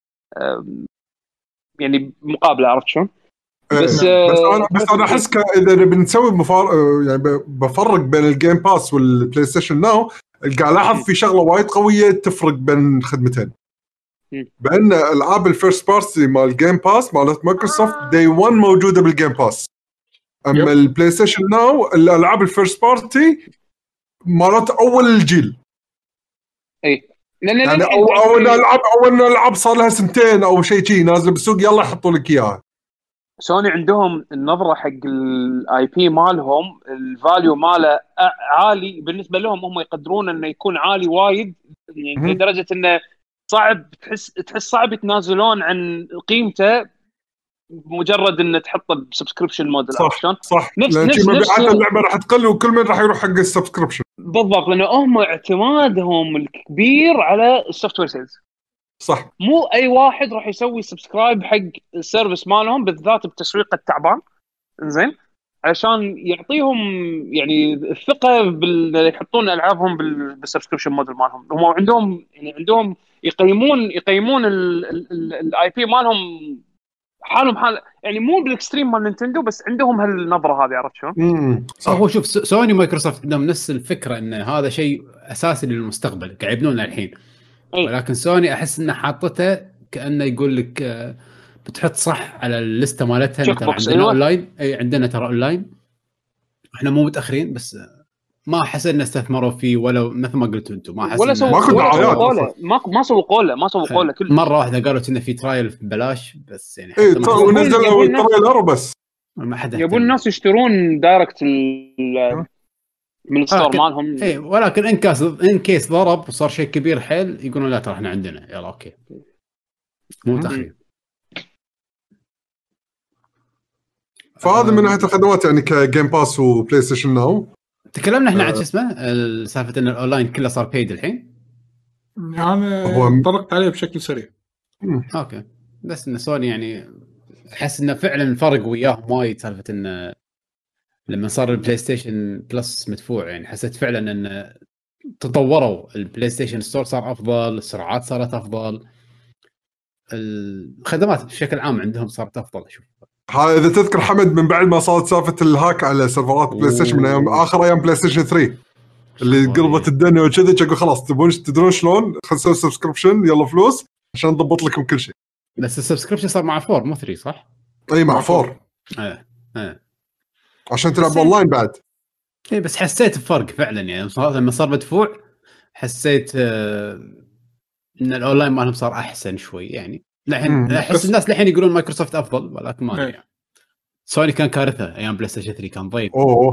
يعني مقابله. عرفت شلون؟ بس انا احس اذا بنسوي يعني بفرق بين الجيم باس والبلاي ستيشن ناو، قاعد الاحظ في شغله وايد قويه تفرق بين خدمتين. بان العاب الفيرست بارتي مال الجيم باس مالت مايكروسوفت داي 1 موجوده بالجيم باس، اما البلاي ستيشن ناو الالعاب الفيرست بارتي مالت اول الجيل. اي يعني او ان العاب صار لها سنتين او شيء نازله بالسوق يلا يحطوا لك اياها. سوني عندهم النظره حق الاي بي مالهم، الفاليو ماله عالي بالنسبه لهم، هم يقدرون انه يكون عالي وايد، يعني لدرجه انه صعب تحس صعب يتنازلون عن قيمته مجرد ان تحطه بسبسكريبشن موديل. صح نفس مبيعات اللعبه راح تقل وكل من راح يروح حق السبسكريبشن. بالضبط، لانه هم اعتمادهم الكبير على السوفت وير سيلز. صح، مو اي واحد راح يسوي سبسكرايب حق السيرفيس مالهم بالذات بتسويق التعبان، زين، عشان يعطيهم يعني الثقه يحطون العابهم بالسبسكريبشن موديل مالهم. هم عندهم يقيمون الاي بي مالهم حالهم حال، يعني مو بالاكستريم مال نينتندو، بس عندهم هالنظره هذه، عرفت شلون؟ هو شوف سوني ومايكروسوفت عندهم نفس الفكره ان هذا شيء اساسي للمستقبل قاعد يبنونه الحين، ولكن سوني احس انه حاطته كانه يقول لك بتحط صح على الليسته مالتها ترى عندنا اونلاين، اي عندنا ترى اونلاين، احنا مو متاخرين، بس ما حسنا استثمروا فيه ولا مثل ما قلتوا انتم، ما حسنا ما سووا قوله كل مره واحده قالوا كنا في ترايل ببلاش بس، يعني ونزلوا الترايلر وبس، ما حدا يبون الناس يشترون دايركت من الستور مالهم. اي ولكن ان كيس ضرب وصار شيء كبير حيل يقولون لا ترى احنا عندنا، يلا اوكي مو متاخرين. فهذا من ناحيه الخدمات يعني كجيم باس وبلاي ستيشن ناو. تكلمنا احنا عن شو اسمه سالفه ان الاونلاين كله صار بيد الحين، انا طرقت عليه بشكل سريع. اوكي، بس ان سوني يعني احس انه فعلا فرق وياهم وايد، سالفه انه لما صار البلاي ستيشن بلس مدفوع، يعني حسيت فعلا ان تطوروا، البلاي ستيشن ستور صار افضل، السرعات صارت افضل، الخدمات بشكل عام عندهم صارت افضل. اشوف هذا اذا تذكر حمد من بعد ما صارت سالفه الهاك على سيرفرات بلاي ستيشن من ايام اخر ايام بلاي ستيشن 3 اللي قلبت الدنيا وكذا، تقول خلاص تدرون شلون خلينا نسوي سبسكريبشن يلا فلوس عشان نضبط لكم كل شيء. بس السبسكريبشن صار مع 4 مو 3 صح؟ اي مع 4 عشان تلعب اونلاين بعد. اي بس حسيت بفرق فعلا، يعني لما صار مدفوع حسيت ان الاونلاين مالهم صار احسن شوي، يعني الحين احس الناس الحين يقولون مايكروسوفت افضل، ولكن ما يعني. سوني كان كارثه ايام بلاي ستيشن 3 كان ضيق.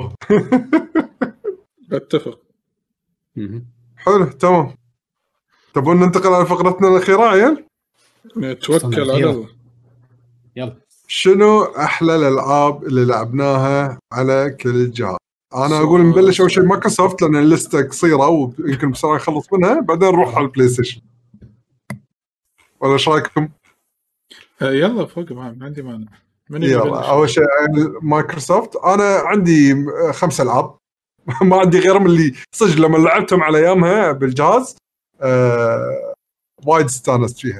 اتفق. حلو تمام. تبون ننتقل على فقرتنا الاخيره عيال؟ نتوكل على الله. يلا، شنو احلى الالعاب اللي لعبناها على كل جهاز؟ انا اقول نبلش اول شيء مايكروسوفت لان الليسته قصيره ويمكن بسرعه نخلص منها، بعدين نروح على البلاي ستيشن. ولا ايش رايكم؟ يلا فوق ما عندي مانع. يلا اول شيء مايكروسوفت، انا عندي 5 ألعاب ما عندي غيرهم اللي صدق لما لعبتهم على ايامها بالجهاز وايد استانست فيها.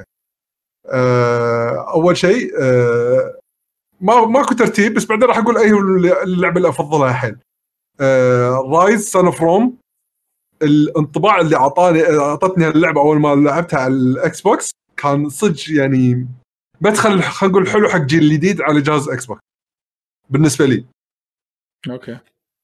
اول شيء ماكو ترتيب، بس بعدين راح اقول اي اللعبه اللي افضلها حيل. رايز سان اوف روم، الانطباع اللي اعطتني اللعبه اول ما لعبتها على الاكس بوكس كان صدق يعني بدخل خلينا نقول حلو حق جيل جديد على جهاز اكس بوكس بالنسبه لي. اوكي.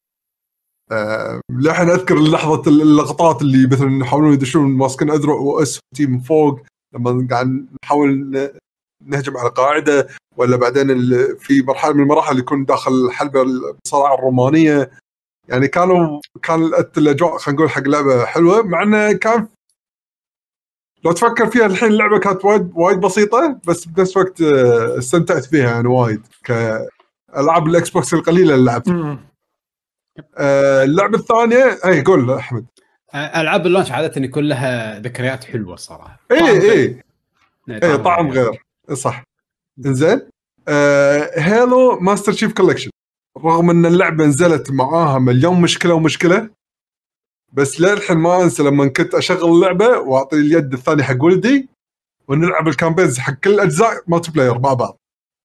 لحين اذكر لحظه اللقطات اللي مثلا يحاولون يدشون ماسكين اذرع واس تي من فوق لما قاعد نحاول نهجم على قاعده، ولا بعدين في مرحله من المراحل اللي يكون داخل حلبة الصراع الرومانيه. يعني كان الاجواء خلينا نقول حق لعبه حلوه، مع انه كان لو تفكر فيها الحين اللعبه كانت وايد بسيطه، بس بنفس الوقت استمتعت فيها يعني وايد كالعاب الاكس بوكس القليله اللي لعبتها. اللعبه الثانيه اي قول احمد. العاب اللونش عاده يكون لها ذكريات حلوه صراحه. اي طعم غير صح. انزين هيلو ماستر شيف كولكشن، رغم ان اللعبه نزلت معاها مليون مشكله بس للحين ما انسى لما كنت اشغل اللعبه واعطي اليد الثانيه حق ولدي ونلعب الكامبينز حق كل الاجزاء مالتي بلاير مع بعض.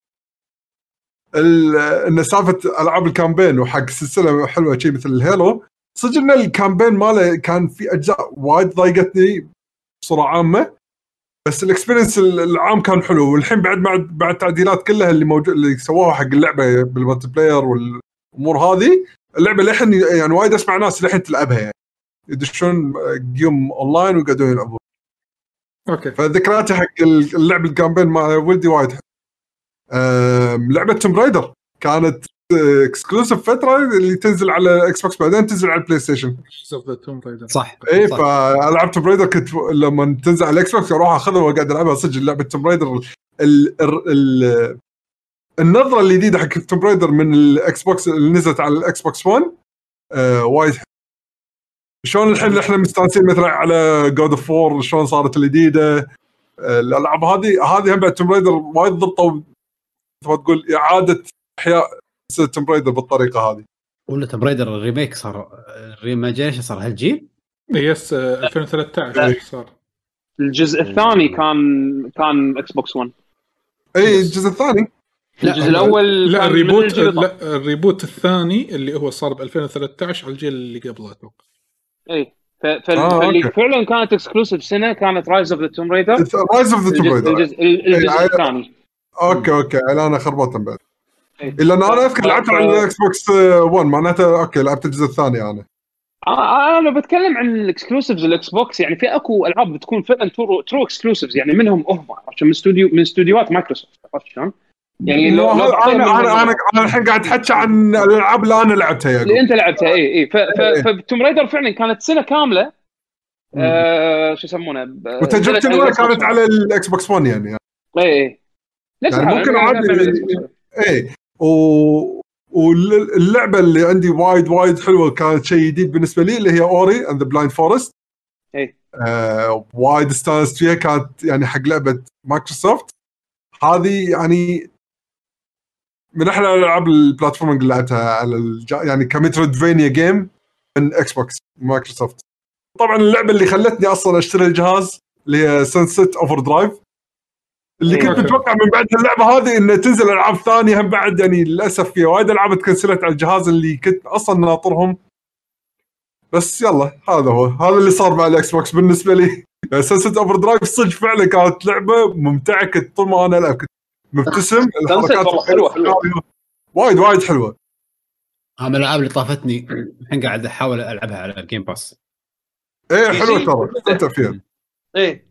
ان سالفه العاب الكامبين وحق سلسله حلوه شيء مثل الهيلو، صدق ان الكامبين ماله كان في اجزاء وايد ضايقتني بصوره عامه، بس الاكسبيرينس العام كان حلو. والحين بعد التعديلات كلها اللي سووها حق اللعبه بالمالتي بلاير والامور هذه، اللعبه لحين يعني وايد اسمع ناس لحين تلعبها يعني يدشون جيم اونلاين ويقعدون يلعبون. اوكي. فذكرياتي حق اللعب الكامبين مع ولدي وايد حلو. لعبه توم رايدر كانت اكسكلوسيف فتره اللي تنزل على اكس بوكس بعدين تنزل على البلاي ستيشن. صح اي فالعب توم رايدر كنت لما تنزل على الاكس بوكس اروح اخذها واقعد العبها صدق. لعبه توم رايدر النظره الجديده حق توم رايدر من الاكس بوكس اللي نزلت على الاكس بوكس 1 وايد شلون الحين احنا مستانسين مثلا على جود اوف 4 شلون صارت الجديده. الالعاب هذه هم بعد توم رايدر وايد ضبطوا تقول اعاده احياء توم رايدر بالطريقه هذه. ولا توم رايدر الريميك صار الريماجينيشن صار هالجيل يس 2013 صار الجزء الثاني كان اكس بوكس 1. اي الجزء الثاني الجزء الاول لا كان الريبوت من لا الريبوت الثاني اللي هو صار ب 2013 على الجيل اللي قبله اتوقع. اي فاللي فعلا كانت اكسكلوسيف سنه كانت رايز اوف ذا توم رايدر. رايز اوف ذا توم رايدر الجزء الثاني. اوكي انا خربطت بعد. الا انا اذكر لعبت على الاكس بوكس 1 معناته اوكي لعبت الجزء الثاني. انا بتكلم عن الاكسكلوسيفز الاكس بوكس. يعني في اكو العاب بتكون فعلا ترو اكسكلوسيفز يعني منهم عشان من استوديوهات مايكروسوفت. عرفت شلون؟ يعني لو انا الحين قاعد احكي عن الالعاب اللي انا لعبتها يا اللي انت لعبتها. اي فتوم رايدر فعلا كانت سنه كامله شو يسمونه وتجربتي الاولى كانت على الاكس بوكس 1 يعني اي يعني ممكن عادي. اي واللعبه اللي عندي وايد حلوه كانت شيء جديد بالنسبه لي اللي هي اوري اند ذا بلايند فورست. اي وايد استانست فيها. كانت يعني حق لعبه مايكروسوفت هذه يعني من احلى العاب البلاتفورمينج اللي لعبتها على يعني كمترويدفينيا جيم من اكس بوكس مايكروسوفت. طبعا اللعبه اللي خلتني اصلا اشتري الجهاز اللي هي سانست اوفر درايف اللي كنت متوقع من بعد اللعبه هذه ان تنزل العاب ثانيه هم بعد. يعني للاسف في وايد العاب تكنسلت على الجهاز اللي كنت اصلا ناطرهم. بس يلا هذا اللي صار مع الاكس بوكس بالنسبه لي. سانست اوفر درايف صدق فعلا كانت لعبه ممتعه. كنت طول ما انا العب كنت مبتسم. الحركات حلوه وايد حلوه. من الالعاب اللي طافتني الحين قاعد احاول العبها على الجيم باس. ايه حلوه ترى استمتع فيها. ايه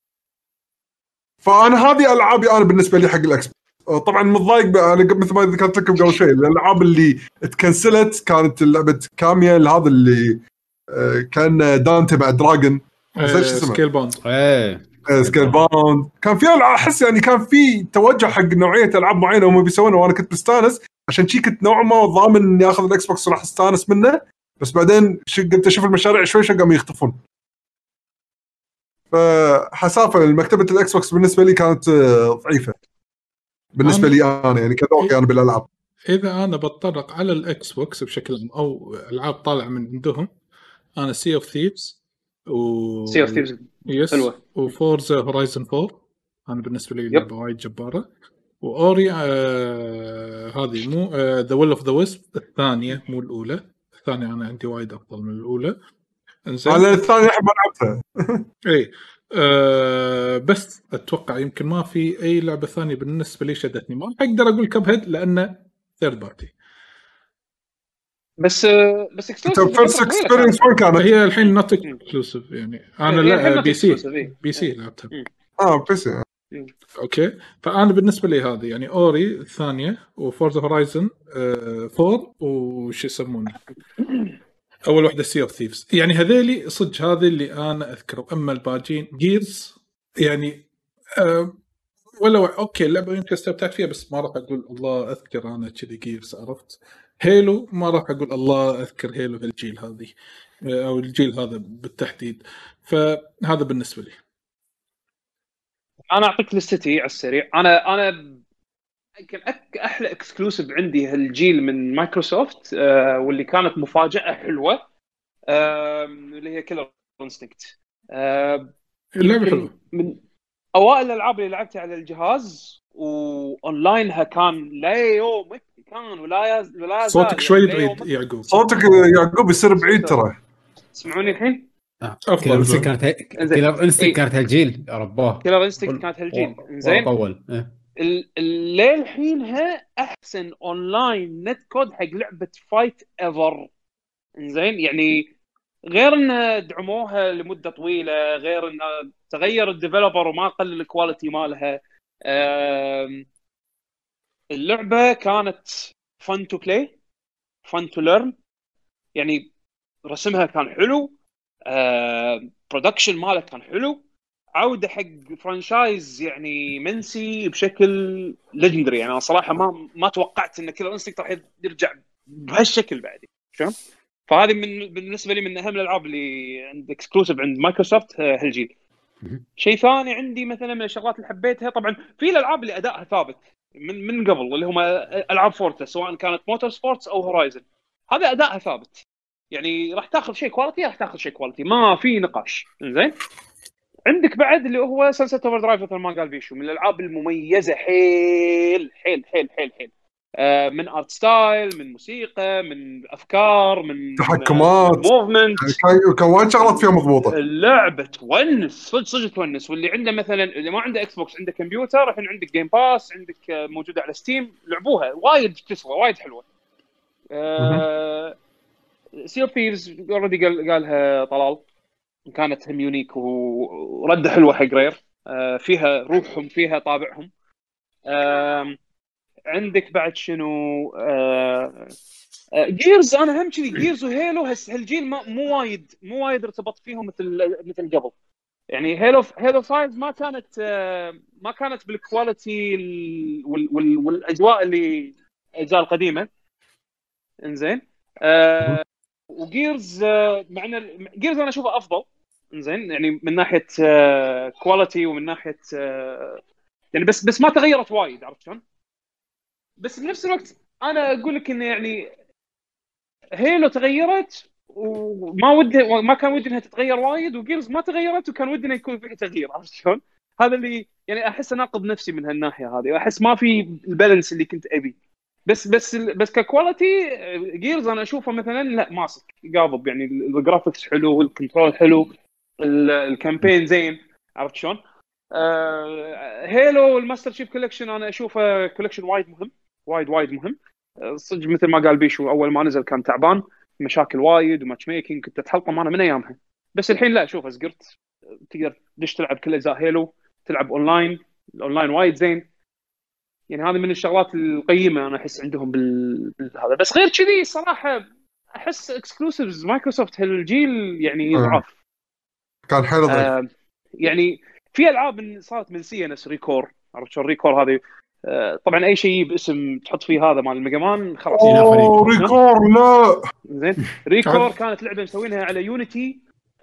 فانا هذه العابي انا بالنسبه لي حق الاكس. طبعا متضايق انا مثل ما ذكرت لكم قبل شوي الالعاب اللي تكنسلت كانت لعبه كاميا هذا اللي كان دانتي مع دراجون سكيل باوند. سكيل باوند كان فيها احس يعني كان في توجه حق نوعيه العاب معينه هم بيسوونها وانا كنت مستانس عشان شي كنت نوعا ما ضامن اني اخذ الاكس بوكس وراح استانس منه. بس بعدين قمت اشوف المشاريع شوي قاموا يختفون. فحسافه مكتبه الاكس بوكس بالنسبه لي كانت ضعيفه بالنسبه لي انا يعني كذوقي انا بالالعاب. اذا انا بتطرق على الاكس بوكس بشكل عام او العاب طالعه من عندهم انا سي اوف ثيفز سي اوف ثيفز حلوه وفورزا هورايزن 4 انا بالنسبه لي لعبه وايد جباره. واوري هذه مو ذا ويل اوف ذا ويسب الثانيه مو الاولى. الثانيه انا عندي وايد افضل من الاولى. انا الثانيه احب العبها. اي بس اتوقع يمكن ما في اي لعبه ثانيه بالنسبه لي شدتني. ما اقدر اقول كاب هيد لانه ثيرد بارتي. بس اكسبيرينس وين كانت هي الحين نوت اكسكلوسيف يعني انا لا بي سي لعبتها بي سي. اوكي فانا بالنسبه لي هذه يعني اوري الثانيه وفورزا هورايزن 4 وش يسمونه اول واحده سي اوف ثيفز. يعني هذيلي صدق هذه اللي انا اذكره. اما الباجين جيرز يعني ولو اوكي اللعبه يمكن استمتعت فيها بس ما راح اقول الله اذكر انا كذي جيرز. عرفت هيلو ما راح اقول الله اذكر هيلو هالجيل هذه او الجيل هذا بالتحديد. فهذا بالنسبه لي. انا اعطيك لستي على السريع. انا يمكن احلى اكسكلوسيف عندي هالجيل من مايكروسوفت واللي كانت مفاجاه حلوه اللي هي كيلر انستنكت. اللعبه حلوه من اوائل الالعاب اللي لعبتها على الجهاز واونلاينها كان لا يومك كان ولا صوتك شوي بعيد يعقوب. صوتك يعقوب يصير بعيد ترى. تسمعوني الحين؟ افضل. كيلر انستنكت كانت هالجيل يا رباه. كيلر انستنكت كانت هالجيل زين طول الليل حينها احسن اونلاين نت كود حق لعبه فايت ايفر. زين يعني غير ان دعموها لمده طويله، غير ان تغير الديفلوبر وما قل الكواليتي مالها. اللعبه كانت فن تو بلاي، فن تو ليرن، يعني رسمها كان حلو، برودكشن ماله كان حلو، عوده حق فرانشايز يعني منسي بشكل ليجندري. يعني انا صراحه ما توقعت ان كيلر انستنكت راح يرجع بهالشكل بعد، شلون؟ فهذه بالنسبه لي من اهم الالعاب اللي عند اكسكلوسيف عند مايكروسوفت هالجيل. شيء ثاني عندي مثلا من الشغلات اللي حبيتها، طبعا في الالعاب اللي ادائها ثابت من قبل، اللي هم العاب فورتا، سواء كانت موتور سبورتس او هورايزن، هذا ادائها ثابت، يعني راح تاخذ شيء كواليتي، راح تاخذ شيء كواليتي، ما في نقاش. زين، عندك بعد اللي هو سانست اوفر درايف، مثل ما قال بيشو، من الالعاب المميزه حيل حيل حيل حيل حيل، من ارت ستايل، من موسيقى، من افكار، من تحكمات، موفمنت، كان وايد شغلات فيها مضبوطه. اللعبه تونس صدق تونس. واللي عنده مثلا، اللي ما عنده اكس بوكس، عنده كمبيوتر، الحين عندك جيم باس، عندك موجوده على ستيم، لعبوها وايد تسوى، وايد حلوه. سي اوف ثيفز اوريدي قالها طلال، كانت هم يونيك ورده حلوه حق رير، فيها روحهم، فيها طابعهم. عندك بعد شنو؟ جيرز، انا هم كذي جيرز وهيلو هالجيل مو وايد ارتبط فيهم مثل قبل. يعني هيلو 5 ما كانت بالكواليتي والاجواء اللي الاجزاء القديمه. انزين، وجيرز مع ان جيرز انا اشوفه افضل، انزين، يعني من ناحيه كواليتي، ومن ناحيه يعني بس ما تغيرت وايد، عرفت شلون؟ بس بنفس الوقت انا اقول لك انه يعني هيلو تغيرت ما كان ودي انها تتغير وايد، وجيرز ما تغيرت وكان ودي انه يكون في تغيير، عرفت شلون؟ هذا اللي يعني احس اناقض نفسي من هالناحيه هذه، واحس ما في البالانس اللي كنت ابي. بس ككواليتي جيرز انا اشوفه مثلا لا ماسك قابض، يعني الجرافيكس حلو، والكنترول حلو، الكامبين زين، عرفت شلون؟ هيلو والماستر شيف كولكشن انا اشوفه كولكشن وايد مهم، وايد مهم. صدق مثل ما قال بيشو، اول ما نزل كان تعبان، مشاكل وايد وماتش ميكينج، كنت اتحلطم انا من ايامها. بس الحين لا، اشوف ازقرت، تقدر تدش تلعب كل اجزاء هيلو، تلعب اونلاين، الاونلاين وايد زين. يعني هذه من الشغلات القيمه انا احس عندهم بالهذا. بس غير كذي صراحه احس اكسكلوسيفز مايكروسوفت هالجيل يعني ضعاف. كان حيل ضعيف. يعني في العاب صارت منسيه، نفس ريكور، عرفت شو الريكور هذه؟ طبعا اي شيء باسم تحط فيه هذا مال الميجا مان خلاص. ريكور لا زين، ريكور كانت لعبه مسوينها على يونيتي،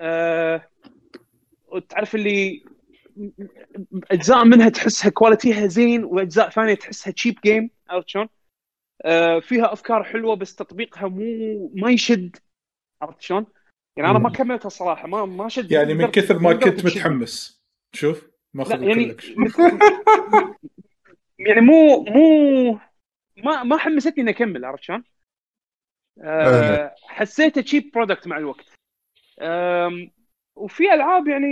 وتعرف اللي اجزاء منها تحسها كواليتيها زين، واجزاء ثانيه تحسها تشيب جيم، عرفت شلون؟ فيها افكار حلوه بس تطبيقها ما يشد، عرفت شلون؟ يعني انا ما كملتها الصراحه، ما شد، يعني من كثر ما كنت متحمس شوف ماخذ يعني الكولكشن. يعني ما حمستني اني اكمل، عرفت شلون؟ حسيته تشيب برودكت مع الوقت. وفي العاب يعني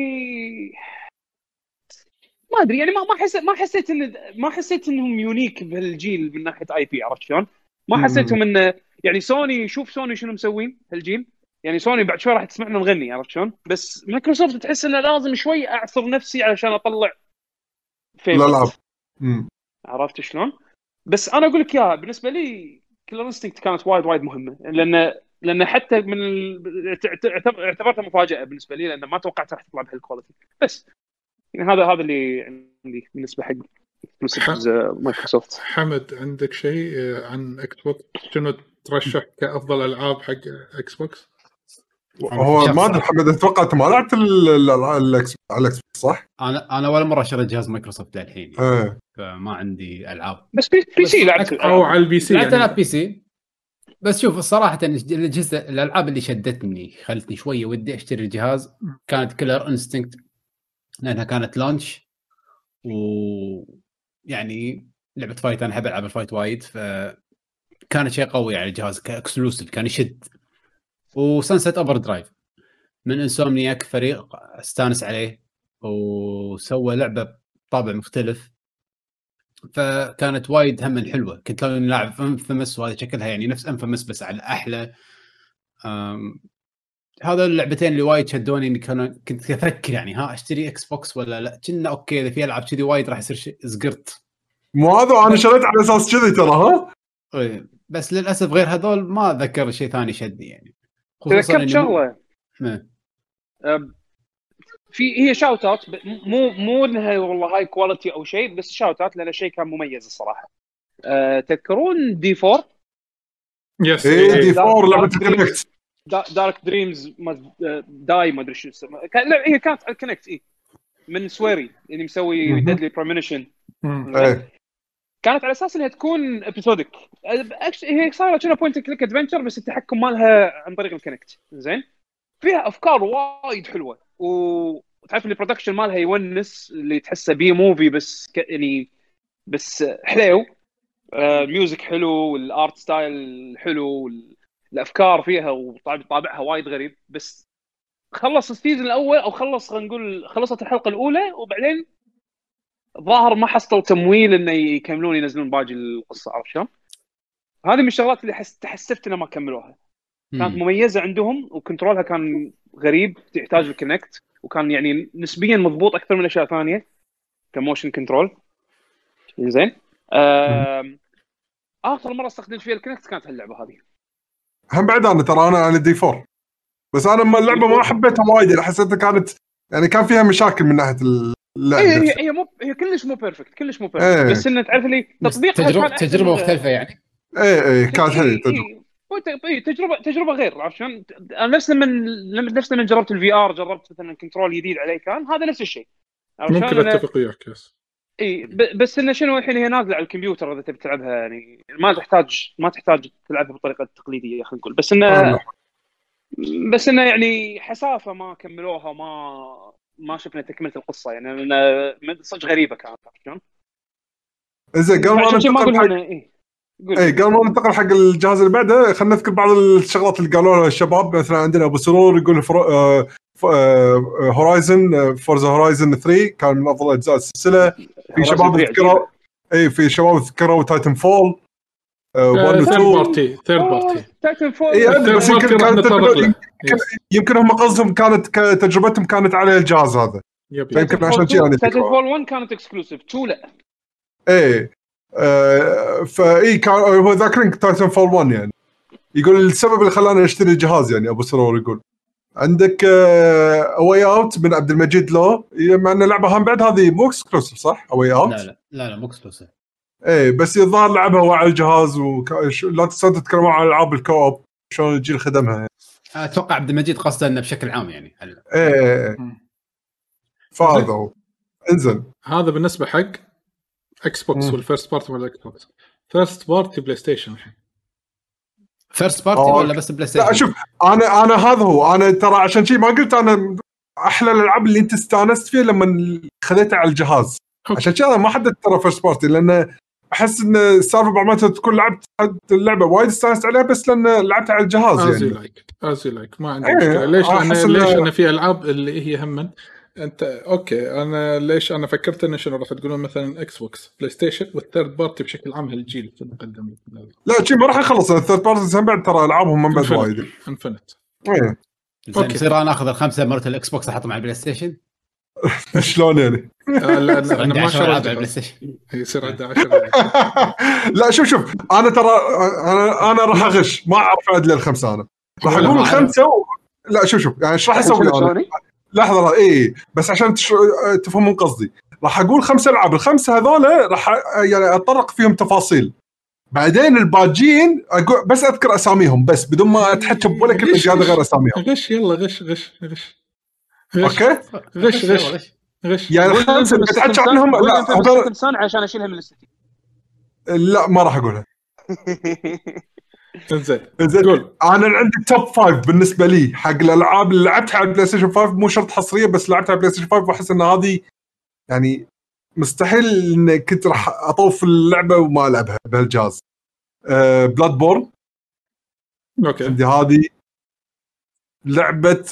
ما ادري، يعني ما حسيت انهم يونيك بهالجيل من ناحيه اي بي، عرفت شلون؟ ما حسيتهم انه يعني سوني، شوف سوني شنو مسوين هالجيل، يعني سوني بعد شوي راح تسمعنا نغني، عرفت شلون؟ بس مايكروسوفت تحس انه لازم شوي اعصر نفسي علشان اطلع فيفورت، عرفت شلون؟ بس انا اقول لك يا بالنسبه لي كيلر انستنكت كانت وايد مهمه، لان حتى اعتبرتها مفاجاه بالنسبه لي، لان ما توقعت راح تطلع بهالكواليتي. بس يعني هذا اللي عندي بالنسبه حق مايكروسوفت. حمد، عندك شيء عن اكس بوكس؟ شنو ترشح كافضل العاب حق اكس بوكس؟ هو ما ادري حمد، اتوقع انت ما لعبت الاكس صح؟ انا ولا مره شريت جهاز مايكروسوفت الحين، فما عندي العاب. بس بي سي لعبت او على البي سي؟ لعبت يعني بي سي. بس شوف الصراحه الالعاب اللي شدتني خلتني شويه ودي اشتري الجهاز كانت كيلر انستنكت، لانها كانت لانش، ويعني لعبه فايت، انا احب العب الفايت وايد، فكانت شيء قوي على الجهاز كاكسلوسيف، كان يشد. وسانست اوفر درايف من انسومنياك، فريق استانس عليه وسوى لعبه بطابع مختلف، فكانت وايد هم حلوه. كنت لو نلعب انفيمس، وهذا شكلها يعني نفس انفيمس بس على احلى، هذا اللعبتين اللي وايد شدوني اني كنت افكر يعني اشتري اكس بوكس ولا لا. كنا اوكي اذا في العاب كذي وايد راح يصير زقرت. مو هذا انا شريت على اساس كذي ترى. ها بس للاسف غير هذول ما اتذكر شيء ثاني شدني يعني. تذكرت شغله في هي شاوتات مو انها والله هاي كواليتي او شيء، بس شاوتات لان شيء كان مميز الصراحه. تذكرون دي 4 يس دي 4 لعبه كونكت دارك دريمز داي ما ادري شو اسمها. هي كانت على كونكت من سويري اللي مسوي ديدلي بريمونيشن. كانت على اساس انها تكون ابيسودك. هي صايره كأنها بوينت كليك ادفنتشر بس التحكم مالها عن طريق الكونكت. زين فيها افكار وايد حلوه وتعرف البرودكشن مالها يونس اللي تحسه بي موفي بس يعني بس حلو. الميوزك حلو والارت ستايل حلو الافكار فيها وطابعها وايد غريب. بس خلص السيزون الاول او خلينا نقول خلصت الحلقه الاولى وبعدين ظاهر ما حصلوا تمويل انه يكملون ينزلون باقي القصه. عرفت شلون؟ هذه من الشغلات اللي تحسفت انه ما كملوها. كانت مميزه عندهم وكنترولها كان غريب تحتاج الكونكت وكان يعني نسبيا مضبوط اكثر من اشياء ثانيه كموشن كنترول. زين اخر مره استخدمت فيها الكونكت كانت هاللعبه هذه. هم بعد انا ترى انا دي 4 بس انا ما اللعبه ما حبيتها وايد. حسيتها كانت يعني كان فيها مشاكل من ناحيه اللعبه. هي كلش مو بيرفكت بس انه تعرف لي تطبيقها تجربه مختلفه يعني. كانت حلوه تجربه غير. عرفت شلون؟ انا نفس لما جربت الفي ار جربت مثلا كنترول جديد عليه كان هذا نفس الشيء. ممكن اتفق وياك يس. بس انه شنو الحين هي نازله على الكمبيوتر اذا تبي تلعبها يعني ما تحتاج تلعبها بالطريقه التقليديه خلينا نقول. بس انه يعني حسافه ما كملوها ما شفنا تكمله القصه يعني انا صدق غريبه كانت. عرفت شلون؟ اذا قبل ما ننتقل حق الجهاز اللي بعده خلينا نذكر بعض الشغلات اللي قالوها الشباب. مثلا عندنا ابو سرور يقول هورايزن فورزا هورايزن 3 كان من افضل اجزاء السلسله. في شباب ذكروا في شباب ذكروا تايتن فول 1 و 2 ثيرد بارتي تايتن فول. بس يمكن هم قصدهم كانت تجربتهم كانت على الجهاز هذا. يمكن عشان كذا يعني تايتن فول 1 كانت اكسكلوسيف 2 لا فاي كان هو ذاكرين تايتن فول 1 يعني. يقول السبب اللي خلاني اشتري الجهاز يعني ابو سرور يقول عندك اواي اوت من عبد المجيد لو مع ان اللعبه هم بعد هذه مو اكسكلوسيف صح اواي اوت لا مو اكسكلوسيف بس الظاهر لعبها على الجهاز لا تستطيع تتكلم عن العاب الكوب شلون الجيل خدمها يعني. اتوقع عبد المجيد قصده انه بشكل عام يعني فهذا هو. انزل هذا بالنسبه حق اكس بوكس والفيرست بارتي ولا اكس بوكس فيرست بارتي بلاي ستيشن الحين فيرست بارتي ولا بس بلاي ستيشن؟ لا شوف انا هذا هو انا ترى عشان شيء ما قلت انا احلى الالعاب اللي انت استانست فيها لما خذيتها على الجهاز. عشان كذا ما حددت ترى فيرست بارتي لان احس ان السالفه بعملتها تكون لعبت اللعبه وايد استانست عليها بس لان لعبتها على الجهاز يعني ازي لايك ما عندي مشكله. ليش انا في العاب اللي هي هم انت اوكي انا ليش انا فكرت انه شنو راح تقولون مثلا اكس بوكس بلاي ستيشن والثيرد بارتي بشكل عام هالجيل تقدم. لا شيء ما راح يخلص الثيرد بارتي هم بعد ترى العابهم من بعد وايد انفنت. اوكي يصير انا اخذ الخمسه مرات الاكس بوكس احطهم على البلاي ستيشن شلون يعني؟ لا انا ما شاء الله على البلاي ستيشن يصير عنده 10. لا شوف انا ترى انا راح اغش ما اعرف عدل الخمسه. انا راح اقول الخمسه لا شوف يعني ايش راح اسوي انا لحظه بس عشان تفهمون قصدي راح اقول 5 العاب الخمسه هذول راح يعني اتطرق فيهم تفاصيل بعدين الباجين بس اذكر اساميهم بس بدون ما اتحكى ولا كلمه زياده غير اساميهم. غش يلا غش اوكي غش يعني الخمسه اللي بتحكي عنهم لا هذول عشان اشيلها من الليست. لا ما راح اقولها. انزين انا عندي توب 5 بالنسبه لي حق الالعاب اللي لعبتها على البلاي ستيشن 5 مو شرط حصريه بس لعبتها على البلاي ستيشن 5 واحس ان هذه يعني مستحيل ان كنت راح اطوف اللعبه وما العبها بهالجهاز. بلاد بورن اوكي عندي هذه لعبه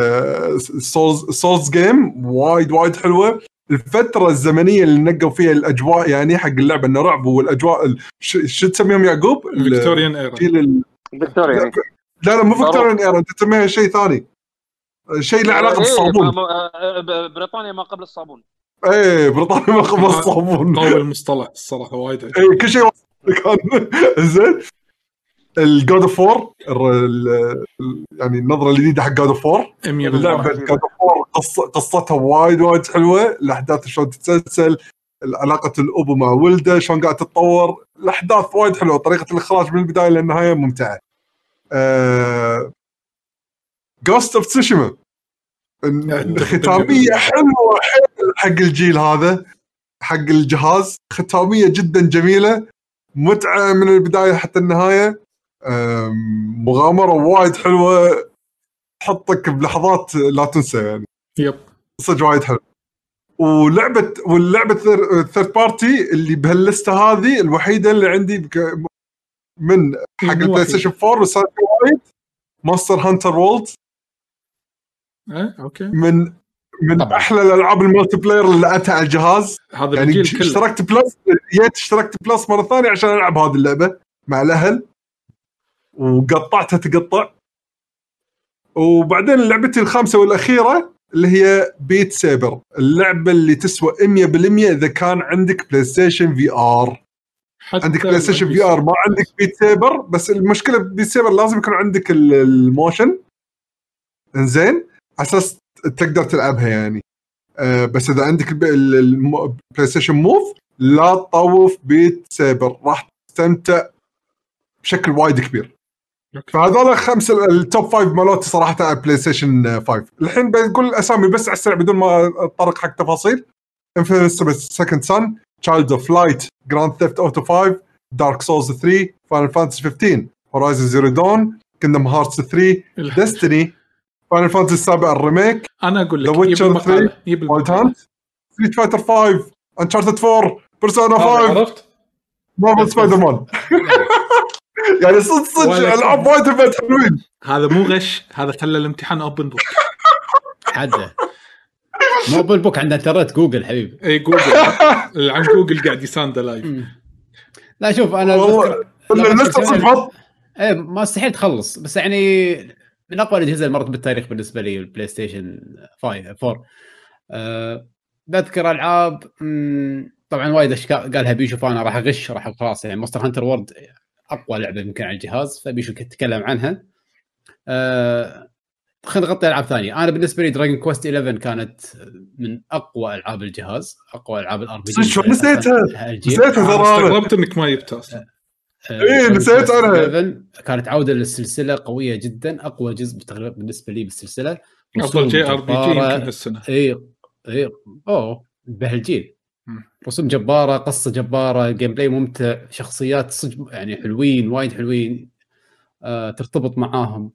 سولز جيم وايد حلوه. الفتره الزمنيه اللي نقوا فيها الاجواء يعني حق اللعبه انه رعب والاجواء شو تسميهم يعقوب فيكتوريان ايرا فيكتوريان لا مو فيكتوريان ايرا انت تسميها شيء ثاني شيء له علاقه بالصابون. بريطانيا ما قبل الصابون. ايه بريطانيا ما قبل الصابون. طول المصطلح الصراحه وايد ايه كل شيء كان زين. الجود اوف 4 يعني النظره الجديده حق جود اوف 4 اللعبه جود اوف 4 قصتها وايد حلوه. الاحداث شلون تتسلسل، علاقه الاب مع ولده شلون قاعد تتطور، الاحداث وايد حلوه، طريقه الاخراج من البدايه للنهايه ممتعه. جوست اوف تسوشيما ختاميه حلوه حق الجيل هذا، حق الجهاز، ختاميه جدا جميله، متعه من البدايه حتى النهايه. مغامره وايد حلوه تحطك بلحظات لا تنسى يعني. يب صدق وايد حلو. واللعبه ثيرد بارتي اللي بهاللسته هذه الوحيده اللي عندي من حق البلاي ستيشن 4 وسايد وايد ماستر هانتر وولد. اوكي من طبعا. احلى الالعاب المالتي بلاير اللي لعبتها على الجهاز هذا يعني. اشتركت بلس مره ثانيه عشان العب هذه اللعبه مع الاهل وقطعتها تقطع. وبعدين لعبتي الخامسه والاخيره اللي هي بيت سيبر، اللعبه اللي تسوى 100% اذا كان عندك بلاي ستيشن في ار. عندك بلاي ستيشن في ار ما عندك بيت سيبر، بس المشكله بيت سيبر لازم يكون عندك الموشن انزين اساس تقدر تلعبها يعني. بس اذا عندك البلاي ستيشن موف لا تطوف بيت سيبر، راح تستمتع بشكل وايد كبير. فهذول 5 التوب 5 مالوتي صراحه على بلاي ستيشن 5. الحين بقول الاسامي بس على السريع بدون ما اتطرق حق تفاصيل. Infamous Second Son, Child of Light, Grand Theft Auto 5, Dark Souls 3, Final Fantasy 15, Horizon Zero Dawn, Kingdom Hearts 3, Destiny, Final Fantasy 7 الريميك. انا اقول لك The Witcher 3, Wild Hunt, Street Fighter 5, Uncharted 4, Persona 5. عرفت مارفل سبايدر مان. يعني صدق العاب وايد حلوين. هذا مو غش، هذا خلى الامتحان اوبن بوك. حده مو اوبن بوك عند انترنت جوجل حبيبي. اي جوجل عن جوجل قاعد يساند لايف. لا شوف انا ايه ما استحيل تخلص، بس يعني من اقوى الاجهزه اللي مرت بالتاريخ بالنسبه لي البلاي ستيشن 4. بذكر العاب طبعا وايد اشياء قالها بيشو، فانا راح اغش راح خلاص يعني. مونستر هانتر وورد اقوى لعبه يمكن على الجهاز، فبيشو تتكلم عنها. خلينا نغطي العاب ثانيه. انا بالنسبه لي دراجون كويست 11 كانت من اقوى العاب الجهاز، اقوى العاب الار بي جي. نسيتها استغربت انك ما جبتها اصلا. ايه نسيت انا. كانت عوده للسلسله قويه جدا، اقوى جزء تقريبا بالنسبه لي بالسلسله، افضل جي ار بي جي يمكن هالسنه. اي بهالجيل. رسوم جباره، قصه جباره، جيم بلاي ممتع، شخصيات صدق يعني حلوين وايد حلوين. ترتبط معاهم.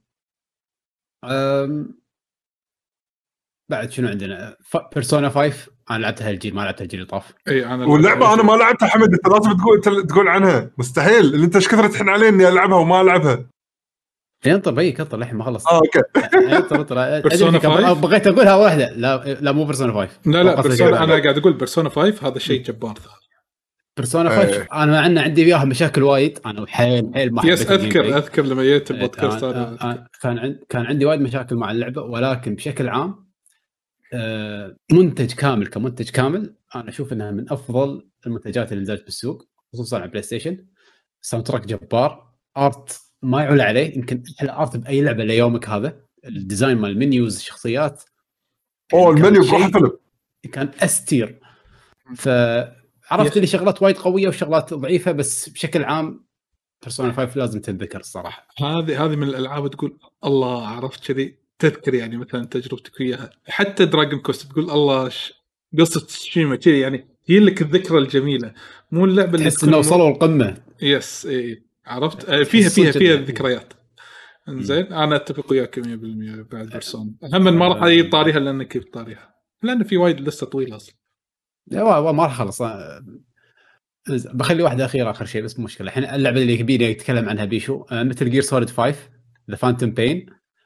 بعد شنو عندنا؟ بيرسونا 5 انا لعبتها الجيل، ما لعبتها الجيل اللي طاف. اي انا واللعبه انا ما لعبتها. حمد انت لازم تقول عنها. مستحيل اللي انت ايش كثر تحن علي اني العبها وما العبها. ينطر بي كثر لحين ما خلصت. اوكي ينطر بغيت اقولها واحده. لا مو بيرسونا 5. لا بيرسونا انا قاعد اقول بيرسونا 5 هذا شيء جبار. بيرسونا 5 انا عندي فيها مشاكل وايد. انا حيل ما حبيت. اذكر لما جيت البودكاست هذا كان عندي وايد مشاكل مع اللعبه، ولكن بشكل عام منتج كامل كمنتج كامل انا اشوف انها من افضل المنتجات اللي نزلت بالسوق، خصوصا على بلاي ستيشن. ساوند تراك جبار، ارت ما يعلى عليه، يمكن احلى ارت باي لعبه ليومك هذا. الديزاين مال المنيوز، الشخصيات، المنيو بروحه فيلم كان استير. فعرفت لي شغلات وايد قويه وشغلات ضعيفه، بس بشكل عام بيرسونا 5 لازم تذكر الصراحه. هذه من الالعاب تقول الله، عرفت كذي تذكر يعني مثلا تجربتك وياها. حتى دراجون كوست تقول الله قصه تسوشيما كذي يعني هي لك الذكرى الجميله، مو اللعبه اللي تحس انه وصلوا القمه. يس اي عرفت فيها الذكريات. زين انا اتفق وياك 100% بعد بيرسونا. هم ما راح اجي طاريها لانك كيف طاريها، لان في وايد لسه طويله اصلا. لا ما راح خلص. بخلي واحده اخيره اخر شيء، بس مشكله الحين اللعبه اللي يبيني يتكلم عنها بيشو مثل جير سوليد 5 ذا فانتوم بين.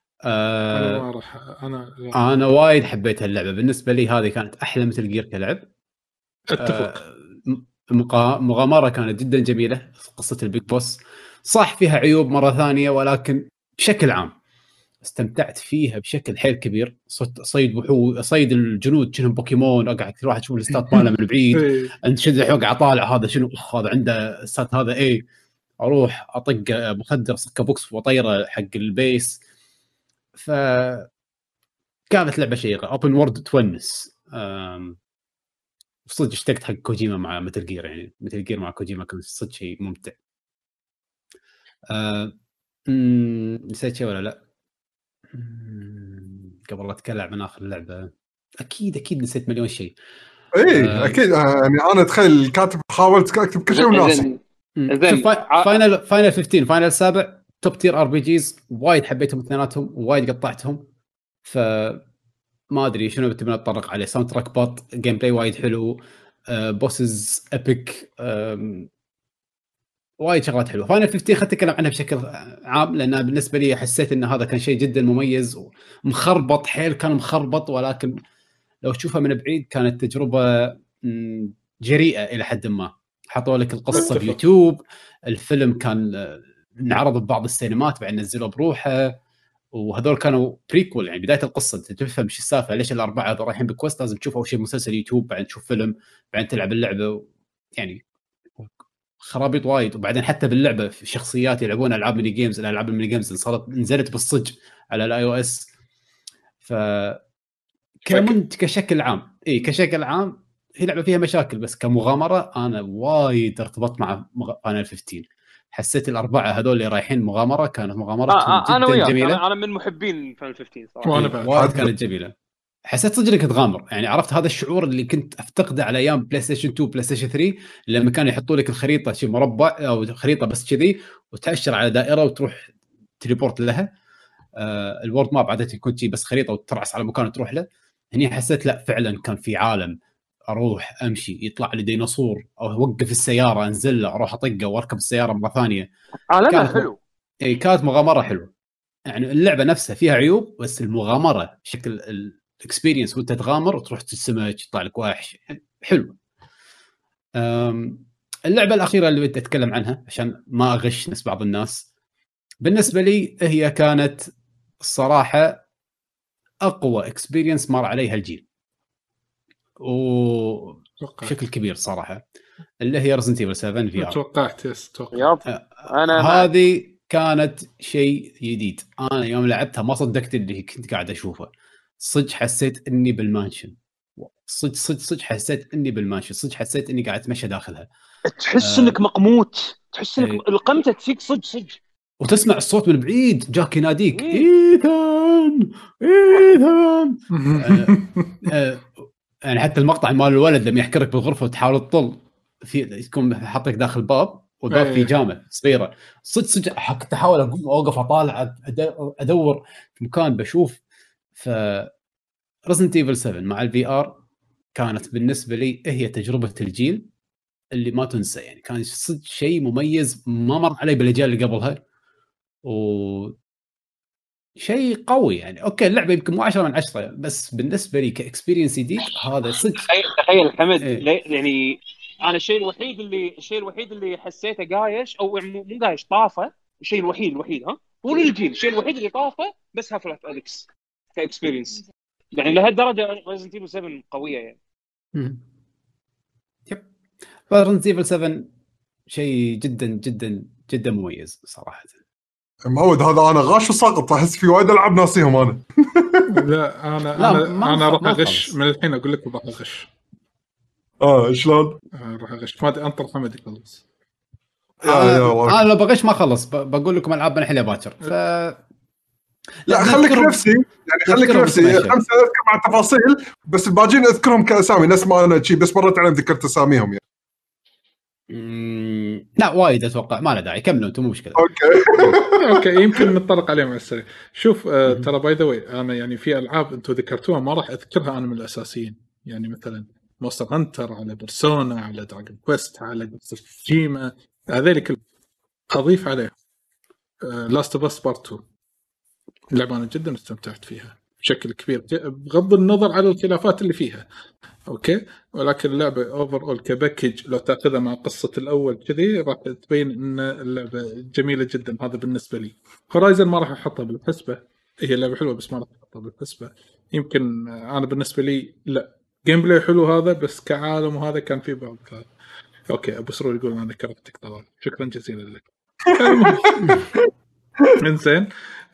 انا وايد حبيت اللعبه، بالنسبه لي هذه كانت احلى مثل جير كلعب. اتفق. مغامره كانت جدا جميله. قصه البيج بوس صح فيها عيوب مره ثانيه، ولكن بشكل عام استمتعت فيها بشكل حيل كبير. صيد وحوش، صيد الجنود كأنهم بوكيمون، اقعد كل واحد يشوف الستات ماله من بعيد، انشد الحوق اطالع هذا شنو، هذا عنده الستات هذا ايه، اروح اطق مخدر صكه بوكس واطيره حق البيس. ف كانت لعبه شيقه، اوبن وورد تونس. صدق اشتقت حق كوجيما مع متل جير، يعني متل جير مع كوجيما كان صدق شيء ممتع. نسيت شيء ولا لا؟ قبل لا اتكلم عن اخر لعبه اكيد نسيت مليون شيء. ايه اكيد يعني انا اتخيل الكاتب حاولت اكتب كل شيء وناسي. شوف فاينل 15 فاينل 7 توب تير ار بي جيز، وايد حبيتهم اثنيناتهم، وايد قطعتهم. ف ما ادري شنو بتبي نتطرق عليه. ساوند تراك بط، جيم بلاي وايد حلو، بوسز ابيك، وايد شغلات حلوه. فاينل 15 خلينا نتكلم عنها بشكل عام، لان بالنسبه لي حسيت ان هذا كان شيء جدا مميز ومخربط حيل، كان مخربط، ولكن لو تشوفها من بعيد كانت تجربه جريئه الى حد ما. حطوا لك القصه بيوتيوب، الفيلم كان انعرض ببعض السينمات بعدين نزلوه بروحه، وهذول كانوا بريكول يعني بدايه القصه. انت تفهم شو السالفه، ليش الاربعه هذول رايحين بكويست، لازم تشوف اول شيء مسلسل يوتيوب، بعدين تشوف فيلم، بعدين تلعب اللعبه. يعني خرابيط وايد. وبعدين حتى باللعبه في شخصيات يلعبون العاب ميني جيمز، الالعاب الميني جيمز نزلت بالصج على الاي او اس. ف كشكل عام كشكل عام هي لعبه فيها مشاكل، بس كمغامره انا وايد ارتبطت مع فاينل 15. حسيت الاربعه هذول اللي رايحين مغامره كانت مغامرتهم جدا جميله. انا من محبين فاينل 15 صراحه، وانا وايد كانت جميله. حسيت صدق انك تغامر، يعني عرفت هذا الشعور اللي كنت افتقده على ايام بلاي ستيشن 2 بلاي ستيشن 3، لما كانوا يحطوا لك الخريطه شيء مربع او خريطه بس كذي وتاشر على دائره وتروح تليبورت لها. الورد ماب عاده يكون شيء بس خريطه وترعس على مكان تروح له. هني حسيت لا فعلا كان في عالم، اروح امشي يطلع لي ديناصور او اوقف السياره انزل له اروح اطقه واركب السياره مره ثانيه. عالمها حلو. اي كانت مغامره حلوه. يعني اللعبه نفسها فيها عيوب، بس المغامره شكل الاكسبيرينس وانت تغامر وتروح تسمك يطلع لك وحش حلو. اللعبه الاخيره اللي بدي اتكلم عنها عشان ما اغش ناس بعض الناس، بالنسبه لي هي كانت الصراحه اقوى اكسبيرينس مر عليها الجيل وبشكل كبير صراحه، اللي هي ريزنت ايفل 7 في ار. توقعت انا هذه كانت شيء جديد. انا يوم لعبتها ما صدقت اللي كنت قاعد اشوفه. صدق حسيت اني بالمانشن، صدق حسيت اني بالمانشن، صدق حسيت اني قاعد اتمشى داخلها. تحس انك مقموت، تحس انك القمته تفيك صدق وتسمع الصوت من بعيد جاك يناديك ايثان. يعني حتى المقطع مال الولد لما يحكرك بالغرفه وتحاول تطل في تكون حاطك داخل باب والباب فيه جامه صغيره. صدق كنت احاول اقوم اوقف اطالع ادور في مكان بشوف. ف ريزنت ايفل 7 مع الفي ار كانت بالنسبه لي هي تجربه الجيل اللي ما تنسى. يعني كان صدق شيء مميز ما مر علي بالاجيال اللي قبلها، و شيء قوي. يعني اوكي اللعبه يمكن مو 10 من 10، بس بالنسبه لي كاكسبيرينس جديد هذا صدق. تخيل حمد يعني انا الشيء الوحيد اللي حسيته قايش او مو قايش طافه. الشيء الوحيد طول الجيل الشيء الوحيد اللي طافه بس هاف لايف اليكس كاكسبيرينس. يعني لهالدرجه ريزنت ايفل 7 قويه يعني. يب ريزنت ايفل 7 شيء جدا جدا جدا مميز صراحه. معود هذا انا غاش وساقط، احس في وايد العاب ناسيهم انا. لا انا راح اغش من الحين، اقول لك راح اغش. شلون راح اغش؟ ما ادري، انطر حمد يخلص. انا لو بغش ما خلص بقول لكم العاب بنحلها باكر. لا خليك نفسي، يعني خليك نفسي 5 اذكر مع التفاصيل، بس الباقيين اذكرهم كاسامي ناس ما انا شيء بس مرت عليهم ذكرت اساميهم يعني. لا وايد اتوقع ما له داعي، كملوا انتم مو مشكله. اوكي يمكن نتطرق عليهم على السريع. شوف ترى باي ذا واي انا يعني في العاب انتم ذكرتوها ما راح اذكرها انا من الاساسيين. يعني مثلا مونستر هانتر، على بيرسونا، على دراجون كويست، على جيما، هذيك اضيف عليه لاست اوف اس بارت 2. لعبه انا جدا استمتعت فيها بشكل كبير بغض النظر على الخلافات اللي فيها، اوكي، ولكن اللعبه اوفر اول كباكج لو تاخذها مع قصه الاول كذي راح تبين ان اللعبه جميله جدا. هذا بالنسبه لي. هورايزن ما راح احطها بالحسبه هي لعبه حلوه بس ما راح احطها بالحسبه. يمكن انا بالنسبه لي لا، جيم بلاي حلو هذا، بس كعالم وهذا كان في بعض اوكي. ابو سرور يقول انا كرهتك طبعا، شكرا جزيلا لك. انزين.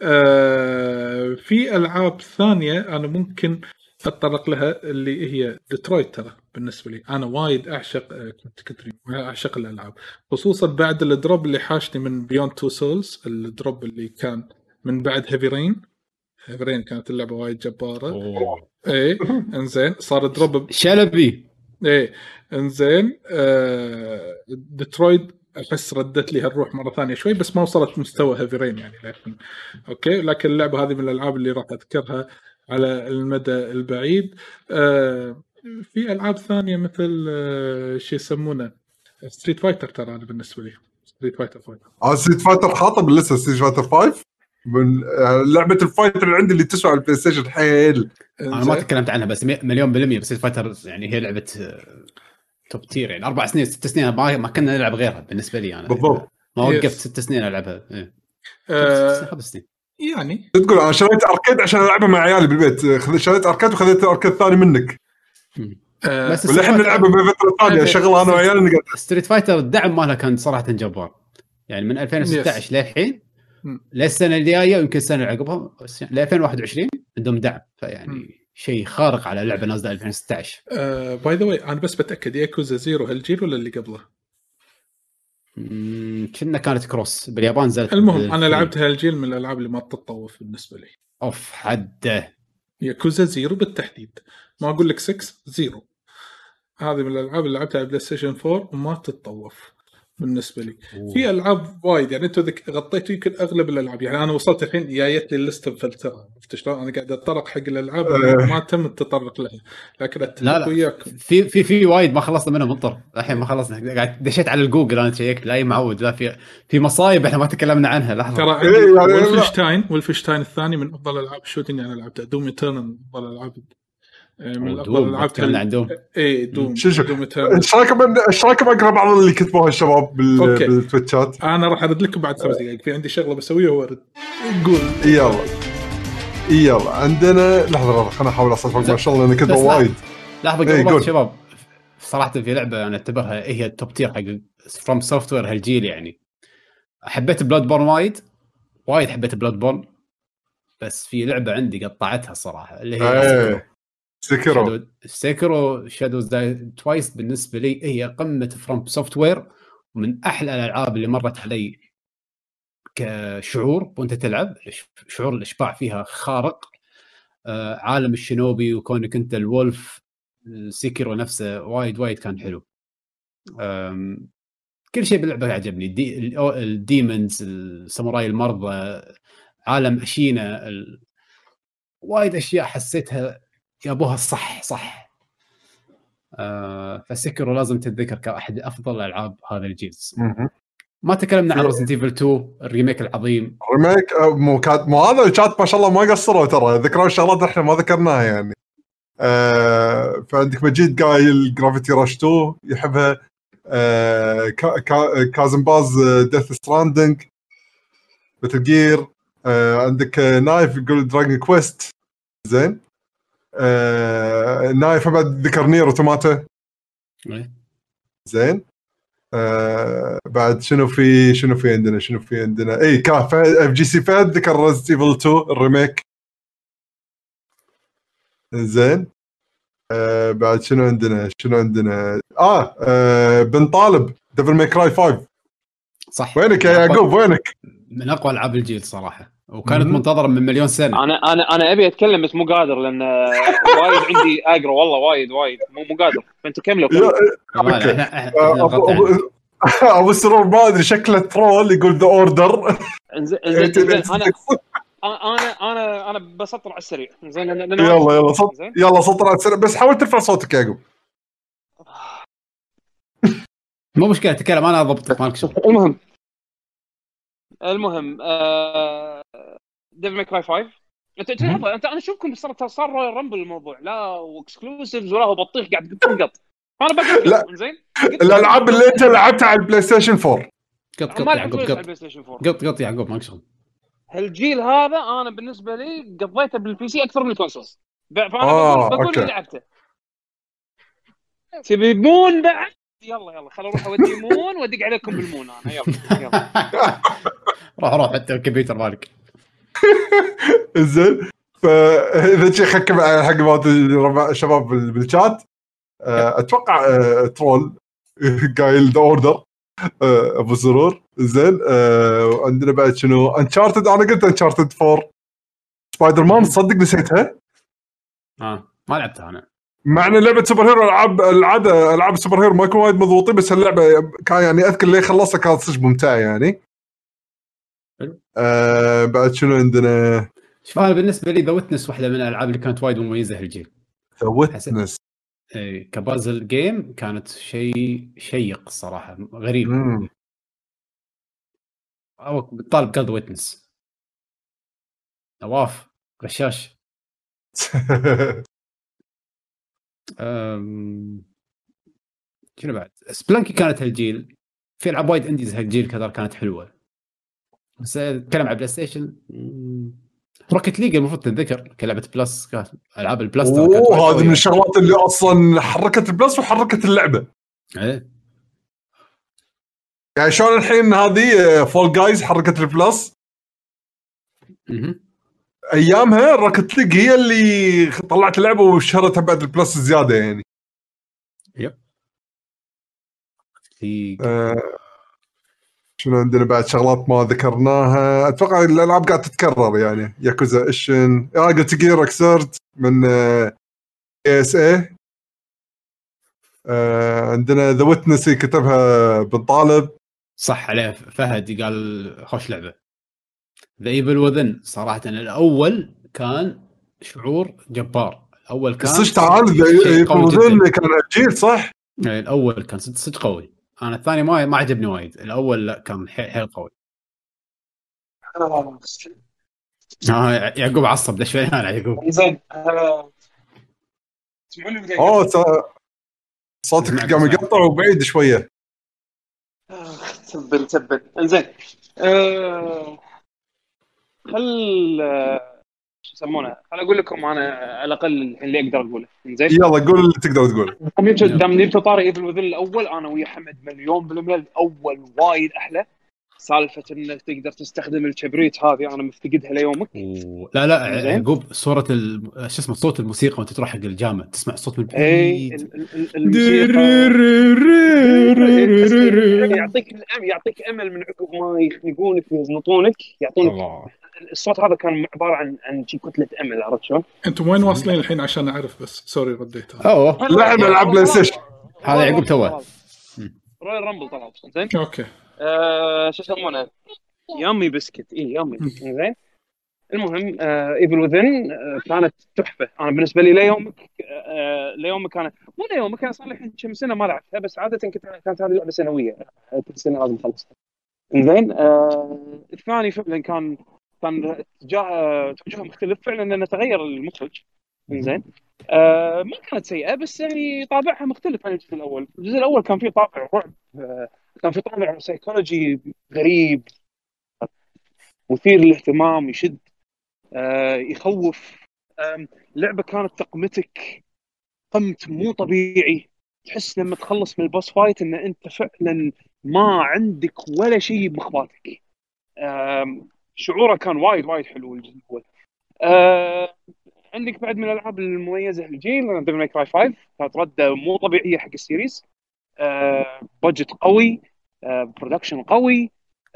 في العاب ثانيه انا ممكن اتطرق لها، اللي هي ديترويت. ترى بالنسبه لي انا وايد اعشق كنت اعشق الالعاب، خصوصا بعد الدروب اللي حاشني من بيوند تو سولز، الدروب اللي كان من بعد هيفي رين. هيفي رين كانت اللعبه وايد جباره. ايه انزين صار دروب شلبي. ايه انزين. ديترويت احس ردت لي هالروح مره ثانيه شوي، بس ما وصلت مستوى هيفي رين يعني، لكن اوكي. لكن اللعبه هذه من الالعاب اللي راح اذكرها على المدى البعيد. في العاب ثانيه مثل شو يسمونه ستريت فايتر. ترى انا بالنسبه لي ستريت فايتر 5. ستريت فايتر حاطه لسه ستريت فايتر 5 من لعبه الفايتر اللي عندي اللي تسوى على البلاي ستيشن حيل. انا ما تكلمت عنها بس مليون بالمية. بس ستريت فايتر يعني هي لعبه توب تير يعني 4 سنين 6 سنين ما كنا نلعب غيرها بالنسبه لي انا. بالضبط. ما وقفت 6 سنين العبها. إيه. 6 سنين يعني تقول انا شريت اركيد عشان العبها مع عيالي بالبيت، شريت اركيد وخذيت الاركيد الثاني منك. بس ولحن نلعبها بفتره ثانيه شغله انا وعيالي نقعد. ستريت فايتر الدعم مالها كان صراحه جبار يعني من 2016 للحين للسنه الجايه ويمكن السنه اللي عقبها ل 2021 عندهم دعم، فيعني شيء خارق على لعبه نازله 2016. باي ذا واي انا بس بتاكد ياكوزا زيرو هالجيل ولا اللي قبله؟ كنا كانت كروس باليابان زلت. المهم انا لعبت هالجيل من الالعاب اللي ما تتطوف بالنسبه لي. اوف حده ياكوزا زيرو بالتحديد، ما اقول لك 6 زيرو. هذه من الالعاب اللي لعبتها على بلاي ستيشن 4 وما تتطوف بالنسبه لي. في العاب وايد يعني انتوا غطيتوا يمكن اغلب الالعاب. يعني انا وصلت الحين جايت لي الليسته مفلتره، عرفت شلون؟ انا قاعد اتطرق حق الالعاب ما تم التطرق لها، لكن اتفق وياكم في وايد ما خلصنا منها مضطر الحين ما خلصنا. قاعد دشيت على الجوجل انا شيكت لا معود لا في مصايب احنا ما تكلمنا عنها. لحظه ترى ولفنشتاين الثاني من افضل العاب الشوتينج انا لعبتها. دوم ايترنال من افضل الالعاب من افضل الالعاب كان عندهم. اي دوم ايش رايكم اقرا بعض اللي كتبوها الشباب بالتويتشات؟ انا راح ارد لكم بعد 5 دقائق، في عندي شغله بسويها وارد. قول يلا عندنا لحظه خليني احاول اصفق ما شاء الله انا كتبه وايد. لحظه قبل شباب صراحه في لعبه انا اعتبرها هي التوب تير حق فروم سوفت وير هالجيل يعني. حبيت بلاد بورن وايد حبيت بلاد بورن، بس في لعبه عندي قطعتها الصراحه اللي هي سيكرو شادوز داي توايس. بالنسبه لي هي قمه فروم سوفت وير ومن احلى الالعاب اللي مرت علي كشعور وانت تلعب. شعور الاشباع فيها خارق. عالم الشينوبي وكونك انت الولف. سيكرو نفسه وايد كان حلو. كل شيء باللعبه عجبني. الديمونز الساموراي المرضى عالم اشينا وايد اشياء حسيتها يا ابوها صح. فسكروا لازم تتذكر كأحد افضل الالعاب هذا الجيل. ما تكلمنا عن ريزنت ايفل 2 الريميك العظيم. ريميك مو هذا الشات ما شاء الله ما قصروا ترى، ذكروا الشغلات احنا ما ذكرناها يعني. فعندك مجيد قايل جرافيتي راش 2 يحبها. كازم باز ديث ستراندنج باتل جير. عندك نايف يقول دراجون كويست زين. نايف بعد ذكر نير اوتوماتا زين. بعد شنو في عندنا اي كاف اف جي سي فاد ذكر ريزنت ايفل 2 الريميك زين. بعد شنو عندنا بن طالب ديفل ماي كراي 5 صح. وينك يا يعقوب وينك؟ من اقوى العاب الجيل صراحه وكانت منتظره من مليون سنه. انا ابي اتكلم بس مو قادر لان وايد عندي اقرا والله وايد مو قادر. فانت كملوا. ابو سرور ما ادري شكله ترول يقول ذا اوردر. انا بسطر على السريع زين. يلا سطر على السريع بس حاول ترفع صوتك يا يعقوب. مو مشكله تكلم انا اضبطك مالك شغل. المهم ديفل ماي كراي 5 انت انا اشوفكم صار رامبل الموضوع لا واكسكلوسيفز ولا هو بطيخ قاعد تنقط. انا بقول زين الالعاب اللي انت لعبتها على البلاي ستيشن 4 قط يعقوب مالك شغل. هالجيل هذا انا بالنسبه لي قضيته بالبي سي اكثر من الكونسول. فانا بقول أوكي. اللي لعبته. تبي مون بعد؟ يلا خل اروح اودي مون وادق عليكم بالمون انا. يلا روح حتى الكمبيوتر مالك. زين فاذا شي حكم على حق بعض الشباب بالشات. اتوقع ترول قايل ذا اوردر ابو سرور. زين عندنا بعد شنو انشارتد. انا قلت انشارتد 4 سبايدر مان. تصدق نسيتها ما لعبتها انا. مع ان لعبه سوبر هيرو العاب سوبر هيرو ما يكون وايد مضبوطين بس اللعبه كان يعني اذكر اللي خلصها كانت صدق ممتعه يعني. بعد شنو عندنا؟ شوف انا بالنسبه لي ذا ويتنس واحده من الالعاب اللي كانت وايد مميزه هالجيل. ذا ويتنس كبازل جيم كانت شيء شيق الصراحه غريب. او بالطالب قال ذا ويتنس نواف غشاش. شنو بعد؟ سبلانكي كانت هالجيل. في العاب وايد انديز هالجيل كذا كانت حلوه. بس اتكلم على بلاي ستيشن. روكيت ليج المفروض تنذكر كلعبه بلس. كانت العاب البلس هذه من الشغلات اللي اصلا حركت البلس وحركت اللعبه. ايه يعني شلون الحين هذه فول جايز حركت البلس. ايامها روكيت ليج هي اللي طلعت اللعبه وشهرتها بعد البلس زياده يعني. يب. شنو عندنا بعد شغلات ما ذكرناها؟ اتوقع الالعاب قاعده تتكرر يعني. ياكوزا ايشن قلت جير اكسرت من اس اي. عندنا ذا ويتنس كتبها بالطالب صح عليه فهد قال خوش لعبه. ذا ايفل وذن صراحه الاول كان شعور جبار. الاول كان صدق تعال ذا ايفل وذن كان جيل صح. الاول كان صدق قوي. انا الثاني ما عجبني وايد. الاول لا كان حيل قوي. يعقوب عصب ده شوي. انا يعقوب زين صوتك قام يقطع وبعيد شويه. تبل زين شو يسمونه؟ خل اقول لكم انا على الاقل اللي اقدر اقوله. زين يلا قول اللي تقدر تقوله. دام نبي طاري ايفل وذن الاول انا ويا حمد مليون بالمية الاول وايد احلى. سالفه انك تقدر تستخدم الكبريت هذه انا مفتقدها ليومك. لا يعقوب صوره شو اسمه صوت الموسيقى وانت تروح حق الجامع تسمع صوت من بعيد. الموسيقى يعطيك امل من عقب ما يخنقونك ويزنطونك يعطونك الصوت هذا كان عباره عن شيء كتله امل. عرفت شلون؟ انتم وين واصلين الحين عشان اعرف بس سوري رديتها. لعب العاب بلاي ستيشن هذا يعقوب توه رويال رامبل طلع زين. اوكي شو يسمونه يامي بسكت يامي. زين المهم ايفل وذن كانت تحفه. انا بالنسبه لي ليومك انا مو ليومك انا صار لي الحين كم سنه ما لعبتها بس عاده كانت هذه لعبه سنويه كل سنه لازم اخلصها. زين الثاني فعلا كان توجهه مختلف فعلا لانه تغير المخرج. زين ما كانت سيئه بس يعني طابعها مختلف عن الجزء الاول. الجزء الاول كان فيه طابع رعب. كان في طابع سيكولوجي غريب مثير للاهتمام يشد يخوف. لعبة كانت تقمتك قمت مو طبيعي. تحس لما تخلص من البوس فايت ان انت فعلا ما عندك ولا شيء بمخباتك. شعوره كان وايد حلو الجزء الاول. عندك بعد من الالعاب المميزه للجيل ديفل ماي كراي 5 كانت رده مو طبيعيه حق السيريز. بادجت قوي برودكشن قوي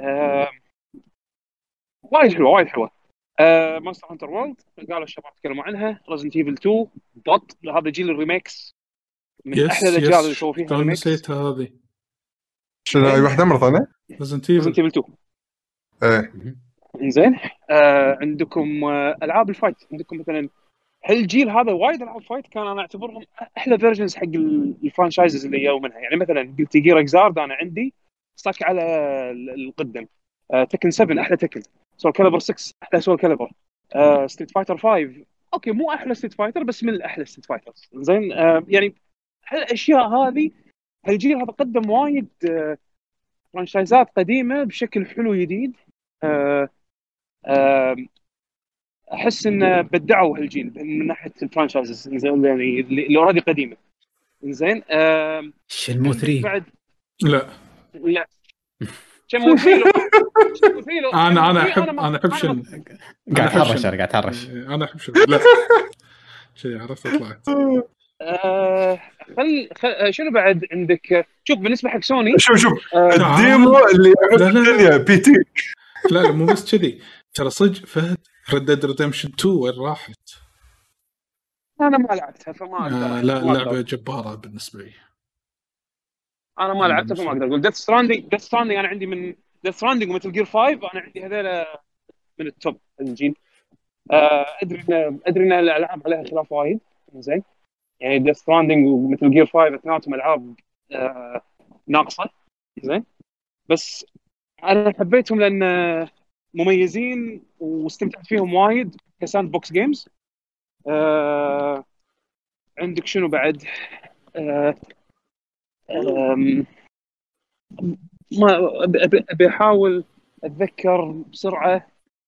وايد حلوه. مونستر هانتر وورلد قالوا الشباب تكلموا عنها. ريزنت ايفل 2 بط هذا جيل الريميكس من احلى الاجيال اللي سووا فيها ريميكس. نسيتها هذه. شنو اي واحده مره ثانيه؟ ريزنت ايفل 2 زين عندكم العاب الفايت. عندكم مثلا هالجيل هذا وايد العاب فايت كان انا اعتبرهم احلى فيرجنز حق الفرانشايزز اللي جاوا منها. يعني مثلا قلت جير اكزارد انا عندي صك على القدم. تكن 7 احلى تكن. سول كاليبر 6 احلى سول كاليبر. ستريت فايتر 5 اوكي مو احلى ستريت فايتر بس من الاحلى ستريت فايترز. زين يعني هالاشياء هذه هالجيل هذا قدم وايد فرانشايزات قديمه بشكل حلو جديد. احس ان بدعوا هالجيل من ناحيه الفرانشايزز زين يعني اللي اوريدي قديمه زين. شنمو عندك 3 بعد لا لا شمو فيلو انا احب شنو. قاعد أنا أحب تهرش شنو. قاعد تهرش. انا احب شنو. لا شيء عرفت طلعت. شنو بعد عندك؟ شوف بالنسبه حق سوني شوف آه، الديمو اللي لا لا الدنيا بي تي. لا مو بس كذي ترى صدق فهد ريد ديد ريدمشن 2 وين راحت؟ انا ما لعبتها فما اقدر لا ما لعبه أقدر. جباره بالنسبه لي. انا ما لعبتها فما اقدر اقول. ديث ستراندنج انا عندي من ديث ستراندنج ومثل جير 5 انا عندي هذول من التوب الجيل. ادري ان الالعاب عليها خلاف وايد زين يعني ديث ستراندنج ومثل جير 5 اثنيناتهم العاب ناقصه زين بس انا حبيتهم لان مميزين واستمتعت فيهم وايد كساند بوكس جيمز. عندك شنو بعد؟ آه، آم، ما ابي احاول اتذكر بسرعه.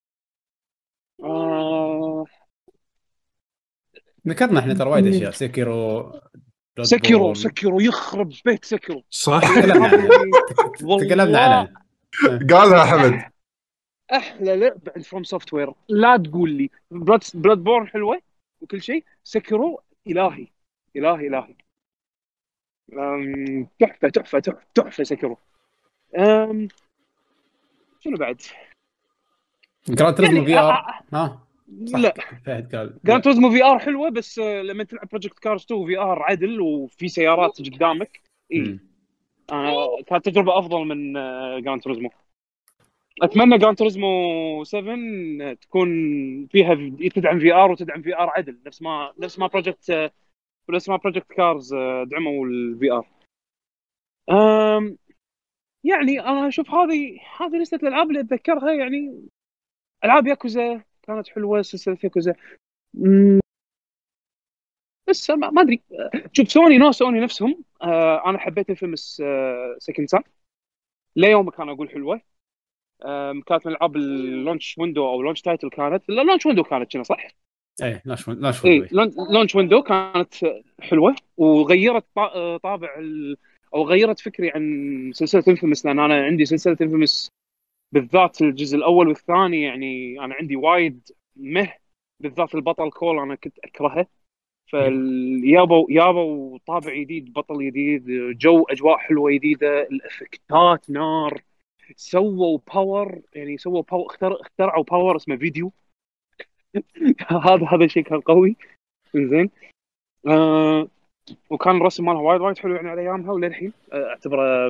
ذكرنا احنا ترى وايد اشياء سكيرو سكروا يخرب بيت سكروا. صح تكلمنا عنها تكلمنا عنها. قالها حمد احلى لعبه عند فروم سوفت وير لا تقول لي بلاد بورن حلوه وكل شيء سكروا الهي الهي الهي. تحفه تحفه تحفه تحفه سكروا. شنو بعد؟ جراند توريزمو في ار ها صح. لا فهد قال جراند توريزمو في ار حلوه بس لما تلعب بروجكت كارز 2 في ار عدل وفي سيارات قدامك اي كانت تجربه افضل من جراند توريزمو. اتمنى جراند توريزمو 7 تكون فيها تدعم في ار وتدعم في ار عدل نفس ما بروجكت كارز دعموا الفي ار. يعني انا اشوف هذه لسته الالعاب اللي اتذكرها يعني. العاب ياكوزا كانت حلوه سلسله ياكوزا. بس ما ادري. شوف سوني نفسهم انا حبيت انفيمس سكند سان ليومك انا اقول حلوه. كانت من العاب اللونش ويندو او لونش تايتل كانت لا لونش ويندو كانت كنا صح؟ ايه لاش ويندو اي لونش ويندو كانت حلوه وغيرت طابع او غيرت فكري عن سلسله انفيمس لان انا عندي سلسله انفيمس بالذات الجزء الاول والثاني يعني انا عندي وايد بالذات البطل كول انا كنت اكرهه. فيابوا طابع جديد بطل جديد جو اجواء حلوه جديده الافكتات نار. سووا باور يعني سووا باور اخترعوا باور اسمه فيديو. هذا الشيء كان قوي زين. وكان الرسم مالها وايد حلو يعني على ايامها وللحين اعتبره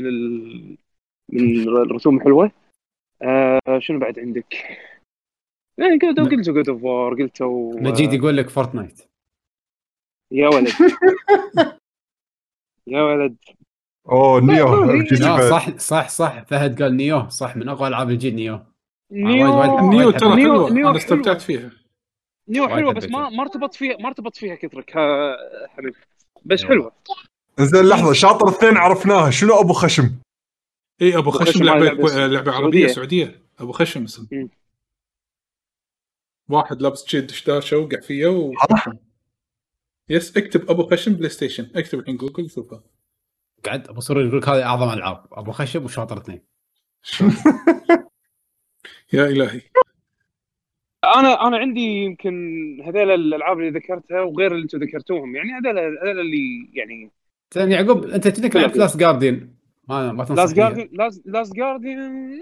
من الرسوم الحلوه. شنو بعد عندك؟ يعني قلت جود اوف وار قلتوا مجيد يقول لك فورتنايت يا ولد يا ولد. اوه نيو صح فهد قال نيو صح من اقوى العاب الجيل نيو ترى حلوه انا استمتعت فيها. نيو حلوه بس ما ارتبط فيها كثرك حبيبي بس حلوه. زين لحظه شاطر اثنين عرفناها شنو ابو خشم؟ اي ابو خشم لعبه عربيه سعوديه ابو خشم اسم واحد لابس تشيد دشداشه وقع فيه يس اكتب ابو خشم بلاي ستيشن اكتب الحين جوجل شوفها. قاعد ابو سرور يقول لك هذه اعظم العاب ابو خشب وشاطر اثنين. يا الهي انا عندي يمكن هذول الالعاب اللي ذكرتها وغير اللي انتم ذكرتوهم يعني هذول اللي يعني ثاني يعقوب انت تدك لعبت لاست جاردين ما تنصح لاست جاردين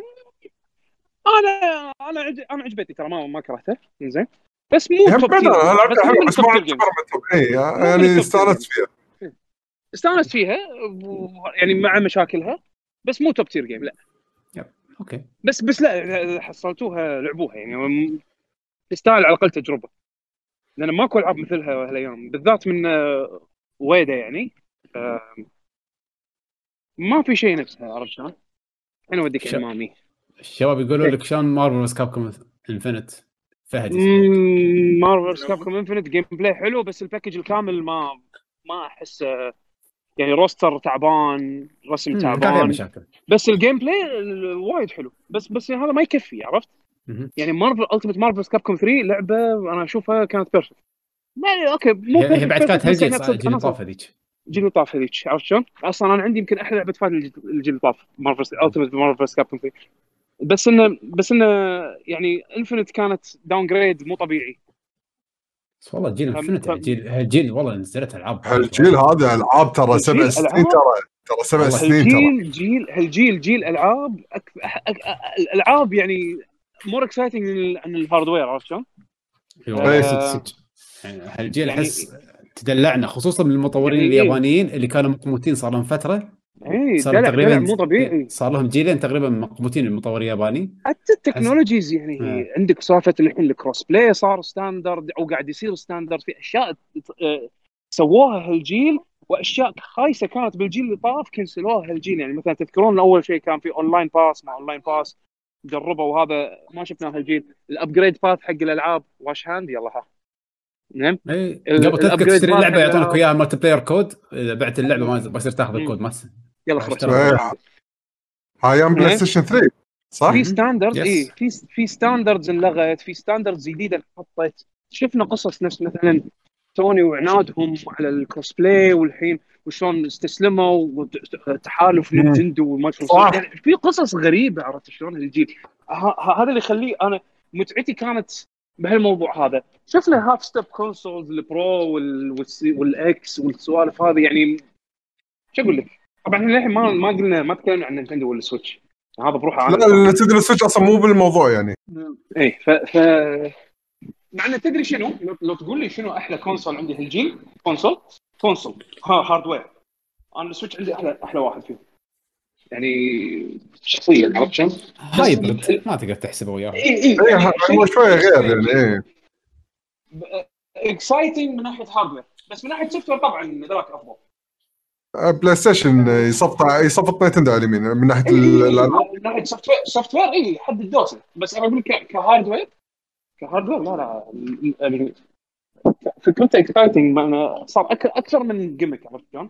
انا عجبتني ترى ما كرهته زين بس مو توب تير بس ما يعني استانست فيها يعني مع مشاكلها بس مو توب تير جيم لا اوكي بس لا حصلتوها لعبوها يعني تستاهل على الاقل تجربه لان ماكو العاب مثلها هالايام بالذات من ويدا يعني ما في شيء نفسها عرفت شلون؟ انا وديك امامي الشباب يقولوا لك شلون مارفل كابكوم انفينيت فهد مارفل كابكوم انفينيت جيم بلاي حلو بس الباكج الكامل ما احس يعني روستر تعبان رسم تعبان مشاكل. بس الجيم بلاي وايد حلو بس هذا ما يكفي عرفت يعني مارفل التيمت مارفل كابكوم 3 لعبه انا اشوفها كانت بيرفكت. ما اوكي مو هي بعد كانت هالجيل الجيل اللي طاف هذيك. الجيل اللي طاف هذيك، عرفت شلون؟ اصلا انا عندي يمكن احلى لعبه فات الجيل اللي طاف مارفل التيمت مارفل كابكوم 3. بس انه يعني انفنت كانت داون جريد مو طبيعي. بس والله جيل انفنت هالجيل والله نزلت العاب. هالجيل هذا العاب ترى 7 سنين، ترى 7 سنين ترى. جيل العاب الالعاب يعني مور اكسايتنج عن الهاردوير، عرفت شلون؟ يعني هالجيل احس تدلعنا خصوصا من المطورين اليابانيين اللي كانوا مقموتين صار لهم فتره. صار تقريبا مو طبيعي، صار لهم جيلين تقريبا مقموتين المطور الياباني. حتى التكنولوجيز يعني عندك سالفه الحين الكروس بلاي صار ستاندرد او قاعد يصير ستاندرد في اشياء سووها هالجيل، واشياء خايسه كانت بالجيل اللي طاف كنسلوها هالجيل. يعني مثلا تذكرون اول شيء كان في اونلاين باس، مع اونلاين باس جربوا وهذا ما شفناه هالجيل. الابجريد باث حق الالعاب واش هاند يلا ها نعم قبل تذكر تشتري اللعبه يعطونك اياها مالتي بلاير كود، اذا بعت اللعبه ما بصير تاخذ الكود ما يلا خلاص. هاي ام بلاي ستيشن 3 صح؟ في ستاندرد في ستاندردز انلغت، في ستاندردز جديده انحطت. شفنا قصص نفس مثلا سوني وعنادهم على الكروس بلاي، والحين وشلون استسلموا وتحالف نينتندو ومايكروسوفت. يعني في قصص غريبه، عرفت شلون الجيل هذا اللي يخليه انا متعتي كانت بهالموضوع هذا. شفنا هاف ستيب كونسولز البرو والاكس والسوالف هذه. يعني شو اقول لك، طبعا الحين ما قلنا ما تكلمنا عن نينتندو ولا سويتش، هذا بروحه. لا تدري السويتش اصلا مو بالموضوع يعني. اي مع ان تدري شنو، لو تقول لي شنو احلى كونسول عندي هالجيل، كونسول هاردوير، انا السويتش عندي احلى واحد فيهم يعني شخصيا، عرفت شلون؟ هايبرد ما تقدر تحسبه وياه. هو شويه غير يعني اكسايتنج من ناحيه هاردوير، بس من ناحيه سوفت وير طبعا ذاك افضل. بلاي ستيشن يصفط نينتندو على اليمين من ناحيه من ناحيه سوفت وير حد الدوسه. بس انا اقول كهاردوير لا يعني فكرته اكسايتنج، صار اكثر من جيمك، عرفت شلون؟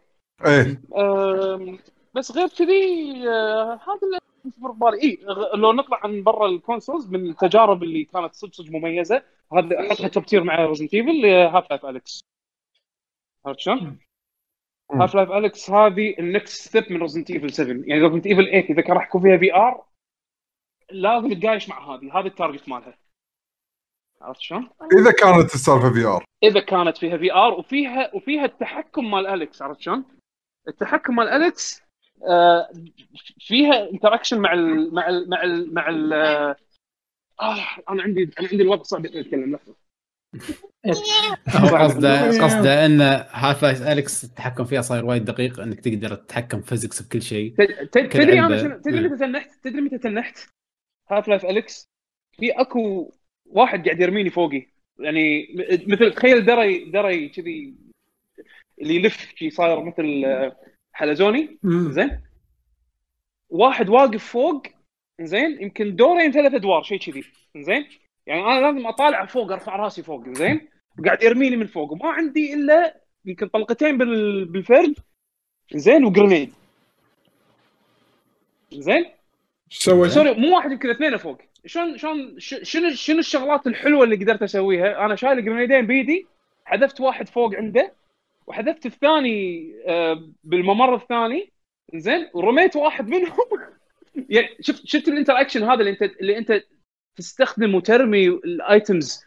بس غير كذي هذا اللي في بالي. لو نطلع عن برا الكونسولز من التجارب اللي كانت صدق مميزه، هذا احطها توب تير مع ريزنت ايفل هاف لايف اليكس، عرفت شلون؟ هاف لايف اليكس هذه النكست ستيب من ريزنت ايفل 7. يعني ريزنت ايفل 8 اذا كان راح يكون فيها في ار لازم تقايش مع هذا التارجت مالها، عرفت شلون؟ اذا كانت السالفه في ار، اذا كانت فيها في ار وفيها التحكم مال اليكس، عرفت شلون؟ التحكم مال اليكس فيها انتراكشن مع ال انا عندي الوضع صعب اتكلم لحظه. قصده ان هاف لايف اليكس التحكم فيها صاير وايد دقيق، انك تقدر تتحكم فيزكس بكل شيء. تدري انا تدري متى تنحت هاف لايف اليكس؟ في اكو واحد قاعد يرميني فوقي، يعني مثل تخيل دري كذي اللي يلف شيء صاير مثل حلزوني، زين واحد واقف فوق، زين يمكن دورين 3 ادوار شيء كذي، زين يعني انا لازم اطالع فوق، ارفع راسي فوق، زين وقاعد يرميني من فوق، وما عندي الا يمكن طلقتين بالفرد، زين وجرنيد، زين سوي سوري مو واحد يمكن 2 فوق. شنو الشغلات الحلوه اللي قدرت اسويها؟ انا شايل جرنيدين بيدي، حذفت واحد فوق عنده وحذفت الثاني بالممر الثاني، زين ورميت واحد منهم. يعني شفت الانتراكشن هذا اللي انت تستخدم وترمي الايتمز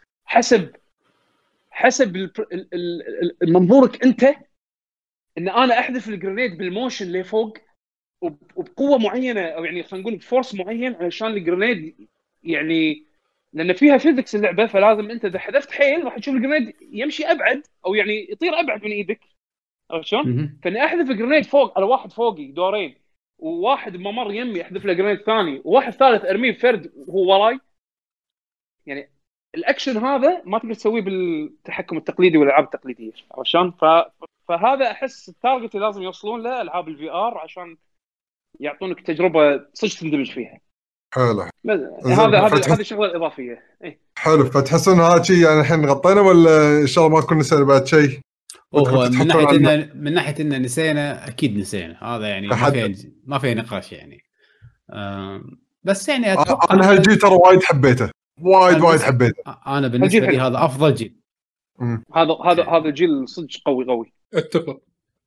حسب منظورك انت، ان انا احذف الجرينيد بالموشن اللي فوق وبقوه معينه، او يعني خلينا نقول بفورس معين علشان الجرينيد، يعني لان فيها فيزكس اللعبه، فلازم انت اذا حذفت حيل راح تشوف الجرينيد يمشي ابعد او يعني يطير ابعد من ايدك، عرفت شلون؟ فاني احذف الجرينيد فوق على واحد فوقي دورين، وواحد بممر يمي احذف له جرينيد ثاني، وواحد ثالث ارميه بفرد وهو وراي. يعني الاكشن هذا ما تقدر تسويه بالتحكم التقليدي والالعاب التقليديه، عرفت شلون؟ فهذا احس التارجت اللي لازم يوصلون له العاب الفي ار عشان يعطونك تجربه صدق تندمج فيها. حلو. هذا الشغله الاضافيه. حلو. فتحسون هذا شيء يعني الحين غطينا، ولا ان شاء الله ما كنا نسينا بعد شيء؟ هو من ناحيه ان نسينا، اكيد نسينا، هذا يعني ما في نقاش يعني. بس يعني انا هالجي ترى وايد حبيته وايد حبيته. انا بالنسبه لي هذا افضل جيل. هذا جيل صدق قوي. اتفق.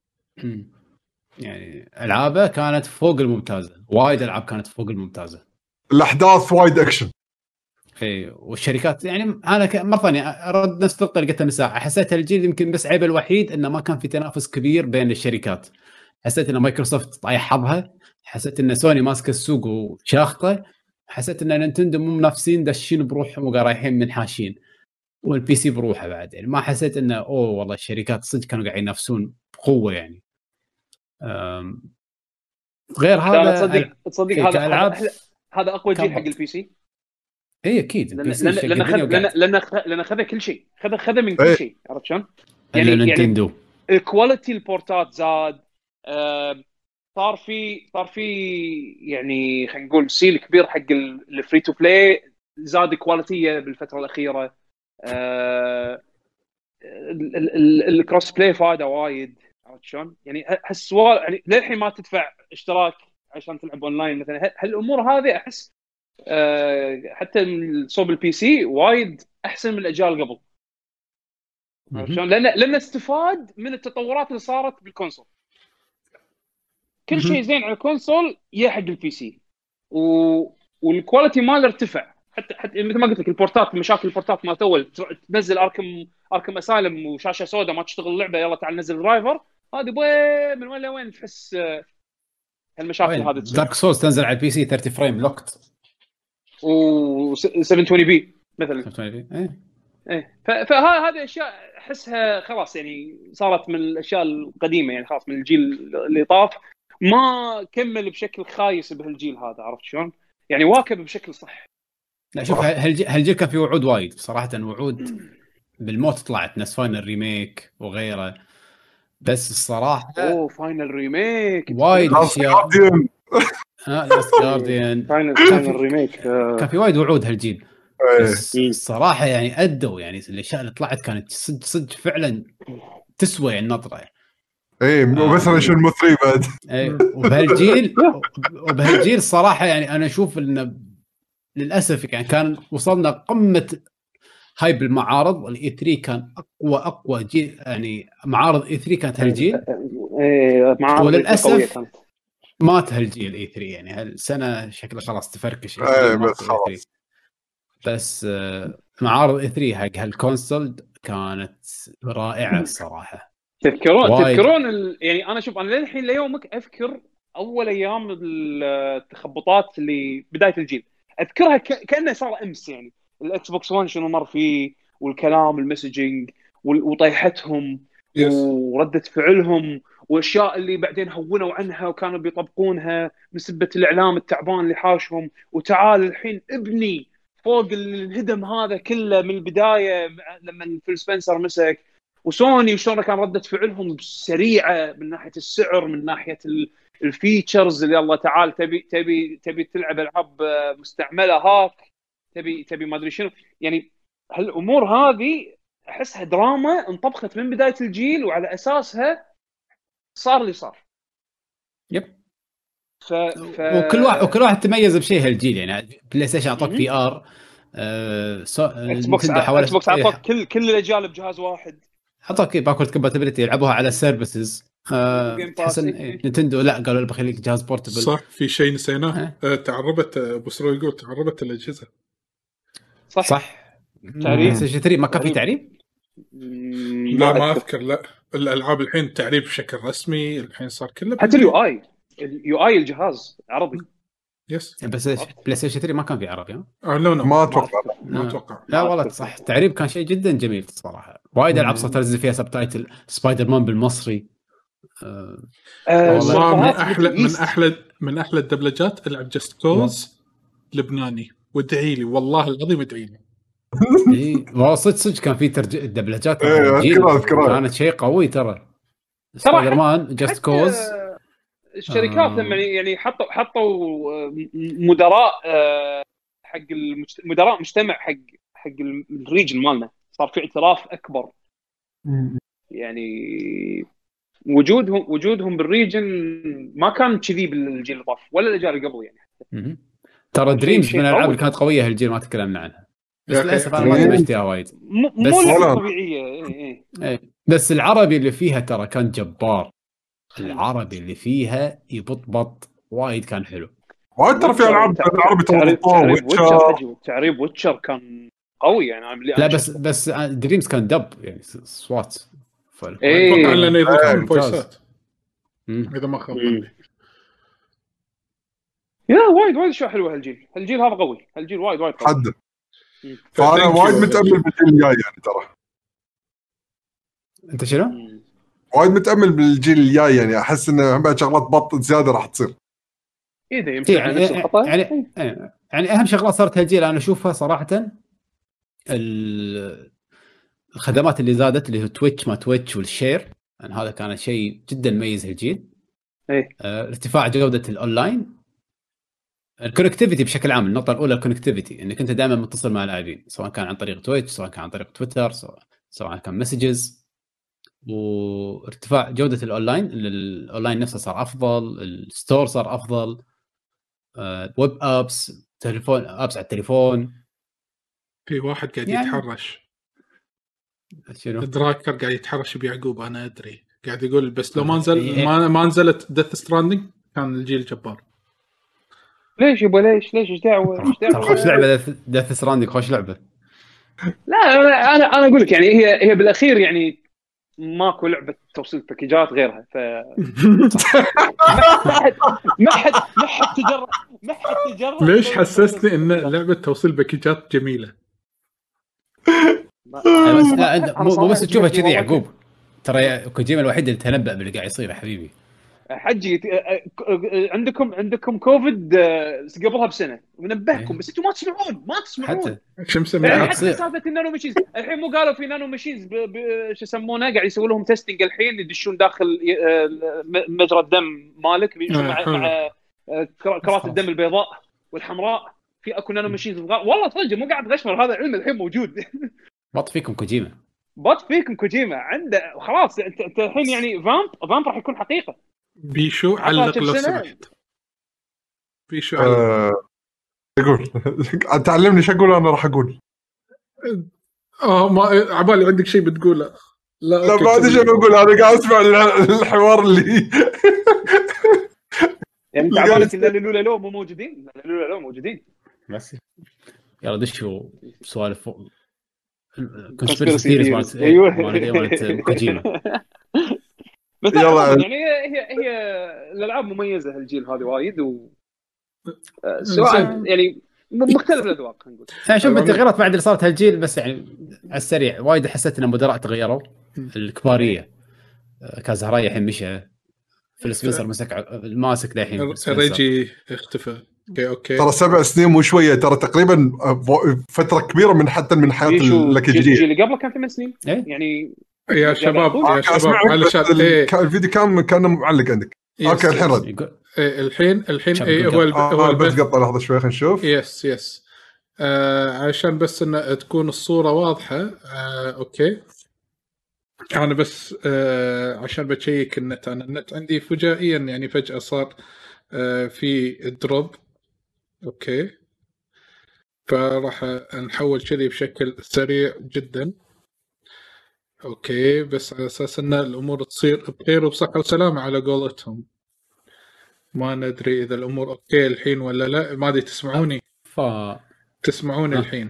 يعني العابه كانت فوق الممتازه، وايد العاب كانت فوق الممتازه، الاحداث وايد اكشن. اي والشركات يعني انا مره ثانيه ارد نفس النقطه اللي قلتها من ساعه. حسيت الجيل يمكن بس عيبه الوحيد انه ما كان في تنافس كبير بين الشركات. حسيت ان مايكروسوفت طايح حظها، حسيت ان سوني ماسكه السوق وشاخطه، حسيت ان نينتندو مو منافسين داشين بروحهم ورايحين منحاشين، والبي سي بروحه بعد. يعني ما حسيت انه اوه والله الشركات صدق كانوا قاعدين ينافسون بقوه يعني. غير هذا تصدق هذا اقوى جيل حق البي سي. اي اكيد البي سي لان اخذ كل شيء، خذ من كل شيء، عرفت شلون؟ يعني نينتندو الكواليتي البورتات زاد، صار في يعني خلينا نقول سيل كبير حق الفري تو بلاي، زاد كواليتيه بالفتره الاخيره. الكروس بلاي فايده وايد، عرفت شلون؟ يعني هالسؤال يعني للحين ما تدفع اشتراك عشان تلعب اونلاين مثلا. هالامور هذه احس حتى صوب البي سي وايد احسن من الاجيال قبل، عرفت شلون؟ لان استفاد من التطورات اللي صارت بالكونسول. كل شيء زين على الكونسول يحق البي سي، والكواليتي ماله ارتفع. حتى مثل ما قلت لك البورتات، مشاكل البورتات مالت اول تنزل اركم اسايلم وشاشه سوداء ما تشتغل اللعبه، يلا تعال نزل درايفر، هذه من وين لوين تحس هالمشاكل هذه تصير. دارك سولز تنزل على البي سي 30 فريم لوكت و 720 بي مثلا. 720 ايه فهذه اشياء احسها خلاص يعني صارت من الاشياء القديمه، يعني خلاص من الجيل اللي طاف، ما كمل بشكل خايس بهالجيل هذا، عرفت شلون؟ يعني واكب بشكل صح. لا شوف هالجيل كان فيه وعود وايد بصراحه، وعود بالموت طلعت، ناس فاينل ريميك وغيره، بس الصراحه فاينل ريميك وايد اشياء. لاست جارديان فاينل ريميك كان في وايد وعود هالجيل، بس الصراحه يعني ادوا. يعني الاشياء اللي طلعت كانت صدق فعلا تسوى النظره. ايه بس انا شو المثري بعد. وبهالجيل الصراحه يعني انا اشوف انه للاسف يعني كان وصلنا قمه هايب المعارض، والاي 3 كان اقوى جيل. يعني معارض اي 3 كانت هالجيل، معارض وللاسف مات هالجيل اي 3. يعني هالسنه شكله خلاص تفركش بس معارض اي 3 حق هالكونسول كانت رائعه الصراحه. تذكرون يعني انا شوف، انا للحين ليومك اذكر اول ايام التخبطات اللي بدايه الجيل، اذكرها كانه صار امس. يعني الاكس بوكس 1 شنو مر فيه، والكلام المسجنج وطيحتهم وردة فعلهم، واشياء اللي بعدين هونوا عنها وكانوا بيطبقونها بسبة الاعلام التعبان اللي حاشهم. وتعال الحين ابني فوق الهدم هذا كله من البدايه لما فيل سبنسر مسك، وسوني وشلون كان ردة فعلهم سريعه من ناحيه السعر، من ناحيه الفيتشرز اللي الله تعال تبي تلعب العاب مستعمله هاك، تبي ما ادري شنو. يعني هالامور هذه احسها دراما انطبخت من بدايه الجيل، وعلى اساسها صار اللي صار. يب. وكل واحد تميز بشيء هالجيل. يعني بلاي ستيشن اعطاك في ار، اكس بوكس اعطاك كل الاجيال بجهاز واحد، اعطاك باكورد كومباتيبلتي يلعبوها على سيرفيسز. تحسن نينتندو لا قالوا بخليك جهاز بورتبل. صح، في شيء نسيناه. تعربت ابو سرو يقول تعربت الاجهزه. صح. تعريب بلاي ستيشن 3 ما كان في تعريب. لا ما اذكر. لا الالعاب الحين تعريب بشكل رسمي الحين صار كله. حتى اليو اي الجهاز عربي. يس. بس بلاي ستيشن 3 ما كان في عربي. لا ما اتوقع. لا والله صح. التعريب كان شيء جدا جميل صراحه. وايد العاب صارت تنزل فيها سبتايتل. سبايدر مان بالمصري. والله من احلى الدبلجات. العب جست كوز لبناني وادعي لي والله العظيم ادعي لي. اي والله صدق كان في الدبلجات كانت شيء قوي ترى. سبايدر مان جست كوز. الشركات لما يعني حطوا مدراء حق مدراء مجتمع حق الريجن مالنا، صار في اعتراف اكبر. يعني وجودهم بالريجن ما كان كذي بالجيل اللي طاف ولا الاجيال اللي قبل. يعني ترى دريمز من الالعاب اللي كانت قويه هالجيل ما تكلمنا عنها. بس يا أخي، للاسف انا ما تبشتها وايد. مو بس- اللعبه الطبيعيه. إيه. إيه. بس العربي اللي فيها ترى كان جبار. العربي اللي فيها يبطبط وايد كان حلو. وايد ترى في العاب عربي تعريب تضبطوها ويتشر حجي، تعريب ويتشر كان قوي يعني. لا بس دريمز كان دب يعني صوات. إيه. اتوقع لانه يضيفون ممتاز. فويسات اذا ما خاب ظني. يا وايد اشياء حلوه هالجيل هذا قوي، هالجيل وايد قوي. حد. فانا Thank وايد you. متامل بالجيل الجاي يعني ترى انت شنو؟ وايد متامل بالجيل الجاي يعني احس انه بعد شغلات بط زياده راح تصير. اذا يمشي على نفس الخطا يعني اهم شغلات صارت هالجيل انا اشوفها صراحه الخدمات اللي زادت اللي هو تويتش ما تويتش والشير، يعني هذا كان شيء جدا مميز هالجيل. ارتفاع جوده الاونلاين، الكونكتيفيتي بشكل عام. النقطه الاولى الكونكتيفيتي، انك انت دائما متصل مع اللاعبين سواء كان عن طريق تويتش سواء كان عن طريق تويتر سواء كان مسجز. وارتفاع جوده الاونلاين نفسه صار افضل، الستور صار افضل، ويب ابس، تليفون ابس على التليفون. في واحد قاعد يعني- يتحرش شنو؟ دراكر قاعد يتحرش بيعقوب، انا ادري قاعد يقول بس لو إيه. ما نزلت ديث ستراندنج كان الجيل جبار. ليش يبا ليش ايش دعوه ترى خوش لعبه ديث ستراندنج، خوش لعبه. لا انا اقول لك يعني هي بالاخير يعني ماكو لعبه توصيل باكيجات غيرها. ف ما حد تجرب ليش حسسني ان لعبه توصيل باكيجات جميله؟ مو بس تشوفها كذي يعقوب، ترى كوجيما الوحيد اللي تنبأ باللي قاعد يصير يا حبيبي. حجي عندكم كوفيد قبلها بسنه ونبهكم، بس انتم ما تسمعون. حتى شو مسميها؟ حتى سالفه النانو ماشينز الحين مو قالوا في نانو ماشينز شو يسمونه، قاعد يسوي لهم تيستنج الحين، يدشون داخل مجرى الدم مالك مع كرات الدم البيضاء والحمراء في اكو نانو ماشينز والله صدق مو قاعد غشمر، هذا علم الحين موجود. بط فيكم كوجيما عنده خلاص. انت الحين يعني فامب راح يكون حقيقه. بيشو علق لو سمحت. بيشو علق. يقول تعلمني شو اقول، انا راح اقول ما عبالي عندك شيء بتقوله. لا ما ادري شو بقول، انا قاعد اسمع الحوار اللي يعني انت عبالك الا لو مو موجودين. لو موجودين بس يلا دشوا سوالف كونسبيرسي ثيريز مالت كوجيما. بس يعني هي الالعاب مميزه هالجيل هذه وايد سواء يعني مختلف الاذواق خلينا نقول. انا اشوف التغييرات بعد اللي صارت هالجيل، بس يعني على السريع وايد حسيت ان المدراء تغيروا. الكباريه كازهرايا الحين مشى، فيل سبنسر ماسك الحين، ريجي اختفى. اوكي ترى 7 سنين مو شويه، ترى تقريبا فتره كبيره من حياه لك الجديد. اللي قبله كان 8 سنين يعني. يا شباب علشان الفيديو كان معلق عندك. اوكي الحين رد. الحين هو البث قطع لحظه شوي خلينا نشوف. يس عشان بس ان تكون الصوره واضحه. اوكي انا بس عشان بتشيك النت. انا النت عندي فجائيا يعني فجاه صار في دروب. اوكي فراح نحول كذي بشكل سريع جدا. اوكي بس على اساس ان الامور تصير بخير وبصحه وسلامه على قولتهم. ما ندري اذا الامور اوكي الحين ولا لا. ما ادري تسمعوني؟ تسمعوني الحين؟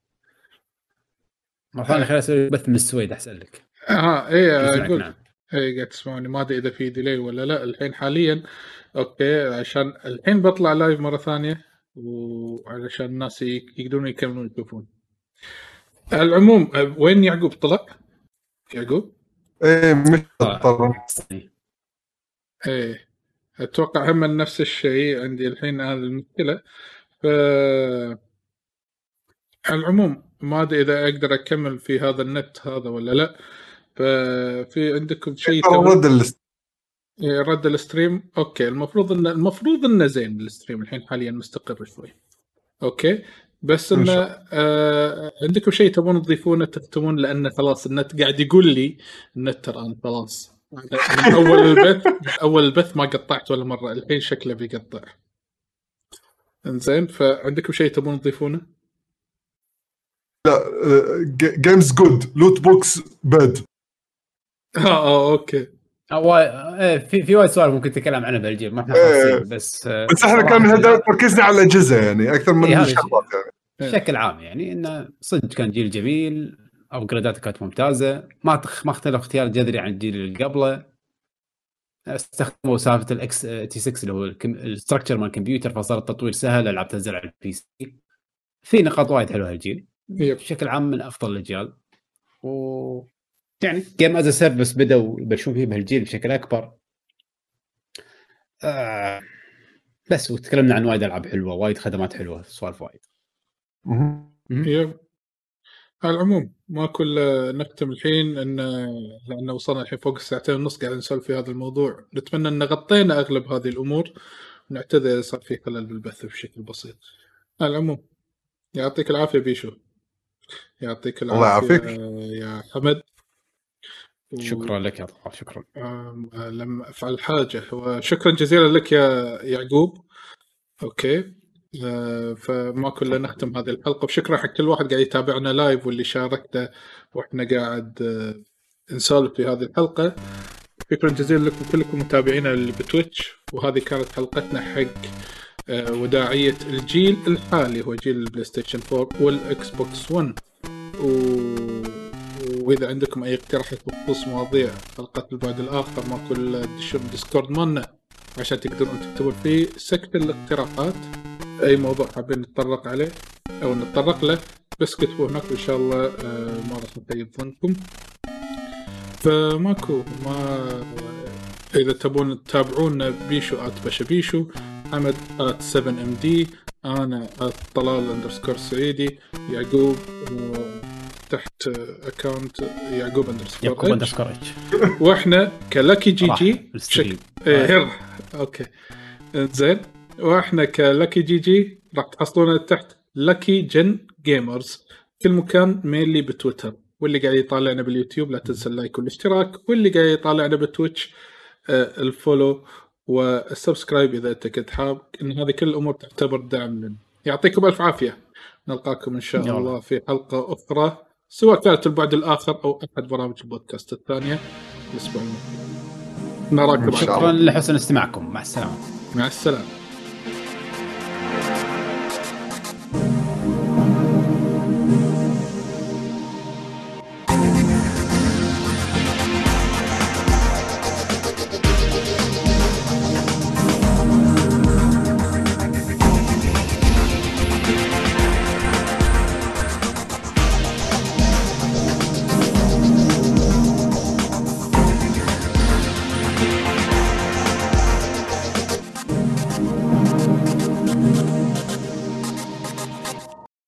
مرة ثانية خليني اسوي بث من السويد احسن لك. اقول نعم. قاعد تسمعوني؟ ما ادري اذا في ديلي ولا لا الحين حاليا. اوكي عشان الحين بطلع لايف مرة ثانية وعلشان الناس يقدرون يكملون يشوفون. العموم وين يعقوب طلع؟ يعقوب مش اتوقع هم نفس الشيء عندي الحين هذه المشكلة. العموم ما ادري اذا اقدر اكمل في هذا النت هذا ولا لا. ففي عندكم شيء رد الستريم؟ اوكي المفروض انه زين الستريم الحين حاليا مستقر شوي. اوكي بس انه عندكم شيء تبون تضيفونه تختمون؟ لان خلاص النت قاعد يقول لي النت ترى انا خلاص من اول البث ما قطعت ولا مره، الحين شكله بيقطع. انزين فعندكم شيء تبون تضيفونه؟ لا جيمز جود لوت بوكس باد. اوكي. في وايد سؤال ممكن نتكلم عنه بهالجيل ما احنا خاصين بس احنا كان هذا تركيزنا على الاجهزه يعني اكثر من الشغلات يعني بشكل عام يعني انه صدق كان جيل جميل، ابجريداته كانت ممتازه، ما اختلف اختيار جذري عن الجيل اللي قبله. استخدموا سالفه الاكس تي 6 اللي هو الستراكشر مال الكمبيوتر، فصار التطوير سهل، العاب تنزل على البي سي. في نقاط وايد حلوه هالجيل بشكل عام من افضل الاجيال. و يعني جيم از سيرفيس بدأوا يبلشون فيه بهالجيل بشكل اكبر. بس وتكلمنا عن وايد العاب حلوه، وايد خدمات حلوه، سوالف وايد. على العموم ما كل نختم الحين ان لانه وصلنا الحين فوق الساعتين ونص قاعد نسولف في هذا الموضوع. نتمنى ان غطينا اغلب هذه الامور، ونعتذر اذا صار في خلل بالبث بشكل بسيط. على العموم يعطيك العافيه بيشو، يعطيك العافيه يا حمد. شكرا لك يا طه، شكرا. لما افعل حاجه وشكرا جزيلا لك يا يعقوب. اوكي فما كنا نختم هذه الحلقه بشكرا حق كل واحد قاعد يتابعنا لايف واللي شاركنا واحنا قاعد نسولف في هذه الحلقه. شكرا جزيلا لكم كلكم متابعينا اللي بتويتش. وهذه كانت حلقتنا حق وداعيه الجيل الحالي هو جيل البلاي ستيشن 4 والاكس بوكس 1. واذا عندكم اي اقتراحات بخصوص مواضيع حلقات البعد الاخر ما كل تدشون ديسكورد مالنا عشان تقدرون تكتبون فيه سكت الاقتراحات اي موضوع حابين نتطرق عليه او نتطرق له، بس كتبوه هناك ان شاء الله ما راح نخيب ظنكم. فماكو ما اذا تبون تتابعونا بيشو @بشبيشو، حمد @7md، انا @طلال_سعيدي، يعقوب تحت اكاونت يعقوب _اتش، واحنا كلاكي جي جي اوكي زين، واحنا كلاكي جي جي راح تحصلونا تحت لاكي جن جيمرز في المكان مينلي بتويتر. واللي قاعد يطالعنا باليوتيوب لا تنسى اللايك والاشتراك، واللي قاعد يطالعنا بتويتش الفولو والسبسكرايب اذا انت كنت حاب. ان هذه كل الامور تعتبر دعم لنا. يعطيكم الف عافيه، نلقاكم ان شاء الله في حلقه اخرى سواء كانت البعد الاخر او احد برامج البودكاست الثانيه الاسبوع المقبل. نراكم. شكرا لحسن استماعكم، مع السلامه. مع السلامه.